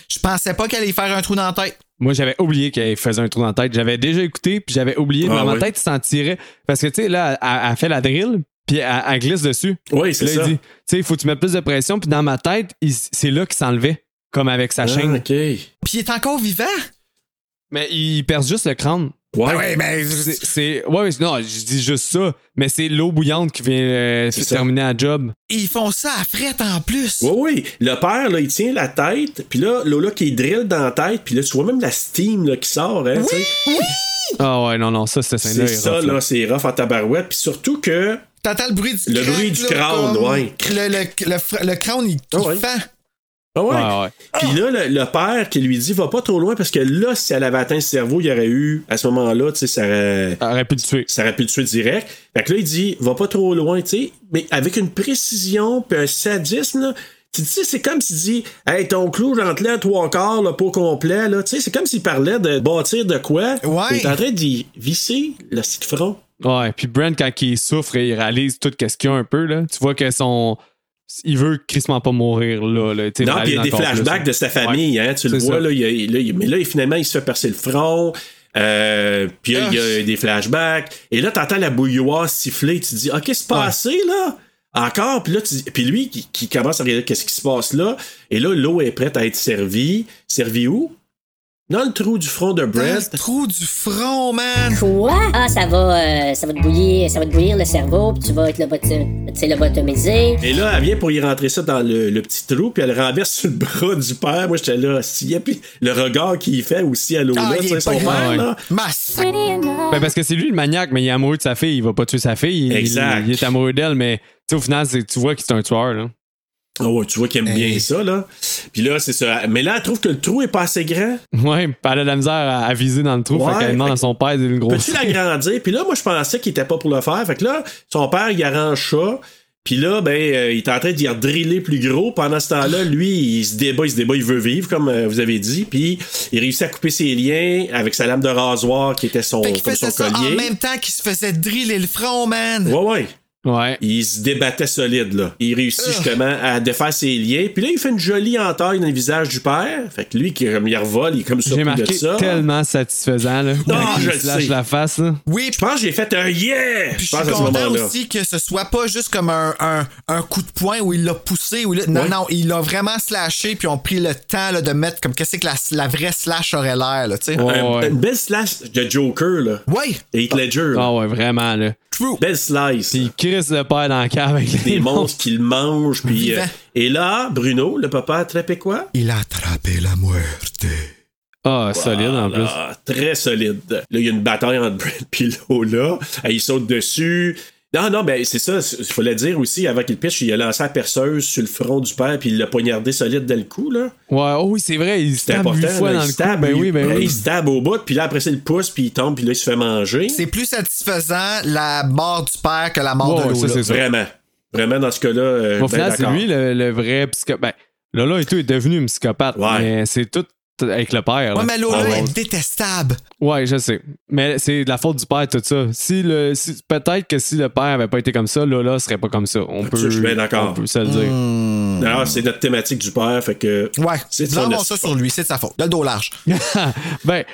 [SPEAKER 6] Je pensais pas qu'elle allait faire un trou dans la tête.
[SPEAKER 5] Moi, j'avais oublié qu'elle faisait un trou dans la tête. J'avais déjà écouté, puis j'avais oublié. Dans ma tête, il s'en tirait. Parce que, tu sais, là, elle fait la drill, puis elle glisse dessus.
[SPEAKER 4] Oui, c'est ça.
[SPEAKER 5] Il dit, tu sais, il faut que tu mettes plus de pression, puis dans ma tête, c'est là qu'il s'enlevait, comme avec sa chaîne.
[SPEAKER 4] OK.
[SPEAKER 6] Puis il est encore vivant.
[SPEAKER 5] Mais il perce juste le crâne.
[SPEAKER 6] Ouais, mais
[SPEAKER 5] non, je dis juste ça, mais c'est l'eau bouillante qui vient terminer la job.
[SPEAKER 6] Ils font ça à frette en plus.
[SPEAKER 4] Oui. Le père, là, il tient la tête, puis là, Lola qui drill dans la tête, puis là, tu vois même la steam là, qui sort, hein, tu sais.
[SPEAKER 6] Oui!
[SPEAKER 5] Ah ouais, non, ça, c'était
[SPEAKER 4] c'est ça, là, c'est rough en tabarouette, puis surtout que...
[SPEAKER 6] T'entends le bruit du crâne.
[SPEAKER 4] Le bruit du crâne, ouais.
[SPEAKER 6] Le crâne, il fend.
[SPEAKER 4] Ah ouais. Puis là, le père qui lui dit va pas trop loin parce que là, si elle avait atteint le cerveau, il y aurait eu, à ce moment-là, tu sais, ça aurait pu le tuer. Ça aurait pu le tuer direct. Fait que là, il dit va pas trop loin, tu sais, mais avec une précision puis un sadisme, là. Tu sais, c'est comme s'il dit hey, ton clou, rentre-le à 3/4, là, pas complet, là. Tu sais, c'est comme s'il parlait de bâtir de quoi.
[SPEAKER 6] Ouais.
[SPEAKER 4] Il est en train d'y visser le site front.
[SPEAKER 5] Ouais, puis Brent, quand il souffre et il réalise tout ce qu'il y a un peu, là, tu vois que il veut crissement pas mourir là.
[SPEAKER 4] Non, puis il y a des flashbacks de sa famille, hein, tu le vois, là, mais là, finalement, il se fait percer le front, puis il y a des flashbacks, et là, t'entends la bouilloire siffler, tu te dis, OK, c'est passé, là, encore, puis là, puis lui, qui commence à regarder qu'est-ce qui se passe là, et là, l'eau est prête à être servie. Servie où? Dans le trou du front de Brent.
[SPEAKER 6] Dans le trou du front, man!
[SPEAKER 10] Quoi? Ah, ça va te bouillir le cerveau, puis tu vas être lobotomisé.
[SPEAKER 4] Et là, elle vient pour y rentrer ça dans le petit trou, puis elle renverse sur le bras du père. Moi, j'étais là, puis le regard qu'il fait aussi à l'eau-là, tu sais, son père, là.
[SPEAKER 5] Ben, parce que c'est lui le maniaque, mais il est amoureux de sa fille, il va pas tuer sa fille.
[SPEAKER 4] Exact.
[SPEAKER 5] Il est amoureux d'elle, mais au final, tu vois qu'il est un tueur, là.
[SPEAKER 4] Ah ouais, tu vois qu'il aime bien ça, là. Puis là, c'est ça. Mais là, elle trouve que le trou est pas assez grand.
[SPEAKER 5] Ouais, elle a de la misère à viser dans le trou. Fait qu'elle demande à son père de le grossir.
[SPEAKER 4] Peux-tu l'agrandir? Puis là, moi, je pensais qu'il était pas pour le faire. Fait que là, son père, il arrange ça. Puis là, il est en train d'y driller plus gros. Pendant ce temps-là, lui, il se débat, il veut vivre, comme vous avez dit. Puis il réussit à couper ses liens avec sa lame de rasoir qui était son collier. Fait qu'il faisait ça
[SPEAKER 6] en même temps qu'il se faisait driller le front, man.
[SPEAKER 4] Ouais.
[SPEAKER 5] Ouais.
[SPEAKER 4] Il se débattait solide, là. Il réussit justement à défaire ses liens. Puis là, il fait une jolie entaille dans le visage du père. Fait que lui, comme il revole, il est comme surpris de ça.
[SPEAKER 5] J'ai marqué tellement satisfaisant, là.
[SPEAKER 4] Non, je le sais.
[SPEAKER 5] La face, là.
[SPEAKER 6] Oui.
[SPEAKER 4] Je pense que j'ai fait un yeah!
[SPEAKER 6] Puis je suis content aussi que ce soit pas juste comme un coup de poing où il l'a poussé. Non, il l'a vraiment slashé. Puis on pris le temps là, de mettre comme qu'est-ce que la vraie slash aurait l'air, là, tu sais.
[SPEAKER 4] Une belle slash de Joker, là.
[SPEAKER 6] Ouais.
[SPEAKER 4] Et Heath Ledger.
[SPEAKER 5] Ah ouais, vraiment, là.
[SPEAKER 6] True.
[SPEAKER 4] Belle slice.
[SPEAKER 5] Puis il crisse le père dans la cave avec
[SPEAKER 4] des monstres qu'il mange. Puis, et là, Bruno, le papa, a attrapé quoi?
[SPEAKER 6] Il a attrapé la muerte.
[SPEAKER 5] Ah, solide en plus.
[SPEAKER 4] Très solide. Là, il y a une bataille entre Brent et Lola. Il saute dessus. Non, ben c'est ça, il fallait dire aussi, avant qu'il pitch, il a lancé la perceuse sur le front du père, puis il l'a poignardé solide dans le cou, là.
[SPEAKER 5] Ouais, oui, c'est vrai, il stab 8 fois dans le cou. Ben oui.
[SPEAKER 4] Il stab au bout, puis là, après ça, il pousse, puis il tombe, puis là, il se fait manger.
[SPEAKER 6] C'est plus satisfaisant la mort du père que la mort de Lola.
[SPEAKER 5] Ça, c'est
[SPEAKER 4] vraiment. Vraiment, dans ce cas-là,
[SPEAKER 5] au final, c'est lui le vrai psychopathe. Ben, Lola et tout est devenu un psychopathe, mais c'est tout avec le père.
[SPEAKER 6] Ouais, mais Lola est détestable.
[SPEAKER 5] Ouais, je sais. Mais c'est de la faute du père, tout ça. Peut-être que si le père avait pas été comme ça, Lola serait pas comme ça.
[SPEAKER 4] Je suis bien d'accord.
[SPEAKER 5] On peut se le dire.
[SPEAKER 4] Alors, c'est notre thématique du père, fait que.
[SPEAKER 6] Ouais, c'est ça sur lui, c'est de sa faute. Le dos large.
[SPEAKER 5] Ben,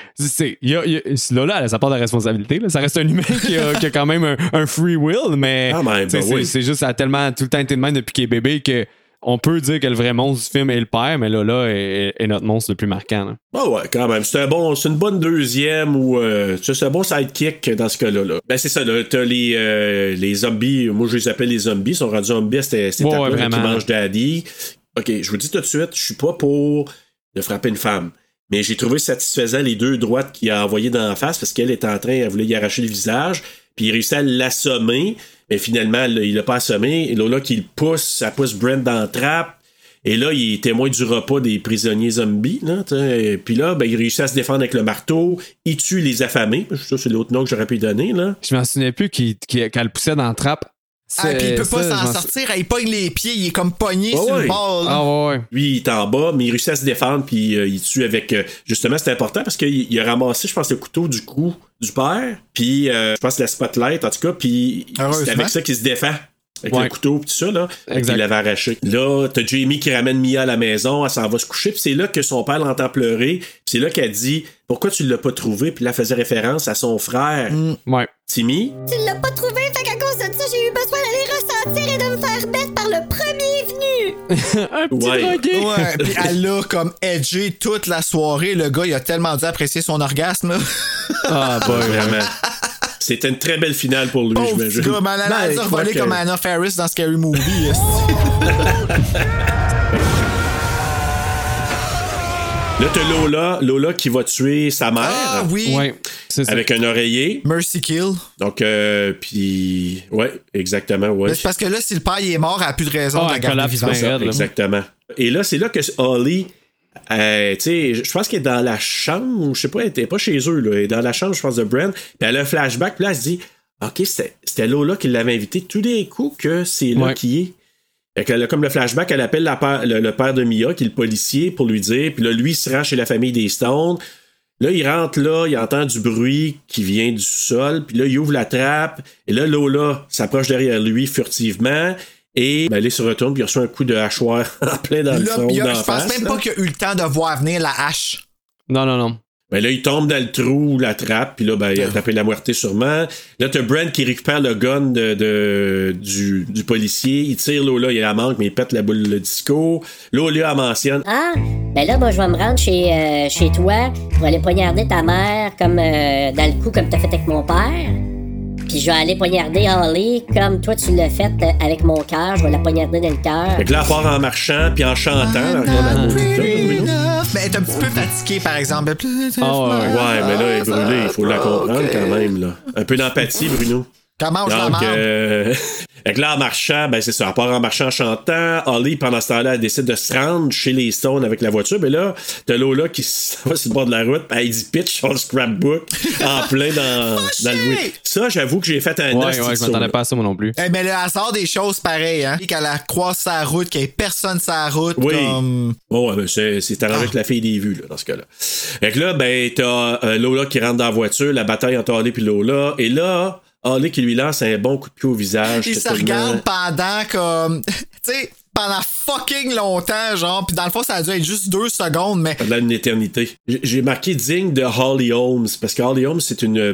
[SPEAKER 5] Lola, elle a sa part de responsabilité. Là. Ça reste un humain qui a quand même un free will, mais c'est juste, ça a tellement tout le temps été de même depuis qu'il est bébé que. On peut dire que le vrai monstre du film est le père, mais Lola est notre monstre le plus marquant. Là.
[SPEAKER 4] Ah ouais, quand même. C'est une bonne deuxième ou c'est un bon sidekick dans ce cas-là. Là. Ben c'est ça, là, t'as les zombies, moi je les appelle les zombies, ils sont rendus zombies, c'était qui mangent Daddy. Ok, je vous dis tout de suite, je suis pas pour de frapper une femme. Mais j'ai trouvé satisfaisant les deux droites qu'il a envoyées dans la face parce qu'elle était en train, elle voulait y arracher le visage, puis il réussit à l'assommer. Mais finalement, il l'a pas assommé. Et là, qu'il pousse, ça pousse Brent dans la trappe. Et là, il est témoin du repas des prisonniers zombies. Là, et puis là, il réussit à se défendre avec le marteau. Il tue les affamés. Ça, c'est l'autre nom que j'aurais pu donner. Là.
[SPEAKER 5] Je m'en souvenais plus qu'elle poussait dans la trappe.
[SPEAKER 6] Puis il peut pas s'en sortir, il pogne les pieds, il est comme pogné sur le bord.
[SPEAKER 5] Ouais.
[SPEAKER 4] Lui, il est en bas, mais il réussit à se défendre, puis il tue avec... justement, c'est important parce qu'il a ramassé, je pense, le couteau du cou du père, puis je pense la spotlight, en tout cas, puis c'est avec ça qu'il se défend. avec le couteau pis tout ça, là. Il l'avait arraché. Là, t'as Jamie qui ramène Mia à la maison, elle s'en va se coucher, pis c'est là que son père l'entend pleurer, pis c'est là qu'elle dit « Pourquoi tu l'as pas trouvé? » Puis là, elle faisait référence à son frère.
[SPEAKER 5] Ouais.
[SPEAKER 4] Timmy.
[SPEAKER 9] Tu l'as pas trouvé, fait qu'à cause de ça, j'ai eu besoin d'aller ressentir et de me faire mettre par le premier venu.
[SPEAKER 5] Un petit drogué.
[SPEAKER 6] Ouais, puis elle l'a comme edgé toute la soirée. Le gars, il a tellement dû apprécier son orgasme, là.
[SPEAKER 5] Ah, bah,
[SPEAKER 4] vraiment. C'était une très belle finale pour lui, j'imagine.
[SPEAKER 6] Gars, mais elle a dû revoler comme Anna Faris dans Scary Movie.
[SPEAKER 4] Là, t'as Lola qui va tuer sa mère.
[SPEAKER 6] Ah oui.
[SPEAKER 5] Ouais, c'est ça.
[SPEAKER 4] Avec un oreiller.
[SPEAKER 6] Mercy kill.
[SPEAKER 4] Donc, puis... Ouais, exactement, ouais.
[SPEAKER 6] Mais c'est parce que là, si le père il est mort, elle n'a plus de raison de la garder vivante.
[SPEAKER 4] Exactement. Et là, c'est là que Holly... tu sais, je pense qu'elle est dans la chambre, je sais pas, elle était pas chez eux, là. Elle est dans la chambre, je pense, de Brent. Puis elle a un flashback, puis là, elle se dit, OK, c'était Lola qui l'avait invité. Tout d'un coup, que c'est là qui est. Fait qu'elle a comme le flashback, elle appelle le père de Mia, qui est le policier, pour lui dire. Puis là, lui, il se rend chez la famille des Stones. Là, il rentre là, il entend du bruit qui vient du sol. Puis là, il ouvre la trappe. Et là, Lola s'approche derrière lui furtivement. Et ben, il se retourne, puis il reçoit un coup de hachoir en plein dans le front.
[SPEAKER 6] Je pense même pas qu'il a eu le temps de voir venir la hache.
[SPEAKER 5] Non.
[SPEAKER 4] Ben là, il tombe dans le trou, la trappe, puis là, ben, il a tapé la moitié sûrement. Là, t'as Brent qui récupère le gun du policier. Il tire Lola, il la manque, mais il pète la boule de disco. Lola, elle mentionne.
[SPEAKER 10] Ah, ben là, moi, je vais me rendre chez toi pour aller poignarder ta mère comme dans le coup, comme t'as fait avec mon père. Puis je vais aller poignarder Holly comme toi tu l'as fait avec mon cœur. Je vais la poignarder dans le cœur.
[SPEAKER 4] Fait que là, elle part en marchant puis en chantant.
[SPEAKER 6] Mais elle est un petit peu fatiguée, par exemple.
[SPEAKER 4] Ouais, mais là, elle est brûlée. Il faut la comprendre quand même, là. Un peu d'empathie, Bruno.
[SPEAKER 6] Comment je la mange?
[SPEAKER 4] Fait que là, en marchant, ben c'est ça, à part en marchant, en chantant, Holly, pendant ce temps-là, elle décide de se rendre chez les Stones avec la voiture. Mais là, t'as Lola qui va sur le bord de la route, elle dit pitch son scrapbook en plein dans le bruit. Ça, j'avoue que j'ai fait un
[SPEAKER 5] ouais, je m'attendais pas à ça, moi non plus.
[SPEAKER 6] Mais le hasard des choses, pareil, hein. Qu'elle a croise sa route, qu'il n'y ait personne sur sa route.
[SPEAKER 4] Oui.
[SPEAKER 6] Comme...
[SPEAKER 4] Ouais, ben c'est arrangé avec la fille des vues, là, dans ce cas-là. Fait que là, ben, t'as Lola qui rentre dans la voiture, la bataille entre Holly et Lola. Et là, Holly qui lui lance un bon coup de pied au visage.
[SPEAKER 6] Il se regarde pendant comme... tu sais, pendant fucking longtemps, genre. Puis dans le fond, ça a dû être juste 2 secondes, mais...
[SPEAKER 4] Pendant une éternité. J'ai marqué digne de Holly Holmes, parce que Holly Holmes, c'est une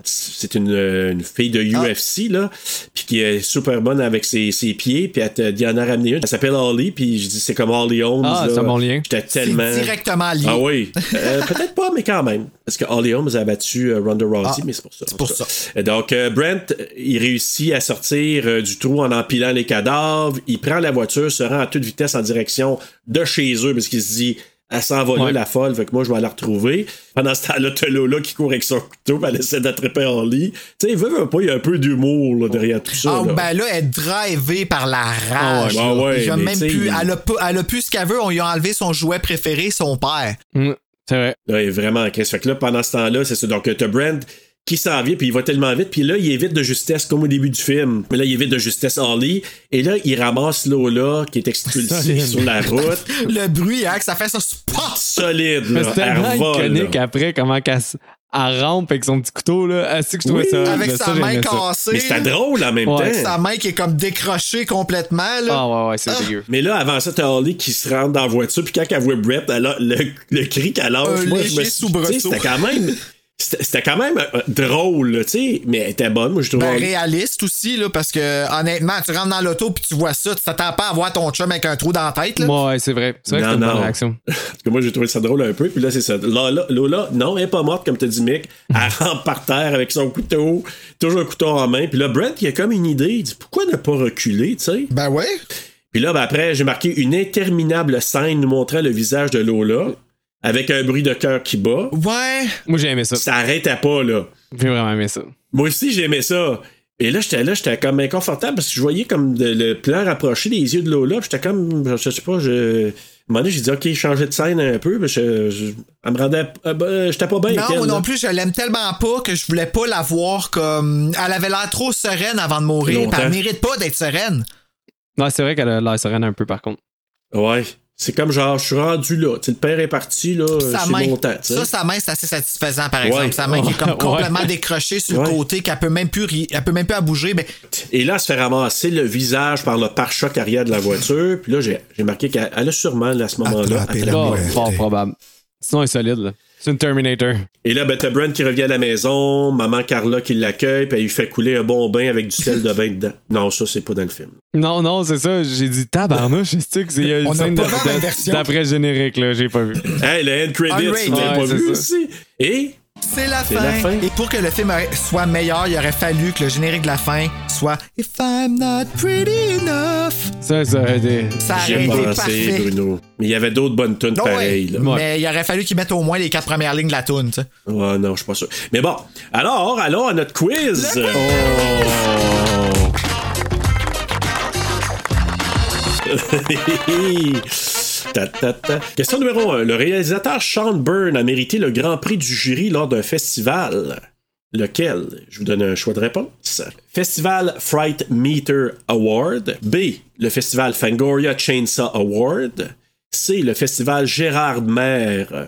[SPEAKER 4] fille de UFC, là, puis qui est super bonne avec ses pieds, puis elle en a ramené une. Elle s'appelle Holly, puis je dis c'est comme Holly Holmes.
[SPEAKER 5] Ah,
[SPEAKER 4] là.
[SPEAKER 5] c'est un bon lien.
[SPEAKER 4] J'étais tellement...
[SPEAKER 6] C'est directement lié.
[SPEAKER 4] Ah oui. Peut-être pas, mais quand même. Parce que Holly Holmes a battu Ronda Rousey, mais c'est pour ça.
[SPEAKER 6] C'est pour ça.
[SPEAKER 4] Donc, Brent, il réussit à sortir du trou en empilant les cadavres. Il prend la voiture, se rend à toute vitesse en direction de chez eux, parce qu'il se dit, elle s'en va là, la folle, fait que moi, je vais la retrouver. Pendant ce temps-là, t'as Lola qui court avec son couteau, puis elle essaie d'attraper Holly. Tu sais, il veut pas, il y a un peu d'humour là, derrière tout ça.
[SPEAKER 6] Ah,
[SPEAKER 4] là.
[SPEAKER 6] ben là, elle est drivée par la rage. Même plus, elle a plus ce qu'elle veut, on lui a enlevé son jouet préféré, son père.
[SPEAKER 5] C'est vrai.
[SPEAKER 4] Là, il est vraiment en crise. Fait que là, pendant ce temps-là, c'est ça. Donc, t'as Brent qui s'en vient, puis il va tellement vite, puis là, il évite de justesse, comme au début du film. Mais là, il évite de justesse Holly, et là, il ramasse Lola, qui est expulsée sur la route.
[SPEAKER 6] Le bruit, hein, que ça fait ça spot!
[SPEAKER 4] Solide, là.
[SPEAKER 5] C'est tellement iconique après, comment qu'elle rampe avec son petit couteau, là. Est-ce que je trouvais ça?
[SPEAKER 6] Avec sa main cassée.
[SPEAKER 4] Mais c'était drôle en même temps.
[SPEAKER 6] Avec sa main qui est comme décrochée complètement, là.
[SPEAKER 5] Ah ouais, c'est dégueu.
[SPEAKER 4] Mais là, avant ça, t'as Holly qui se rentre dans la voiture, puis quand elle voit Brett, elle a le cri qu'elle lâche. Moi, je me suis dit, c'était quand même drôle, tu sais, mais elle était bonne, moi je trouve.
[SPEAKER 6] Réaliste aussi, là, parce que honnêtement, tu rentres dans l'auto puis tu vois ça, tu t'attends pas à voir ton chum avec un trou dans la tête, là.
[SPEAKER 5] Ouais, c'est vrai. C'est vrai que c'était une bonne réaction.
[SPEAKER 4] Parce que moi j'ai trouvé ça drôle un peu, puis là c'est ça. Lola, non, elle est pas morte, comme t'as dit, Mick. Elle rampe par terre avec son couteau, toujours un couteau en main, puis là, Brent, il a comme une idée, il dit pourquoi ne pas reculer, tu sais.
[SPEAKER 6] Ben ouais.
[SPEAKER 4] Puis là, après, j'ai marqué une interminable scène nous montrant le visage de Lola. Avec un bruit de cœur qui bat.
[SPEAKER 6] Ouais.
[SPEAKER 5] Moi, j'ai aimé ça.
[SPEAKER 4] Ça arrêtait pas, là.
[SPEAKER 5] J'ai vraiment aimé ça.
[SPEAKER 4] Moi aussi, j'aimais ça. Et là, j'étais comme inconfortable parce que je voyais comme le plan rapprocher des yeux de Lola. J'étais comme, je sais pas, à un moment donné, j'ai dit, OK, changer de scène un peu. Elle me rendait. J'étais pas bien.
[SPEAKER 6] Non, moi non plus, je l'aime tellement pas que je voulais pas la voir comme. Elle avait l'air trop sereine avant de mourir. Elle mérite pas d'être sereine.
[SPEAKER 5] Non, c'est vrai qu'elle a l'air sereine un peu, par contre.
[SPEAKER 4] Ouais. C'est comme genre, je suis rendu là. T'sais, le père est parti, là, c'est mon temps.
[SPEAKER 6] Ça, sa main, c'est assez satisfaisant, par exemple.
[SPEAKER 4] Ouais.
[SPEAKER 6] Sa main qui est comme complètement décrochée sur le côté, qu'elle peut même plus à bouger. Mais...
[SPEAKER 4] Et là, elle se fait ramasser le visage par le pare-choc arrière de la voiture. Puis là, j'ai marqué qu'elle a sûrement, là, à ce moment-là...
[SPEAKER 5] Fort probable. Sinon, elle est solide, là. C'est une Terminator.
[SPEAKER 4] Et là, ben, t'as Brent qui revient à la maison, maman Carla qui l'accueille, puis elle lui fait couler un bon bain avec du sel de bain dedans. Non, ça, c'est pas dans le film.
[SPEAKER 5] Non, c'est ça. J'ai dit tabarnouche, c'est que c'est une scène d'après-générique, là. J'ai pas vu.
[SPEAKER 4] Hey, le end credits, tu l'as pas vu aussi. Et...
[SPEAKER 6] C'est la fin. Et pour que le film soit meilleur, il aurait fallu que le générique de la fin soit If I'm not pretty enough.
[SPEAKER 5] Ça aurait été.
[SPEAKER 4] J'ai pensé, Bruno. Mais il y avait d'autres bonnes tunes pareilles. Là.
[SPEAKER 6] Mais il aurait fallu qu'ils mettent au moins les 4 premières lignes de la tune, tu sais.
[SPEAKER 4] Ouais, non, je suis pas sûr. Mais bon, alors, allons à notre quiz. Question numéro 1. Le réalisateur Sean Byrne a mérité le Grand Prix du jury lors d'un festival. Lequel? Je vous donne un choix de réponse. Festival Fright Meter Award. B. Le festival Fangoria Chainsaw Award. C. Le festival Gérard Maire.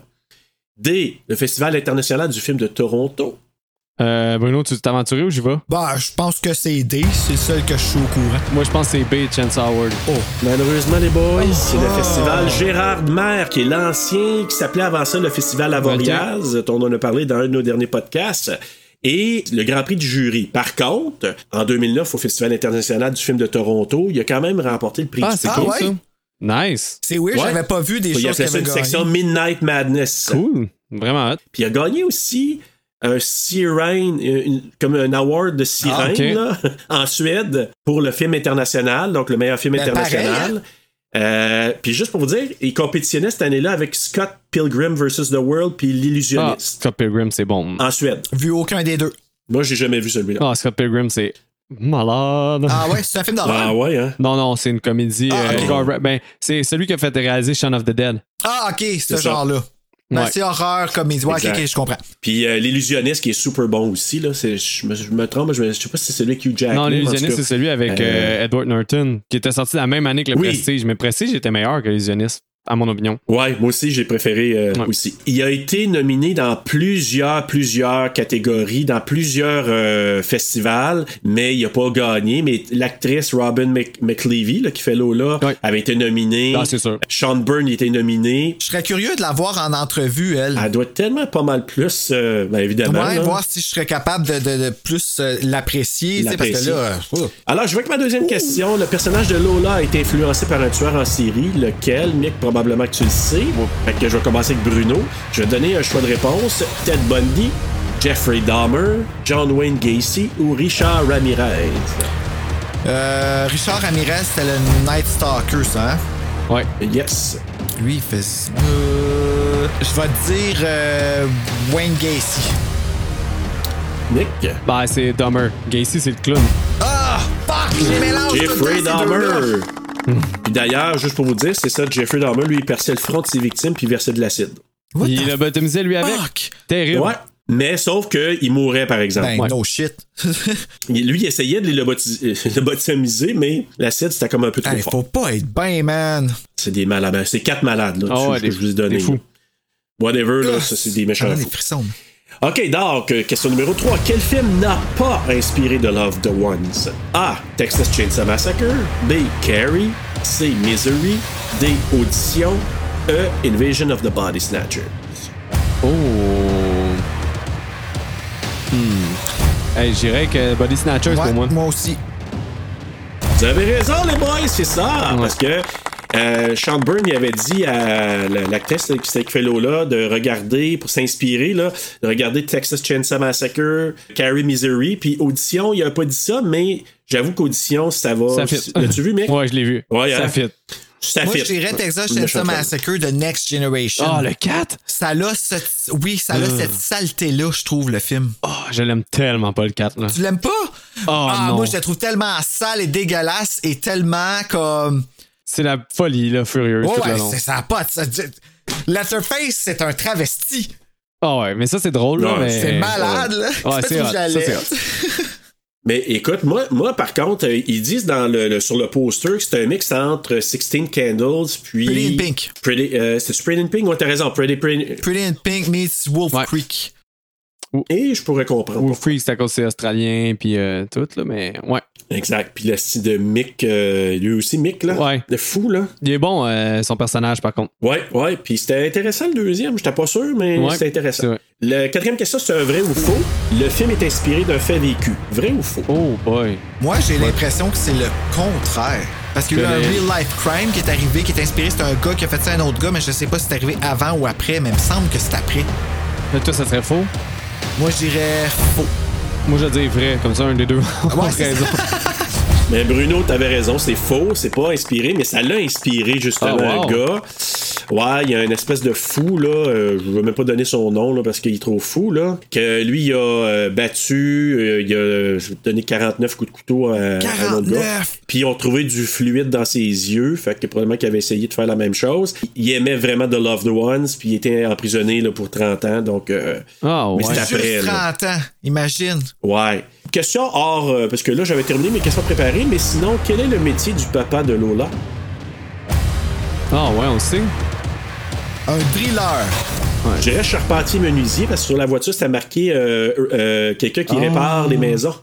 [SPEAKER 4] D. Le festival international du film de Toronto.
[SPEAKER 5] Bruno, tu t'es aventuré ou j'y vais?
[SPEAKER 6] Bah, je pense que c'est D, c'est le seul que je suis au courant.
[SPEAKER 5] Moi, je pense que c'est B, Chance Award.
[SPEAKER 4] Malheureusement, les boys, c'est le festival Gérard Maire, qui est l'ancien, qui s'appelait avant ça le festival Avoriaz, dont on en a parlé dans un de nos derniers podcasts. Et le Grand Prix du jury. Par contre, en 2009, au Festival international du film de Toronto, il a quand même remporté le prix du public.
[SPEAKER 6] Ah ouais?
[SPEAKER 5] Nice.
[SPEAKER 6] C'est weird, j'avais pas vu des choses
[SPEAKER 4] qu'il avait gagné. Il a fait une section Midnight Madness.
[SPEAKER 5] Cool. Vraiment hot.
[SPEAKER 4] Puis il a gagné aussi un Sirène, comme un award de Sirène là, en Suède pour le film international, donc le meilleur film international. Puis juste pour vous dire, il compétitionnait cette année-là avec Scott Pilgrim vs. The World puis L'Illusionniste.
[SPEAKER 5] Scott Pilgrim, c'est bon.
[SPEAKER 4] En Suède.
[SPEAKER 6] Vu aucun des deux.
[SPEAKER 4] Moi, j'ai jamais vu celui-là.
[SPEAKER 5] Scott Pilgrim, c'est malade.
[SPEAKER 6] Ah ouais, c'est un film d'horreur.
[SPEAKER 4] Ah ouais, hein?
[SPEAKER 5] Non, c'est une comédie. Ben, c'est celui qui a fait réaliser Shaun of the Dead.
[SPEAKER 6] Ah, ok, ce genre-là. Ben, c'est horreur, comédie. Ouais, ok, je comprends.
[SPEAKER 4] Puis L'Illusionniste qui est super bon aussi. Là. Je me trompe, je sais pas si c'est celui avec Hugh Jackman.
[SPEAKER 5] Non, L'Illusionniste, c'est celui avec Edward Norton, qui était sorti la même année que le Prestige. Mais Prestige était meilleur que L'Illusionniste, à mon opinion.
[SPEAKER 4] Ouais, moi aussi, j'ai préféré aussi. Il a été nominé dans plusieurs catégories, dans plusieurs festivals, mais il a pas gagné. Mais l'actrice Robin McLeavy, là, qui fait Lola, avait été nominée.
[SPEAKER 5] Ah, c'est sûr.
[SPEAKER 4] Sean Byrne était nominé.
[SPEAKER 6] Je serais curieux de la voir en entrevue, elle.
[SPEAKER 4] Elle doit être tellement pas mal plus, évidemment.
[SPEAKER 6] Ouais, voir si je serais capable de plus l'apprécier. Parce que là,
[SPEAKER 4] Alors, je vois que ma deuxième question, le personnage de Lola a été influencé par un tueur en série. Lequel, Mick, probablement que tu le sais. Fait que je vais commencer avec Bruno. Je vais donner un choix de réponse. Ted Bundy, Jeffrey Dahmer, John Wayne Gacy ou Richard Ramirez.
[SPEAKER 6] Richard Ramirez, c'était le Night Stalker, ça, hein?
[SPEAKER 5] Ouais.
[SPEAKER 4] Yes.
[SPEAKER 6] Lui, il fait... je vais te dire Wayne Gacy.
[SPEAKER 4] Nick?
[SPEAKER 5] Ben, c'est Dahmer. Gacy, c'est le clown.
[SPEAKER 6] Ah! Fuck! Je mélange
[SPEAKER 4] Jeffrey Dahmer. Puis d'ailleurs, juste pour vous dire, c'est ça, Jeffrey Dahmer, lui, il perçait le front de ses victimes puis il versait de l'acide.
[SPEAKER 5] Il l'a baptisé lui avec. Terrible.
[SPEAKER 4] Ouais. Mais sauf qu'il mourait, par exemple.
[SPEAKER 6] Ben, no shit.
[SPEAKER 4] Lui, il essayait de les lobotomiser, mais l'acide, c'était comme un peu trop fort.
[SPEAKER 6] Faut pas être ben, man.
[SPEAKER 4] C'est des malades. C'est 4 malades, là, que je vous ai donné.
[SPEAKER 5] Des fous.
[SPEAKER 4] Whatever, là, ça, c'est des méchants fous.
[SPEAKER 6] Des frissons.
[SPEAKER 4] OK, donc, question numéro 3. Quel film n'a pas inspiré de Love the Ones? A. Texas Chainsaw Massacre. B. Carrie. C. Misery. D. Audition. E. Invasion of the Body Snatchers.
[SPEAKER 5] Oh. Hey, je dirais que Body Snatchers pour moi.
[SPEAKER 6] Moi aussi.
[SPEAKER 4] Vous avez raison, les boys, c'est ça. Parce que Sean Byrne, il avait dit à l'actrice qui fait Lola de regarder, pour s'inspirer, là, de regarder Texas Chainsaw Massacre, Carrie Misery, puis Audition, il a pas dit ça, mais j'avoue qu'Audition, ça va.
[SPEAKER 5] Ça fit.
[SPEAKER 4] L'as-tu vu, mec?
[SPEAKER 5] Ouais, je l'ai vu.
[SPEAKER 4] Ouais,
[SPEAKER 5] ça fit.
[SPEAKER 6] Moi, je dirais Texas Chainsaw Massacre de Next Generation.
[SPEAKER 5] Ah, le 4?
[SPEAKER 6] Ça a cette saleté-là, je trouve, le film.
[SPEAKER 5] Oh, je l'aime tellement pas, le 4, là.
[SPEAKER 6] Tu l'aimes pas?
[SPEAKER 5] Non.
[SPEAKER 6] Moi, je la trouve tellement sale et dégueulasse et tellement comme...
[SPEAKER 5] C'est la folie, là, furieuse.
[SPEAKER 6] Ouais, c'est ça, pas... Letterface, c'est un travesti.
[SPEAKER 5] Ah ouais, mais ça, c'est drôle, là, mais...
[SPEAKER 6] C'est malade, là.
[SPEAKER 5] Ouais, c'est hot. Ça, c'est hot.
[SPEAKER 4] Mais écoute, moi par contre, ils disent sur le poster que c'est un mix entre 16 Candles puis...
[SPEAKER 6] Pretty in Pink.
[SPEAKER 4] C'est Pretty in Pink? Ouais, t'as raison. Pretty
[SPEAKER 6] in Pink meets Wolf Creek.
[SPEAKER 4] Et je pourrais comprendre.
[SPEAKER 5] Wolf Creek, c'est à cause c'est australien puis tout, là, mais ouais.
[SPEAKER 4] Exact. Puis le style de Mick, lui aussi, Mick, là.
[SPEAKER 5] Ouais.
[SPEAKER 4] Le fou, là.
[SPEAKER 5] Il est bon, son personnage, par contre.
[SPEAKER 4] Ouais. Puis c'était intéressant le deuxième. J'étais pas sûr, mais c'était intéressant. La quatrième question, c'est un vrai ou faux? Le film est inspiré d'un fait vécu. Vrai ou faux?
[SPEAKER 5] Oh boy.
[SPEAKER 6] Moi, j'ai l'impression que c'est le contraire. Parce qu'il y a eu un real-life crime qui est arrivé, qui est inspiré. C'est un gars qui a fait ça à un autre gars, mais je sais pas si c'est arrivé avant ou après, mais il me semble que c'est après.
[SPEAKER 5] Mais toi, ça serait faux?
[SPEAKER 6] Moi, je dirais faux.
[SPEAKER 5] Moi, je dis vrai, comme ça, un des deux.
[SPEAKER 6] Ouais, c'est raison.
[SPEAKER 4] Mais Bruno, t'avais raison, c'est faux, c'est pas inspiré, mais ça l'a inspiré justement un gars. Ouais, il y a une espèce de fou, là, je veux même pas donner son nom, là, parce qu'il est trop fou, là, que lui, il a battu, il a donné 49 coups de couteau à un autre gars. Puis ils ont trouvé du fluide dans ses yeux, fait que probablement qu'il avait essayé de faire la même chose. Il aimait vraiment The Loved Ones, puis il était emprisonné là, pour 30 ans, donc... mais c'est après,
[SPEAKER 6] juste 30 ans, imagine.
[SPEAKER 4] Ouais. Question hors... parce que là, j'avais terminé mes questions préparées, mais sinon, quel est le métier du papa de Lola?
[SPEAKER 5] Ah ouais, on sait.
[SPEAKER 6] Un driller.
[SPEAKER 4] Ouais. Je dirais charpentier menuisier, parce que sur la voiture, c'était marqué quelqu'un qui répare les maisons.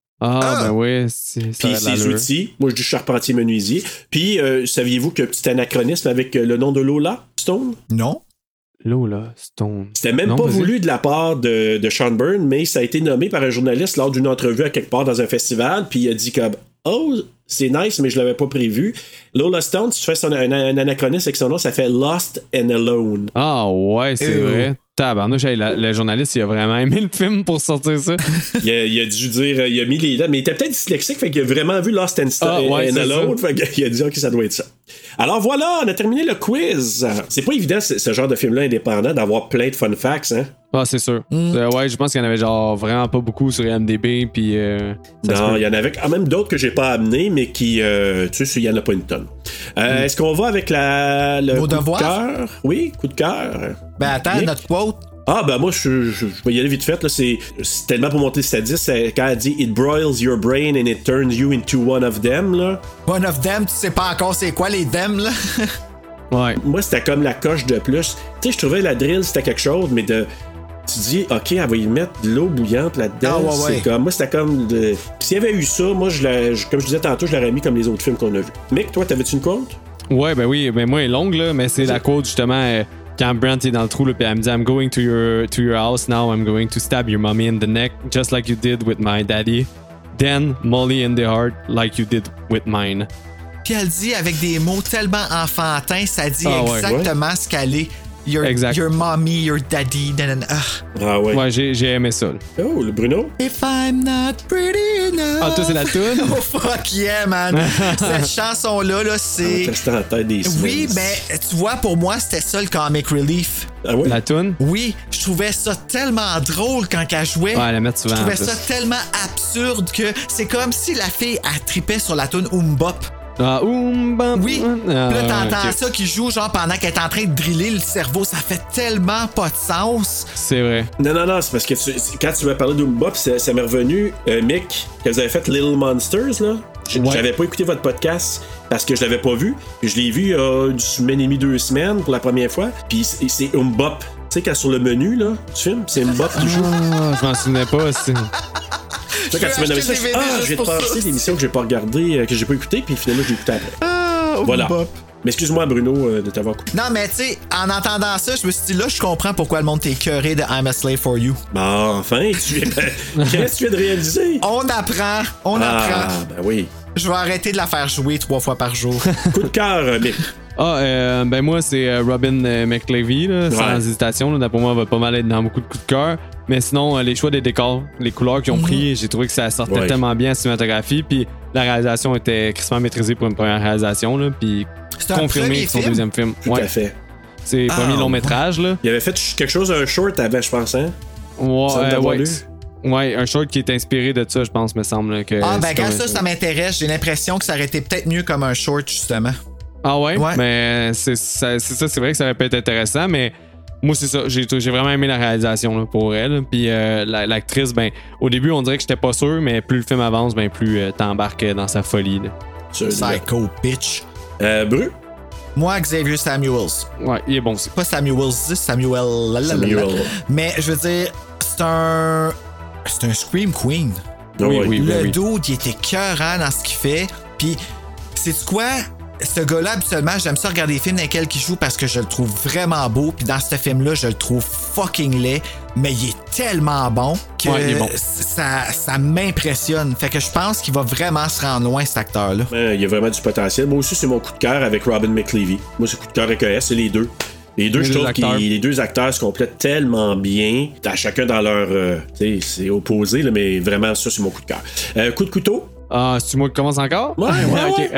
[SPEAKER 5] Ben oui.
[SPEAKER 4] Puis ses outils. Moi, je dis charpentier menuisier. Puis, saviez-vous qu'il y a un petit anachronisme avec le nom de Lola Stone?
[SPEAKER 6] Non.
[SPEAKER 5] Lola Stone.
[SPEAKER 4] C'était même pas voulu de la part de Sean Byrne, mais ça a été nommé par un journaliste lors d'une entrevue à quelque part dans un festival, puis il a dit comme « Oh, c'est nice, mais je l'avais pas prévu. » Lola Stone, si tu fais un anachronisme avec son nom, ça fait « Lost and Alone ».
[SPEAKER 5] Ah ouais, c'est vrai. Tabarnouche, le journaliste, il a vraiment aimé le film pour sortir ça.
[SPEAKER 4] il a dû dire, il a mis les lettres, mais il était peut-être dyslexique, fait qu'il a vraiment vu Lost and Alone, fait qu'il a dit « Ok, ça doit être ça ». Alors voilà, on a terminé le quiz. C'est pas évident, ce genre de film-là indépendant, d'avoir plein de fun facts, hein?
[SPEAKER 5] Ah, c'est sûr. Ouais, je pense qu'il y en avait genre vraiment pas beaucoup sur IMDb, puis...
[SPEAKER 4] non, il y en avait quand même d'autres que j'ai pas amenés, mais qui, tu sais, il y en a pas une tonne. Est-ce qu'on va avec le coup de cœur? Oui, coup de cœur.
[SPEAKER 6] Ben attends, Nick? Notre quote.
[SPEAKER 4] Ah, ben moi, je vais y aller vite fait. Là. C'est tellement pour monter le sadisme. Quand elle dit « It broils your brain and it turns you into one of them », là.
[SPEAKER 6] One of them, tu sais pas encore c'est quoi les them, là?
[SPEAKER 5] Ouais.
[SPEAKER 4] Moi, c'était comme la coche de plus. Tu sais, je trouvais la drill, c'était quelque chose, mais tu dis, OK, elle va y mettre de l'eau bouillante là-dedans.
[SPEAKER 6] Ah, ouais.
[SPEAKER 4] C'est comme, moi, c'était comme s'il y avait eu ça, moi, comme je disais tantôt, je l'aurais mis comme les autres films qu'on a vus. Mick, toi, t'avais-tu une quote?
[SPEAKER 5] Ouais, ben oui, ben moi, elle est longue, là, mais c'est la quote, justement, quand Brent est dans le trou, là, puis elle me dit, I'm going to your house now, I'm going to stab your mommy in the neck, just like you did with my daddy. Then, Molly in the heart, like you did with mine.
[SPEAKER 6] Puis elle dit avec des mots tellement enfantins, ça dit exactement ce qu'elle est. Your mommy, your daddy, nanana.
[SPEAKER 4] Ah ouais.
[SPEAKER 5] Ouais, j'ai aimé ça.
[SPEAKER 4] Oh, le Bruno.
[SPEAKER 6] If I'm not pretty enough.
[SPEAKER 5] Ah, toi, c'est la toune?
[SPEAKER 6] Oh, fuck yeah, man. Cette chanson-là, c'est...
[SPEAKER 4] Resté en tête des semaines.
[SPEAKER 6] Oui, mais tu vois, pour moi, c'était ça le comic relief.
[SPEAKER 4] Ah ouais?
[SPEAKER 5] La toune?
[SPEAKER 6] Oui, je trouvais ça tellement drôle quand elle jouait.
[SPEAKER 5] Ouais, elle la met souvent.
[SPEAKER 6] Je trouvais ça tellement absurde que c'est comme si la fille, elle tripait sur la toune Umbop.
[SPEAKER 5] Ah,
[SPEAKER 6] oui. Là, t'entends ça qui joue genre pendant qu'elle est en train de driller le cerveau. Ça fait tellement pas de sens.
[SPEAKER 5] C'est vrai.
[SPEAKER 4] Non, c'est parce que quand tu m'as parlé d'Umbop, ça m'est revenu, Mick, que vous avez fait Little Monsters, là. J'avais pas écouté votre podcast parce que je l'avais pas vu. Je l'ai vu il y a une semaine et demie, 2 semaines pour la première fois. Puis c'est Umbop. Tu sais, quand sur le menu là, du film, c'est Umbop qui joue.
[SPEAKER 5] Ah, je m'en souvenais pas.
[SPEAKER 4] Quand tu m'as donné ça, je vais te passer l'émission que j'ai pas regardée, que j'ai pas écoutée, puis finalement, je l'ai écoutée après. Voilà. Mais excuse-moi, Bruno, de t'avoir coupé.
[SPEAKER 6] Non, mais tu sais, en entendant ça, je me suis dit, là, je comprends pourquoi le monde t'est écœuré de I'm a Slave for You.
[SPEAKER 4] Bah, enfin, qu'est-ce que tu viens de réaliser?
[SPEAKER 6] On apprend.
[SPEAKER 4] Ah, ben oui.
[SPEAKER 6] Je vais arrêter de la faire jouer 3 fois par jour.
[SPEAKER 4] Coup de cœur, Mick.
[SPEAKER 5] Ben moi, c'est Robin McLevy, là, sans hésitation. Là, d'après moi, elle va pas mal être dans beaucoup de coups de cœur. Mais sinon, les choix des décors, les couleurs qu'ils ont pris, j'ai trouvé que ça sortait tellement bien en cinématographie. Puis la réalisation était crissement maîtrisée pour une première réalisation. Là, puis confirmé son deuxième film.
[SPEAKER 4] Tout à fait.
[SPEAKER 5] C'est le premier long métrage. Là.
[SPEAKER 4] Il avait fait quelque chose, un short avant, je pense, hein?
[SPEAKER 5] Ouais, un short qui est inspiré de ça, je pense, me semble. Que
[SPEAKER 6] quand ça m'intéresse. J'ai l'impression que ça aurait été peut-être mieux comme un short, justement.
[SPEAKER 5] Ah ouais? Mais c'est vrai que ça aurait pu être intéressant, mais Moi, c'est ça. J'ai vraiment aimé la réalisation là, pour elle. Puis l'actrice, ben, au début, on dirait que j'étais pas sûr, mais plus le film avance, ben, plus t'embarques dans sa folie. Là.
[SPEAKER 6] Psycho bitch.
[SPEAKER 4] Bru?
[SPEAKER 6] Moi, Xavier Samuels.
[SPEAKER 5] Ouais, il est bon aussi.
[SPEAKER 6] Pas Samuels, Samuel. Mais je veux dire, c'est un Scream Queen.
[SPEAKER 5] Oui.
[SPEAKER 6] Le dude, il était écœurant dans ce qu'il fait. Puis, sais-tu quoi? Ce gars-là, habituellement, j'aime ça regarder les films dans lesquels il joue parce que je le trouve vraiment beau. Puis dans ce film-là, je le trouve fucking laid. Mais il est tellement bon que
[SPEAKER 5] il est bon.
[SPEAKER 6] ça m'impressionne. Fait que je pense qu'il va vraiment se rendre loin, cet acteur-là.
[SPEAKER 4] Il y a vraiment du potentiel. Moi aussi, c'est mon coup de cœur avec Robin McLeavy. Moi, c'est coup de cœur avec ES, c'est les deux. Les deux, je trouve que les deux acteurs se complètent tellement bien, chacun dans leur... c'est opposé, là, mais vraiment, ça, c'est mon coup de cœur. Coup de couteau?
[SPEAKER 5] Ah, c'est-tu moi qui commence encore?
[SPEAKER 4] Ouais.
[SPEAKER 5] OK.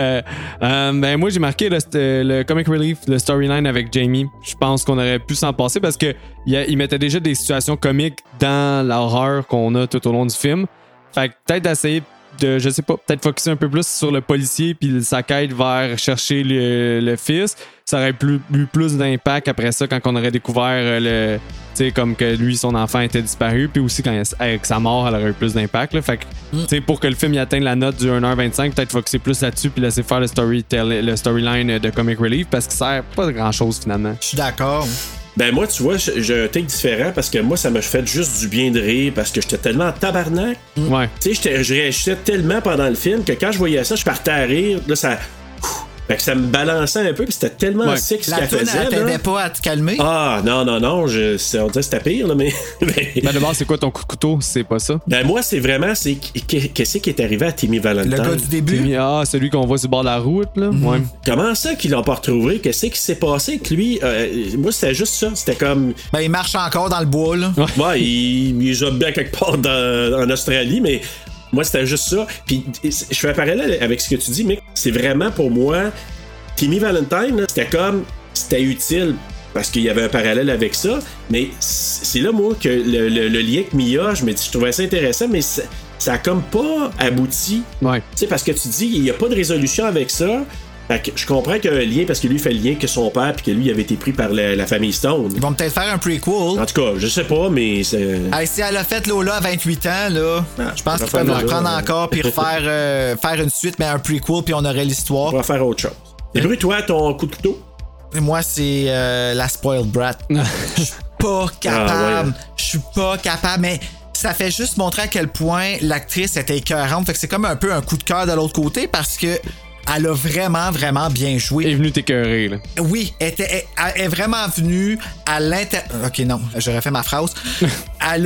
[SPEAKER 5] Ben moi, j'ai marqué le comic relief, le storyline avec Jamie. Je pense qu'on aurait pu s'en passer parce que il mettait déjà des situations comiques dans l'horreur qu'on a tout au long du film. Fait que peut-être d'essayer de, je sais pas, peut-être focusser un peu plus sur le policier puis sa quête vers chercher le fils. Ça aurait eu plus d'impact après ça quand on aurait découvert tu sais, comme que lui, son enfant était disparu, puis aussi quand avec sa mort, elle aurait eu plus d'impact. Là. Fait que, tu sais, pour que le film y atteigne la note du 1h25, peut-être focusser plus là-dessus puis laisser faire le storyline de Comic Relief parce qu'il sert pas de grand-chose finalement.
[SPEAKER 6] Je suis d'accord.
[SPEAKER 4] Ben moi, tu vois, j'ai un take différent parce que moi, ça m'a fait juste du bien de rire parce que j'étais tellement en tabarnak.
[SPEAKER 5] Ouais.
[SPEAKER 4] Tu sais, je réagissais tellement pendant le film que quand je voyais ça, je partais à rire. Là, ça... Fait que ça me balançait un peu, puis c'était tellement sick ce qu'elle faisait.
[SPEAKER 6] La toune, elle t'aidait pas à te calmer?
[SPEAKER 4] Ah, non, on dirait que c'était pire, là, mais...
[SPEAKER 5] Ben d'abord, c'est quoi ton coup de couteau, c'est pas ça?
[SPEAKER 4] Ben moi, c'est vraiment, qu'est-ce qui est arrivé à Timmy Valentine?
[SPEAKER 6] Le gars du début?
[SPEAKER 5] Celui qu'on voit sur le bord de la route, là? Ouais.
[SPEAKER 4] Comment ça qu'ils l'ont pas retrouvé? Qu'est-ce qui s'est passé avec lui? Moi, c'était juste ça, c'était comme...
[SPEAKER 6] Ben, il marche encore dans le bois, là.
[SPEAKER 4] Ouais, il joue bien quelque part en Australie, mais... Moi, c'était juste ça. Puis, je fais un parallèle avec ce que tu dis, mais c'est vraiment pour moi, Timmy Valentine, là, c'était utile parce qu'il y avait un parallèle avec ça, mais c'est là, moi, que le lien avec Mia, je trouvais ça intéressant, mais ça a comme pas abouti.
[SPEAKER 5] Ouais.
[SPEAKER 4] Tu sais, parce que tu dis, il n'y a pas de résolution avec ça. Fait que je comprends qu'il y a un lien parce que lui fait le lien que son père puis que lui avait été pris par la famille Stone.
[SPEAKER 6] Ils vont peut-être faire un prequel.
[SPEAKER 4] En tout cas, je sais pas, mais c'est...
[SPEAKER 6] Hey, si elle a fait Lola à 28 ans, là, je pense qu'ils peuvent le reprendre encore puis refaire faire une suite, mais un prequel puis on aurait l'histoire.
[SPEAKER 4] On va faire autre chose. Et Bru, toi, ton coup de couteau?
[SPEAKER 6] Moi, c'est la spoiled brat. Je suis pas capable. Je suis pas capable, mais... Ça fait juste montrer à quel point l'actrice était écœurante. Fait que c'est comme un peu un coup de cœur de l'autre côté parce que elle a vraiment, vraiment bien joué.
[SPEAKER 5] Elle est venue t'écœurer, là.
[SPEAKER 6] Oui, elle est vraiment venue à l'intérieur. Ok, non, j'aurais fait ma phrase. Elle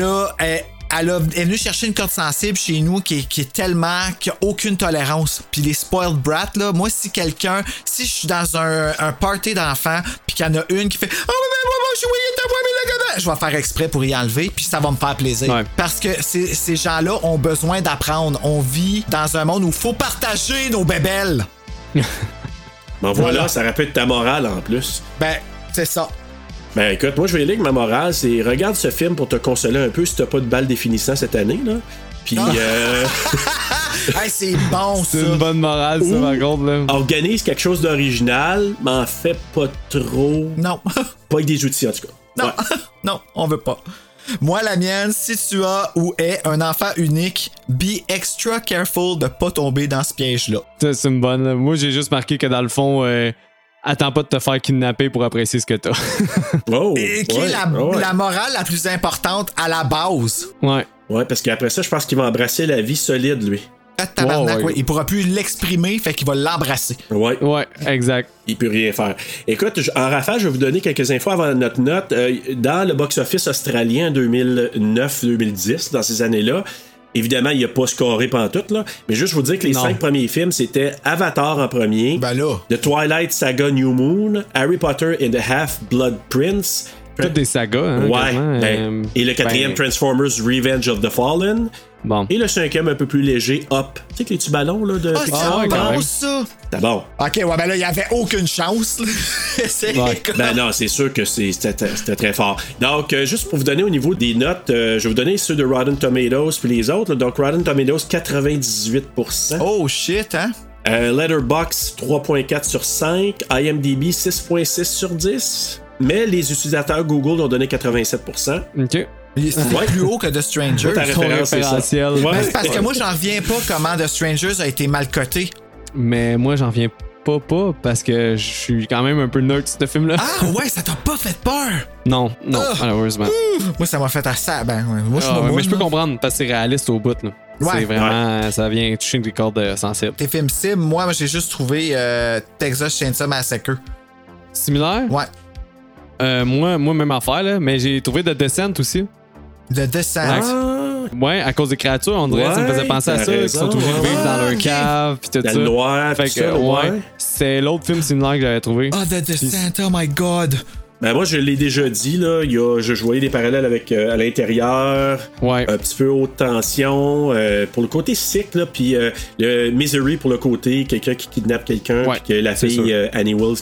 [SPEAKER 6] est venue chercher une corde sensible chez nous qui est tellement... qui a aucune tolérance. Puis les spoiled brats, là, moi, si je suis dans un party d'enfants puis qu'il y en a une qui fait « Oh, mais je vais faire exprès pour y enlever, puis ça va me faire plaisir. Ouais. Parce que ces gens-là ont besoin d'apprendre. On vit dans un monde où il faut partager nos bébelles.
[SPEAKER 4] Bon, voilà, ça rappelle ta morale en plus.
[SPEAKER 6] Ben, c'est ça.
[SPEAKER 4] Ben écoute, moi je vais y aller avec ma morale, c'est regarde ce film pour te consoler un peu si t'as pas de balle définissant cette année, là. Puis
[SPEAKER 6] hey, c'est bon, ça.
[SPEAKER 5] C'est une bonne morale, ça, par contre, là.
[SPEAKER 4] Organise quelque chose d'original, mais en fait pas trop.
[SPEAKER 6] Non.
[SPEAKER 4] Pas avec des outils, en tout cas.
[SPEAKER 6] Non,
[SPEAKER 4] ouais.
[SPEAKER 6] Non, on veut pas. Moi, la mienne, si tu as ou es un enfant unique, be extra careful de pas tomber dans ce piège-là.
[SPEAKER 5] Ça, c'est une bonne. Moi, j'ai juste marqué que dans le fond, attends pas de te faire kidnapper pour apprécier ce que t'as.
[SPEAKER 4] Oh,
[SPEAKER 6] et qui est la morale la plus importante à la base.
[SPEAKER 5] Ouais.
[SPEAKER 4] Ouais, parce qu'après ça, je pense qu'il va embrasser la vie solide, lui.
[SPEAKER 6] Tabarnak, ouais. Il pourra plus l'exprimer, fait qu'il va l'embrasser.
[SPEAKER 4] Ouais.
[SPEAKER 5] Ouais, exact.
[SPEAKER 4] Il peut rien faire. Écoute, en rafale, je vais vous donner quelques infos avant notre note. Dans le box-office australien 2009-2010, dans ces années-là, évidemment, il n'a pas scoré pantoute, là. Mais juste vous dire que les 5 premiers films, c'était Avatar en premier,
[SPEAKER 6] ben là.
[SPEAKER 4] The Twilight Saga New Moon, Harry Potter and the Half-Blood Prince.
[SPEAKER 5] Toutes des sagas, hein.
[SPEAKER 4] Ouais. Et le 4e, Transformers Revenge of the Fallen.
[SPEAKER 5] Bon.
[SPEAKER 4] Et le 5e, un peu plus léger, Up. Tu sais que les petits ballons là, de
[SPEAKER 6] Pixar. C'est bon, ça.
[SPEAKER 4] C'est bon.
[SPEAKER 6] Ok, ouais, ben là, il n'y avait aucune chance.
[SPEAKER 4] Ben non, c'est sûr que c'était très fort. Donc, juste pour vous donner au niveau des notes, je vais vous donner ceux de Rotten Tomatoes puis les autres. Là. Donc, Rotten Tomatoes, 98%.
[SPEAKER 6] Oh shit, hein?
[SPEAKER 4] Letterboxd, 3.4 sur 5. IMDb, 6.6 sur 10. mais les utilisateurs Google ont donné 87%.
[SPEAKER 5] OK.
[SPEAKER 6] C'est plus haut que The Strangers.
[SPEAKER 4] Ta référence, c'est ça.
[SPEAKER 5] référentiel.
[SPEAKER 6] Mais c'est parce que moi, j'en reviens pas comment The Strangers a été mal coté.
[SPEAKER 5] Mais moi, j'en viens pas parce que je suis quand même un peu nerd de ce film-là.
[SPEAKER 6] Ah ouais, ça t'a pas fait peur?
[SPEAKER 5] Non, malheureusement.
[SPEAKER 6] Moi, ça m'a fait assez... Ben, ouais, moi, je suis
[SPEAKER 5] mais je peux comprendre parce que c'est réaliste au bout. Là.
[SPEAKER 6] Ouais.
[SPEAKER 5] C'est vraiment... Ça vient toucher des cordes sensibles.
[SPEAKER 6] Tes films cibles, moi, j'ai juste trouvé Texas Chainsaw Massacre.
[SPEAKER 5] Similaire?
[SPEAKER 6] Ouais.
[SPEAKER 5] Moi, même affaire, là, mais j'ai trouvé The Descent aussi.
[SPEAKER 6] The Descent.
[SPEAKER 5] Ouais, à cause des créatures, on dirait, ça me faisait penser à ça, qu'ils sont obligés de vivre dans leur cave, pis tout
[SPEAKER 4] dans
[SPEAKER 5] ça.
[SPEAKER 4] le noir,
[SPEAKER 5] fait
[SPEAKER 4] pis
[SPEAKER 5] que,
[SPEAKER 4] ça,
[SPEAKER 5] ouais, c'est l'autre film similaire que j'avais trouvé.
[SPEAKER 6] Ah, The Descent, oh my god.
[SPEAKER 4] Ben moi, je l'ai déjà dit, là, je voyais des parallèles avec à l'intérieur, un petit peu haute tension, pour le côté sick, là, puis le Misery pour le côté quelqu'un qui kidnappe quelqu'un, puis que la fille Annie Wilkes,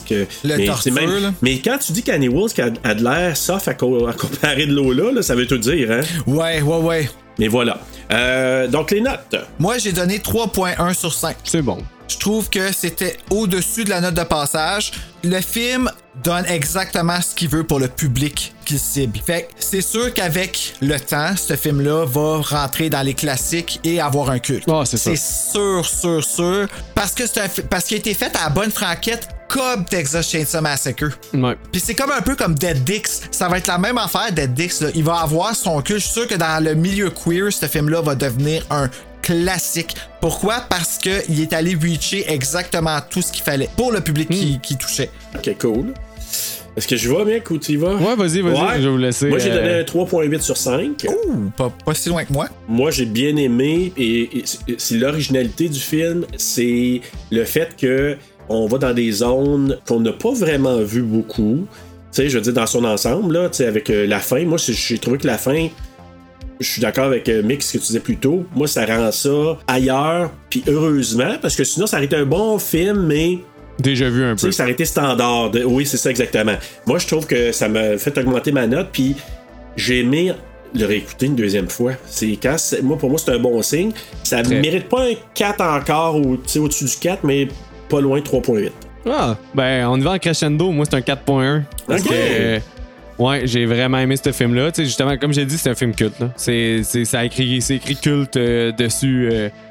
[SPEAKER 4] mais quand tu dis qu'Annie Wilkes a de l'air soft à comparer de Lola, là, ça veut tout dire, hein?
[SPEAKER 6] Ouais.
[SPEAKER 4] Mais voilà. Donc les notes.
[SPEAKER 6] Moi, j'ai donné 3.1 sur 5.
[SPEAKER 5] C'est bon.
[SPEAKER 6] Je trouve que c'était au-dessus de la note de passage. Le film donne exactement ce qu'il veut pour le public qu'il cible. Fait que c'est sûr qu'avec le temps, ce film-là va rentrer dans les classiques et avoir un culte.
[SPEAKER 5] Oh, c'est
[SPEAKER 6] sûr. Parce que parce qu'il a été fait à la bonne franquette comme Texas Chainsaw Massacre.
[SPEAKER 5] Ouais.
[SPEAKER 6] Puis c'est comme un peu comme Dead Dix. Ça va être la même affaire, Dead Dix. Là. Il va avoir son culte. Je suis sûr que dans le milieu queer, ce film-là va devenir un classique. Pourquoi? Parce qu'il est allé reacher exactement tout ce qu'il fallait pour le public qui touchait.
[SPEAKER 4] Ok, cool. Est-ce que je vais, mec, ou tu y vas?
[SPEAKER 5] Ouais, vas-y, je vais vous laisser.
[SPEAKER 4] Moi, j'ai donné un 3.8 sur 5.
[SPEAKER 6] Ouh, pas si loin que moi.
[SPEAKER 4] Moi, j'ai bien aimé, et c'est l'originalité du film, c'est le fait que on va dans des zones qu'on n'a pas vraiment vues beaucoup. Tu sais, je veux dire, dans son ensemble, là, tu sais, avec la fin. Moi, j'ai trouvé que la fin... Je suis d'accord avec Mick, ce que tu disais plus tôt. Moi, ça rend ça ailleurs, puis heureusement, parce que sinon, ça aurait été un bon film, mais...
[SPEAKER 5] Déjà vu un peu.
[SPEAKER 4] Ça aurait été standard. Oui, c'est ça exactement. Moi, je trouve que ça m'a fait augmenter ma note, puis j'ai aimé le réécouter une deuxième fois. Pour moi, c'est un bon signe. Ça ne mérite pas un 4 encore, ou au-dessus du 4, mais pas loin de 3.8.
[SPEAKER 5] Ah, ben, on y va en crescendo. Moi, c'est un 4.1. Parce que... Ouais, j'ai vraiment aimé ce film-là. Tu sais, justement, comme j'ai dit, c'est un film culte. Là. C'est écrit culte dessus.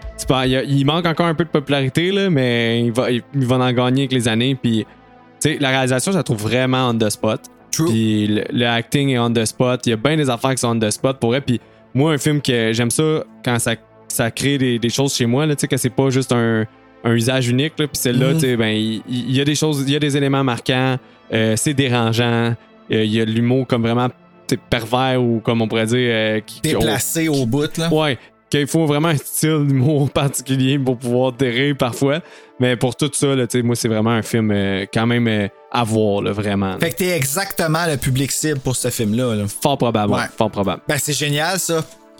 [SPEAKER 5] Il manque encore un peu de popularité, là, mais il va en gagner avec les années. Puis, tu sais, la réalisation, je la trouve vraiment on the spot.
[SPEAKER 6] True.
[SPEAKER 5] Puis le acting est on the spot. Il y a bien des affaires qui sont on the spot pour elle. Puis moi, un film que j'aime ça quand ça crée des choses chez moi, là, tu sais, que c'est pas juste un usage unique. Puis celle-là, tu sais, ben, il y a des choses, il y a des éléments marquants. C'est dérangeant. Il y a l'humour comme vraiment pervers ou comme on pourrait dire...
[SPEAKER 6] déplacé au bout, là.
[SPEAKER 5] Ouais, qu'il faut vraiment un style d'humour particulier pour pouvoir rire parfois. Mais pour tout ça, là, moi, c'est vraiment un film quand même à voir, là, vraiment.
[SPEAKER 6] Fait que t'es exactement le public cible pour ce film-là. Là.
[SPEAKER 5] Fort probable, ouais. Fort probable.
[SPEAKER 6] Ben, c'est génial, ça.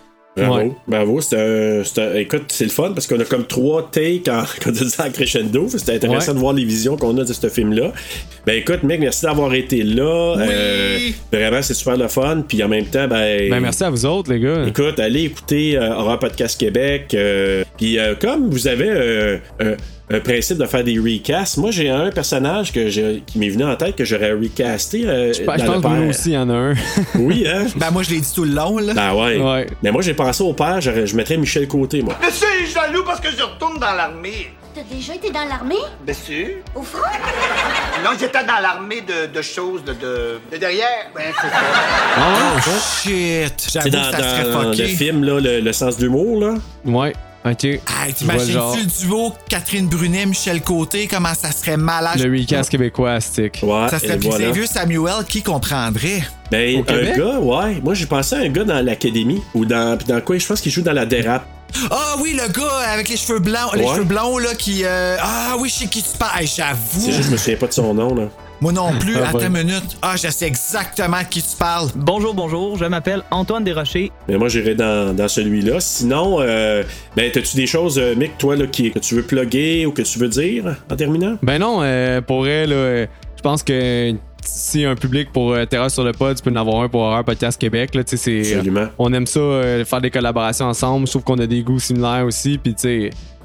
[SPEAKER 4] Bravo. Écoute, c'est le fun parce qu'on a comme 3 takes en crescendo. C'était intéressant de voir les visions qu'on a de ce film-là. Ben écoute, mec, merci d'avoir été là.
[SPEAKER 6] Oui.
[SPEAKER 4] Vraiment, c'est super le fun. Puis en même temps,
[SPEAKER 5] merci à vous autres, les gars.
[SPEAKER 4] Écoute, allez écouter Horror Podcast Québec. Puis comme vous avez un principe de faire des recasts, moi j'ai un personnage qui m'est venu en tête que j'aurais recasté.
[SPEAKER 5] Je pense que nous aussi, il y en a un.
[SPEAKER 4] Oui, hein?
[SPEAKER 6] Ben moi je l'ai dit tout le long, là.
[SPEAKER 4] Ben ouais. Mais moi j'ai pensé au père, je mettrais Michel Côté, moi.
[SPEAKER 11] Mais c'est jaloux parce que je retourne dans l'armée.
[SPEAKER 9] T'as déjà été dans l'armée?
[SPEAKER 11] Bien sûr.
[SPEAKER 9] Au front?
[SPEAKER 11] Non, j'étais dans l'armée de choses, de derrière. Ben, c'est ça.
[SPEAKER 6] Oh shit! J'avoue que ça serait fucké.
[SPEAKER 4] Le film, là, le sens d'humour, là.
[SPEAKER 5] Ouais. OK.
[SPEAKER 6] Hey, t'imagines-tu le duo Catherine Brunet, Michel Côté, comment ça serait malade?
[SPEAKER 5] Le recast québécois, stick.
[SPEAKER 4] Ouais,
[SPEAKER 6] ça serait plus vieux Samuel qui comprendrait.
[SPEAKER 4] Ben, un gars, ouais. Moi, j'ai pensé à un gars dans l'Académie, ou dans quoi, je pense qu'il joue dans La Dérape.
[SPEAKER 6] Ah oui, le gars avec les cheveux blancs, les cheveux blonds, là, qui... Ah oui, je sais qui tu parles. Hey, j'avoue.
[SPEAKER 4] C'est juste, je me souviens pas de son nom, là.
[SPEAKER 6] Moi non plus, attends une minute. Ah, je sais exactement de qui tu parles.
[SPEAKER 12] Bonjour, je m'appelle Antoine Desrochers.
[SPEAKER 4] Mais moi, j'irai dans celui-là. Sinon, ben, t'as-tu des choses, Mick, toi, là, que tu veux plugger ou que tu veux dire en terminant?
[SPEAKER 5] Ben non, pour elle, je pense que si un public pour Terreur sur le pod, tu peux en avoir un pour Horror Podcast Québec. Là,
[SPEAKER 4] absolument.
[SPEAKER 5] On aime ça, faire des collaborations ensemble. Je trouve qu'on a des goûts similaires aussi. Puis, tu sais,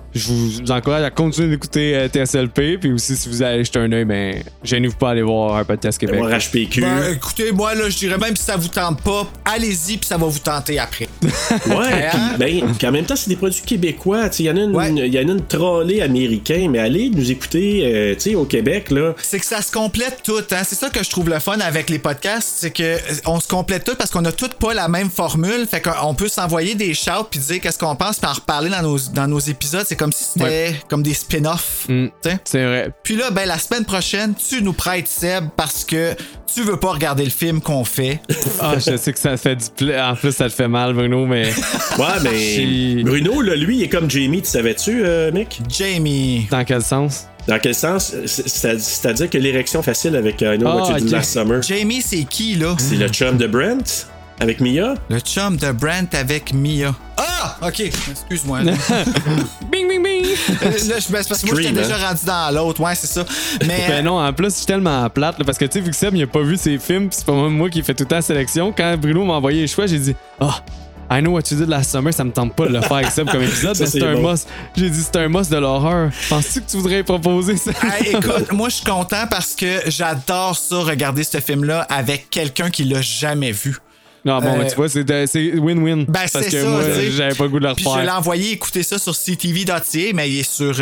[SPEAKER 5] je vous encourage à continuer d'écouter TSLP. Puis aussi, si vous allez jeter un œil, ben, gênez-vous pas à aller voir un podcast Québec.
[SPEAKER 4] Voir HPQ.
[SPEAKER 6] Ben, écoutez, moi, là, je dirais même si ça vous tente pas, allez-y, puis ça va vous tenter après.
[SPEAKER 4] Ouais, puis en même temps, c'est des produits québécois. Il y en a une trollée américaine, mais allez nous écouter au Québec. Là.
[SPEAKER 6] C'est que ça se complète tout. Hein? C'est ça que je trouve le fun avec les podcasts, c'est que on se complète tout parce qu'on a toutes pas la même formule. Fait qu'on peut s'envoyer des shouts puis dire qu'est-ce qu'on pense puis en reparler dans nos épisodes. C'est comme si c'était comme des spin-offs.
[SPEAKER 5] C'est vrai.
[SPEAKER 6] Puis là, ben la semaine prochaine, tu nous prêtes Seb parce que tu veux pas regarder le film qu'on fait.
[SPEAKER 5] Ah, je sais que ça fait en plus, ça te fait mal, Bruno, mais...
[SPEAKER 4] Ouais, mais Bruno, là, lui, il est comme Jamie, tu savais-tu, Mick?
[SPEAKER 6] Jamie.
[SPEAKER 5] Dans quel sens?
[SPEAKER 4] Dans quel sens? C'est-à-dire que l'érection facile avec I Know What You Did Last Summer.
[SPEAKER 6] Jamie, c'est qui, là?
[SPEAKER 4] C'est le chum de Brent avec Mia.
[SPEAKER 6] Le chum de Brent avec Mia. Ah! OK. Excuse-moi.
[SPEAKER 5] Bing, bing, bing!
[SPEAKER 6] Là, parce que moi, j'étais déjà rendu dans l'autre. Ouais, c'est ça. Mais...
[SPEAKER 5] Ben non, en plus, je suis tellement plate. Là, parce que, tu sais, vu que Seb, il a pas vu ses films, pis c'est pas moi qui fait toute la sélection. Quand Bruno m'a envoyé les choix, j'ai dit « Ah! I Know What You Did Last Summer, ça me tente pas de le faire avec Seb comme épisode, mais c'est un must. » J'ai dit c'est un must de l'horreur. Penses-tu que tu voudrais proposer ça?
[SPEAKER 6] Écoute, moi je suis content parce que j'adore ça, regarder ce film-là avec quelqu'un qui l'a jamais vu.
[SPEAKER 5] Non, bon, tu vois, c'est win-win.
[SPEAKER 6] Ben,
[SPEAKER 5] parce
[SPEAKER 6] c'est
[SPEAKER 5] que
[SPEAKER 6] ça,
[SPEAKER 5] moi,
[SPEAKER 6] t'sais.
[SPEAKER 5] j'avais pas le goût de le refaire.
[SPEAKER 6] Puis je l'ai envoyé écouter ça sur ctv.ca, mais il est sur...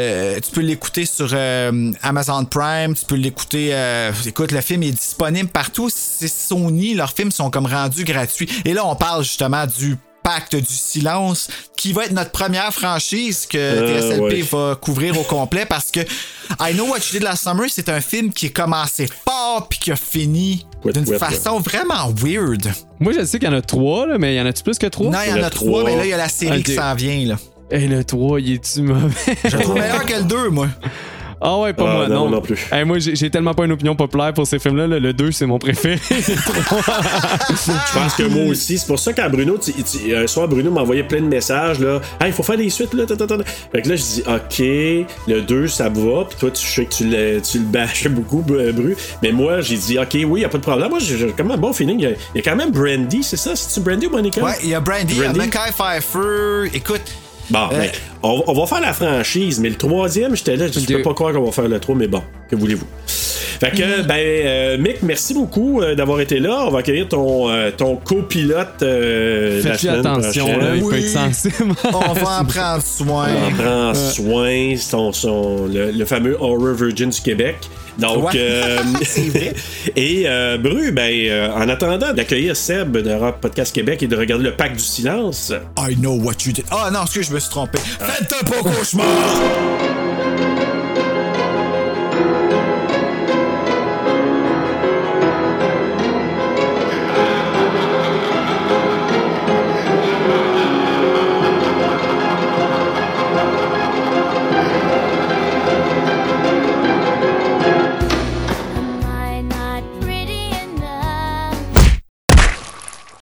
[SPEAKER 6] tu peux l'écouter sur Amazon Prime, tu peux l'écouter... écoute, le film est disponible partout. C'est Sony, leurs films sont comme rendus gratuits. Et là, on parle justement du Pacte du silence, qui va être notre première franchise que TSLP va couvrir au complet parce que I Know What You Did Last Summer, c'est un film qui a commencé fort puis qui a fini d'une façon vraiment weird.
[SPEAKER 5] Moi, je sais qu'il y en a 3, là, mais il y en a-tu plus que 3?
[SPEAKER 6] Non, il y en a 3, mais là, il y a la série qui s'en vient. Là.
[SPEAKER 5] Et le 3, il est-tu mauvais?
[SPEAKER 6] Je le trouve meilleur que le 2, moi.
[SPEAKER 5] Ah ouais, pas moi, non.
[SPEAKER 4] Non plus.
[SPEAKER 5] Hey, moi, j'ai tellement pas une opinion populaire pour ces films-là. Là. Le 2, c'est mon préféré.
[SPEAKER 4] Je pense que moi aussi. C'est pour ça qu'à Bruno, un soir, Bruno m'a envoyé plein de messages. Là. Hey, il faut faire des suites. Là. Fait que là, je dis, OK, le 2, ça va. Puis toi, je sais que tu le bâchais beaucoup, Bru. Mais moi, j'ai dit, OK, oui, il n'y a pas de problème. Moi, j'ai quand même un bon feeling. Il y a quand même Brandy, c'est ça? C'est-tu Brandy ou Monica?
[SPEAKER 6] Ouais, il y a Brandy, il y a Mekhi Phifer. Écoute.
[SPEAKER 4] Bon, ben, on va faire la franchise, mais le 3e, j'étais là, je peux pas croire qu'on va faire le 3, mais bon, que voulez-vous? Fait que, Mick, merci beaucoup d'avoir été là. On va accueillir ton copilote la semaine
[SPEAKER 5] attention,
[SPEAKER 4] prochaine.
[SPEAKER 5] là, il peut être sensible.
[SPEAKER 6] On va en prendre soin.
[SPEAKER 4] On en prend soin, le fameux Horror Virgin du Québec. Donc,
[SPEAKER 6] c'est vrai.
[SPEAKER 4] Et Bru, en attendant d'accueillir Seb de Rock Podcast Québec et de regarder le Pacte du silence.
[SPEAKER 6] I Know What You Did. Ah non, excuse, je me suis trompé. Faites un beau cauchemar!